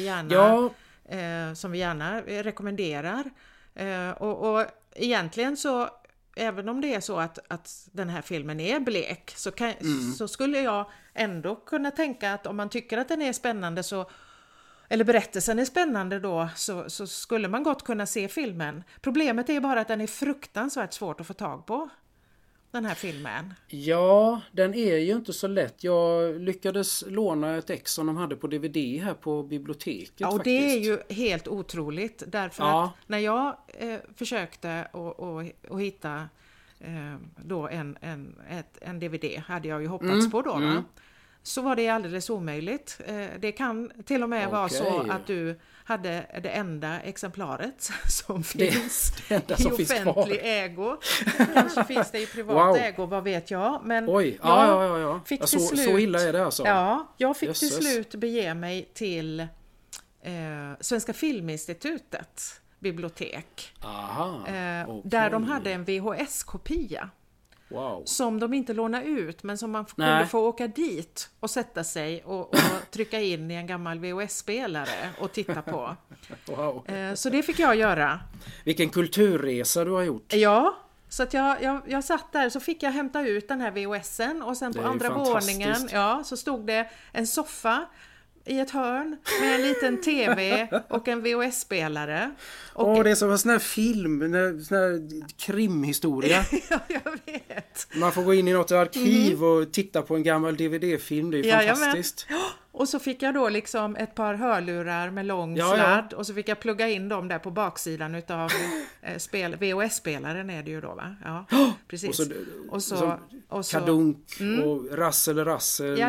vi gärna rekommenderar. Och egentligen så, även om det är så att den här filmen är blek, så skulle jag ändå kunna tänka att om man tycker att den är spännande eller berättelsen är spännande då, så skulle man gott kunna se filmen. Problemet är bara att den är fruktansvärt svårt att få tag på. den här filmen? Ja, den är ju inte så lätt. Jag lyckades låna ett ex som de hade på DVD här på biblioteket. Ja, och faktiskt. det är ju helt otroligt. Därför att när jag försökte att hitta då en DVD, hade jag ju hoppats på då. Va? Så var det alldeles omöjligt. Det kan till och med vara så att du hade det enda exemplaret som finns i offentlig ägo. Kanske finns det i privat ägo, vad vet jag. Men fick till slut, så illa är det alltså. Ja, jag fick till slut bege mig till Svenska Filminstitutet bibliotek. Där de hade en VHS-kopia. Wow. Som de inte lånade ut, men som man kunde få åka dit och sätta sig och trycka in i en gammal VHS-spelare och titta på. Wow. Så det fick jag göra. Vilken kulturresa du har gjort. Ja, så att jag satt där, så fick jag hämta ut den här VHSen och sen på andra våningen så stod det en soffa i ett hörn med en liten tv och en VHS-spelare. Det är som en sån här film, en sån här krimhistoria. Ja, jag vet. Man får gå in i något arkiv och titta på en gammal DVD-film, det är fantastiskt. Och så fick jag då liksom ett par hörlurar med lång sladd och så fick jag plugga in dem där på baksidan utav VHS-spelaren är det ju då, va? Ja, precis. Och så kadunk och rassel.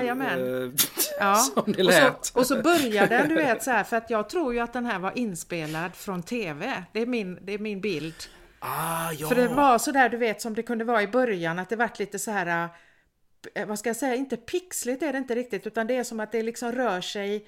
Som det lät. Och så började den, du vet, så här, för att jag tror ju att den här var inspelad från tv. Det är min bild. För det var så där, du vet, som det kunde vara i början, att det var lite så här, vad ska jag säga, inte pixligt är det inte riktigt, utan det är som att det liksom rör sig,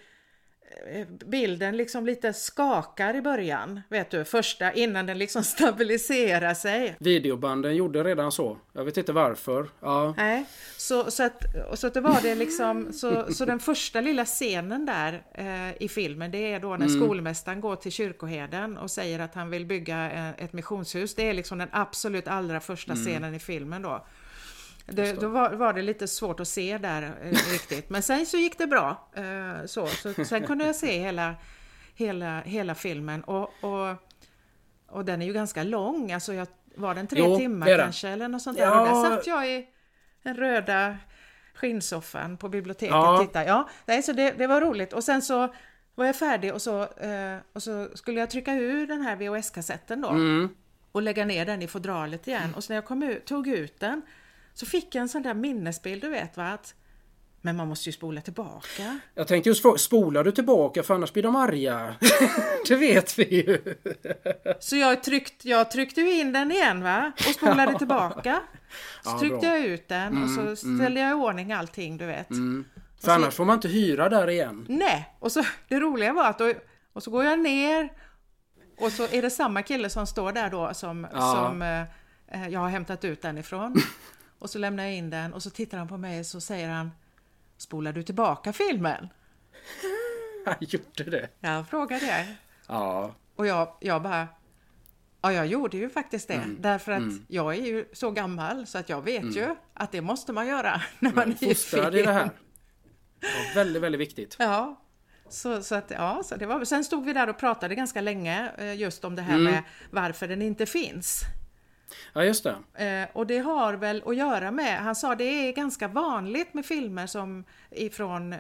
bilden liksom lite skakar i början, vet du, första, innan den liksom stabiliserar sig. Videobanden gjorde redan så. Jag vet inte varför. Ja. Nej, så att det var det liksom, så den första lilla scenen där i filmen, det är då när skolmästaren går till kyrkoherden och säger att han vill bygga ett missionshus. Det är liksom den absolut allra första scenen i filmen då. Då var det lite svårt att se där riktigt. Men sen så gick det bra. Så sen kunde jag se hela filmen. Och den är ju ganska lång. Alltså var den 3 timmar kanske eller något sånt där. Och där satt jag i den röda skinnsoffan på biblioteket och tittade. Ja, så det var roligt. Och sen så var jag färdig och så skulle jag trycka ur den här VHS-kassetten då. Och lägga ner den i fodralet igen. Och så när jag tog ut den, så fick jag en sån där minnesbild, du vet, va? Men man måste ju spola tillbaka. Jag tänkte just spolar du tillbaka, för annars blir de arga. Det vet vi ju. Så jag tryckte ju in den igen, va? Och spolade tillbaka. Så tryckte jag ut den och så ställde jag i ordning allting, du vet. För annars får man inte hyra där igen. Nej, och så det roliga var att och så går jag ner och så är det samma kille som står där då som jag har hämtat ut den ifrån. Och så lämnar jag in den och så tittar han på mig och så säger han: spolar du tillbaka filmen? Han gjorde det. Jag frågade det. Ja. Och jag bara, jag gjorde ju faktiskt det. Därför att jag är ju så gammal så att jag vet ju att det måste man göra när man är i film. Det här. Ja, väldigt, väldigt viktigt. Ja. Så det var. Sen stod vi där och pratade ganska länge just om det här med varför den inte finns. Ja, just det. Och det har väl att göra med, han sa det är ganska vanligt med filmer som ifrån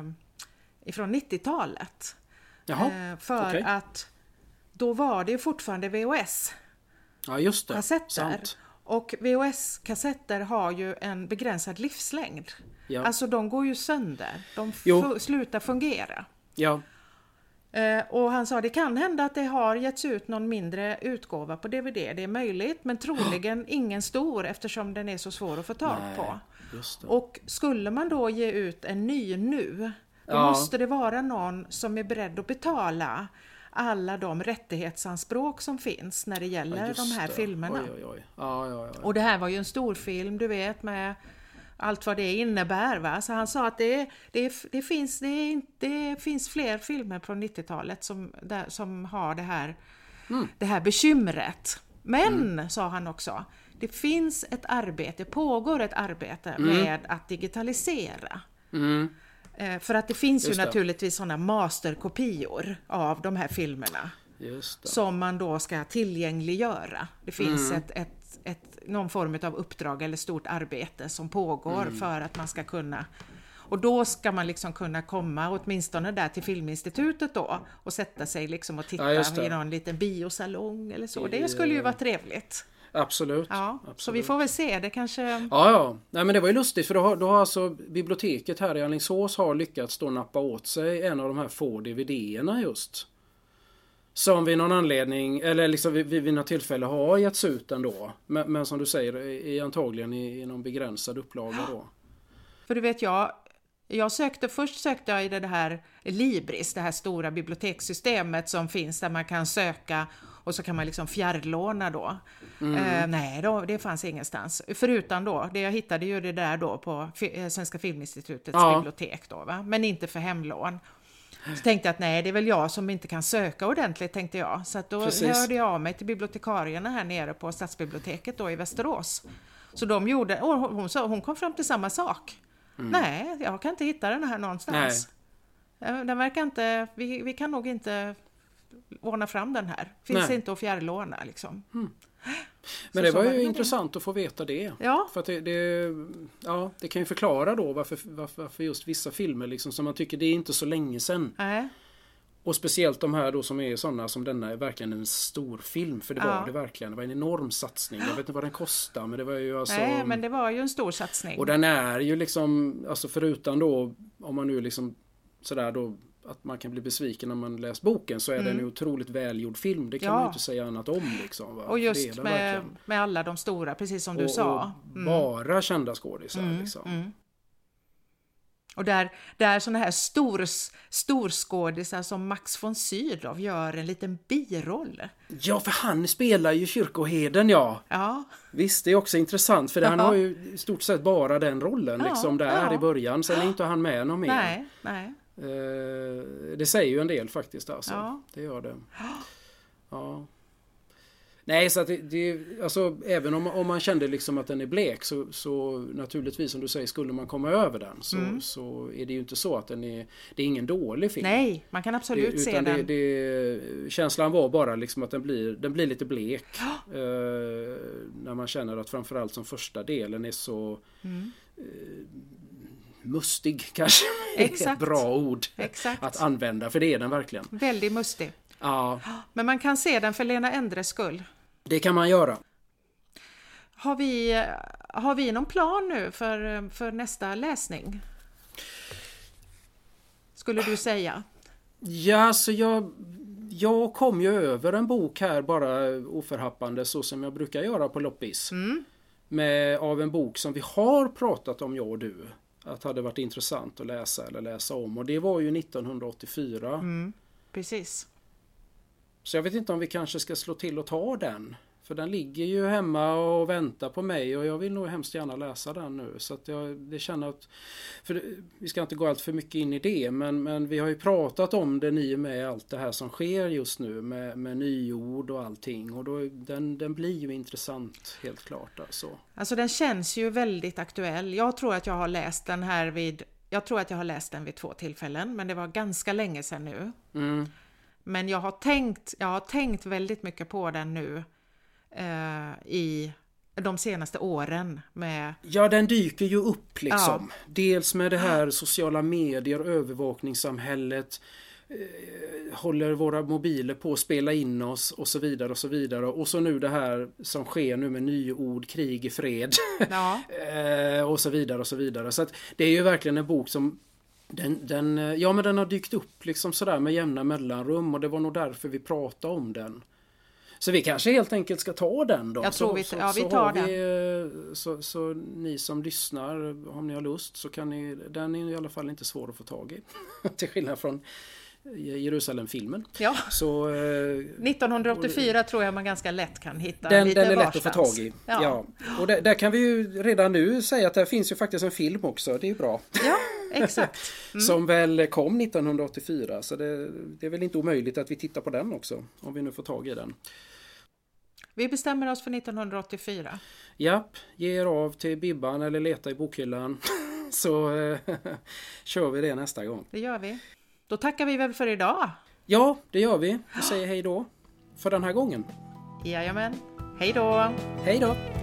90-talet. Jaha, för att då var det ju fortfarande VHS. Ja, just det. Kassetter. Sant. Och VHS-kassetter har ju en begränsad livslängd. Ja. Alltså de går ju sönder. De slutar fungera. Ja. Och han sa det kan hända att det har getts ut någon mindre utgåva på DVD. Det är möjligt, men troligen ingen stor eftersom den är så svår att få tag på. Just det. Och skulle man då ge ut en ny nu, då måste det vara någon som är beredd att betala alla de rättighetsanspråk som finns när det gäller de här filmerna. Oj. Ja. Och det här var ju en stor film, du vet, med allt vad det innebär, va? Så han sa att det finns fler filmer från 90-talet som har det här bekymret. Men, sa han också, det finns pågår ett arbete med att digitalisera. För att det finns ju naturligtvis sådana masterkopior av de här filmerna. Just det. Som man då ska tillgängliggöra. Det finns någon form av uppdrag eller stort arbete som pågår för att man ska kunna. Och då ska man liksom kunna komma åtminstone där till Filminstitutet då och sätta sig liksom och titta i någon liten biosalong eller så. Det skulle ju vara trevligt. Absolut. Ja, absolut. Så vi får väl se, det kanske... Ja. Nej, men det var ju lustigt för då har alltså biblioteket här i Alingsås har lyckats då nappa åt sig en av de här få DVD-erna just. Som vid någon anledning, eller liksom vid något tillfälle har getts ut ändå. Men som du säger, är antagligen i någon begränsad upplaga då. För du vet först sökte jag i det här Libris, det här stora bibliotekssystemet som finns där man kan söka och så kan man liksom fjärrlåna då. Nej då, det fanns ingenstans. Förutom då, det jag hittade ju det där då på Svenska Filminstitutets bibliotek då, va? Men inte för hemlån. Så tänkte jag att nej, det är väl jag som inte kan söka ordentligt, tänkte jag. Så att då hörde jag av mig till bibliotekarierna här nere på Stadsbiblioteket då i Västerås. Så de gjorde, och hon kom fram till samma sak. Nej, jag kan inte hitta den här någonstans. Nej. Den verkar inte, vi kan nog inte ordna fram den här. Finns inte att fjärrlåna liksom. Men det var ju intressant att få veta det. Ja. För att det kan ju förklara då varför just vissa filmer liksom, som man tycker det är inte så länge sedan. Nej. Och speciellt de här då som är sådana som denna är verkligen en stor film. För det var det verkligen. Det var en enorm satsning. Jag vet inte vad den kostar, men det var ju alltså... Nej, men det var ju en stor satsning. Och den är ju liksom, alltså förutom då, om man nu liksom sådär då, att man kan bli besviken när man läser boken, så är det en otroligt välgjord film. Det kan man ju inte säga annat om liksom. Va? Och just med alla de stora, precis som du sa. Och bara kända skådisar liksom. Och där såna här storskådisar som Max von Sydow gör en liten biroll. Ja, för han spelar ju kyrkoherden, ja. Visst, det är också intressant, för han har ju i stort sett bara den rollen liksom där i början. Sen är inte han med någon mer. Nej. Det säger ju en del faktiskt alltså. Ja. Det gör det. Ja. Nej, så att det alltså, även om man kände liksom att den är blek, så naturligtvis som du säger, skulle man komma över den så är det ju inte så att det är ingen dålig film. Nej, man kan absolut se den. Känslan var bara liksom att den blir lite blek när man känner att framförallt som första delen är så mustig kanske. Exakt. Ett bra ord att använda, för det är den verkligen. Väldigt mustig. Ja. Men man kan se den för Lena Endres skull. Det kan man göra. Har vi någon plan nu för nästa läsning? Skulle du säga? Ja, så jag kom ju över en bok här bara oförhappande, så som jag brukar göra på loppis. Av en bok som vi har pratat om, jag och du. Att hade varit intressant att läsa eller läsa om. Och det var ju 1984. Precis. Så jag vet inte om vi kanske ska slå till och ta den. För den ligger ju hemma och väntar på mig. Och jag vill nog hemskt gärna läsa den nu. Så att det känner att... För vi ska inte gå allt för mycket in i det. Men vi har ju pratat om det i med allt det här som sker just nu. Med nyord och allting. Och då, den blir ju intressant helt klart. Alltså den känns ju väldigt aktuell. Jag tror att jag har läst den vid 2 tillfällen. Men det var ganska länge sedan nu. Men jag har tänkt väldigt mycket på den nu i de senaste åren. Ja, den dyker ju upp liksom. Ja. Dels med det här sociala medier, övervakningssamhället, håller våra mobiler på att spela in oss och så vidare och så vidare. Och så nu det här som sker nu med nyord, krig i fred och så vidare och så vidare. Så att det är ju verkligen en bok som den har dykt upp liksom sådär med jämna mellanrum, och det var nog därför vi pratade om den. Så vi kanske helt enkelt ska ta den då. Jag tror vi tar den. Så ni som lyssnar, om ni har lust, så kan ni, den är i alla fall inte svår att få tag i. Till skillnad från Jerusalem-filmen. Ja. Så, 1984 tror jag man ganska lätt kan hitta. Den är lätt att få tag i. Ja. Och där kan vi ju redan nu säga att det finns ju faktiskt en film också. Det är ju bra. Ja, exakt. Som väl kom 1984. Så det är väl inte omöjligt att vi tittar på den också. Om vi nu får tag i den. Vi bestämmer oss för 1984. Japp, ge er av till Bibban eller leta i bokhyllan. Så kör vi det nästa gång. Det gör vi. Då tackar vi väl för idag. Ja, det gör vi. Vi säger hej då för den här gången. Jajamän. Hej då! Hej då!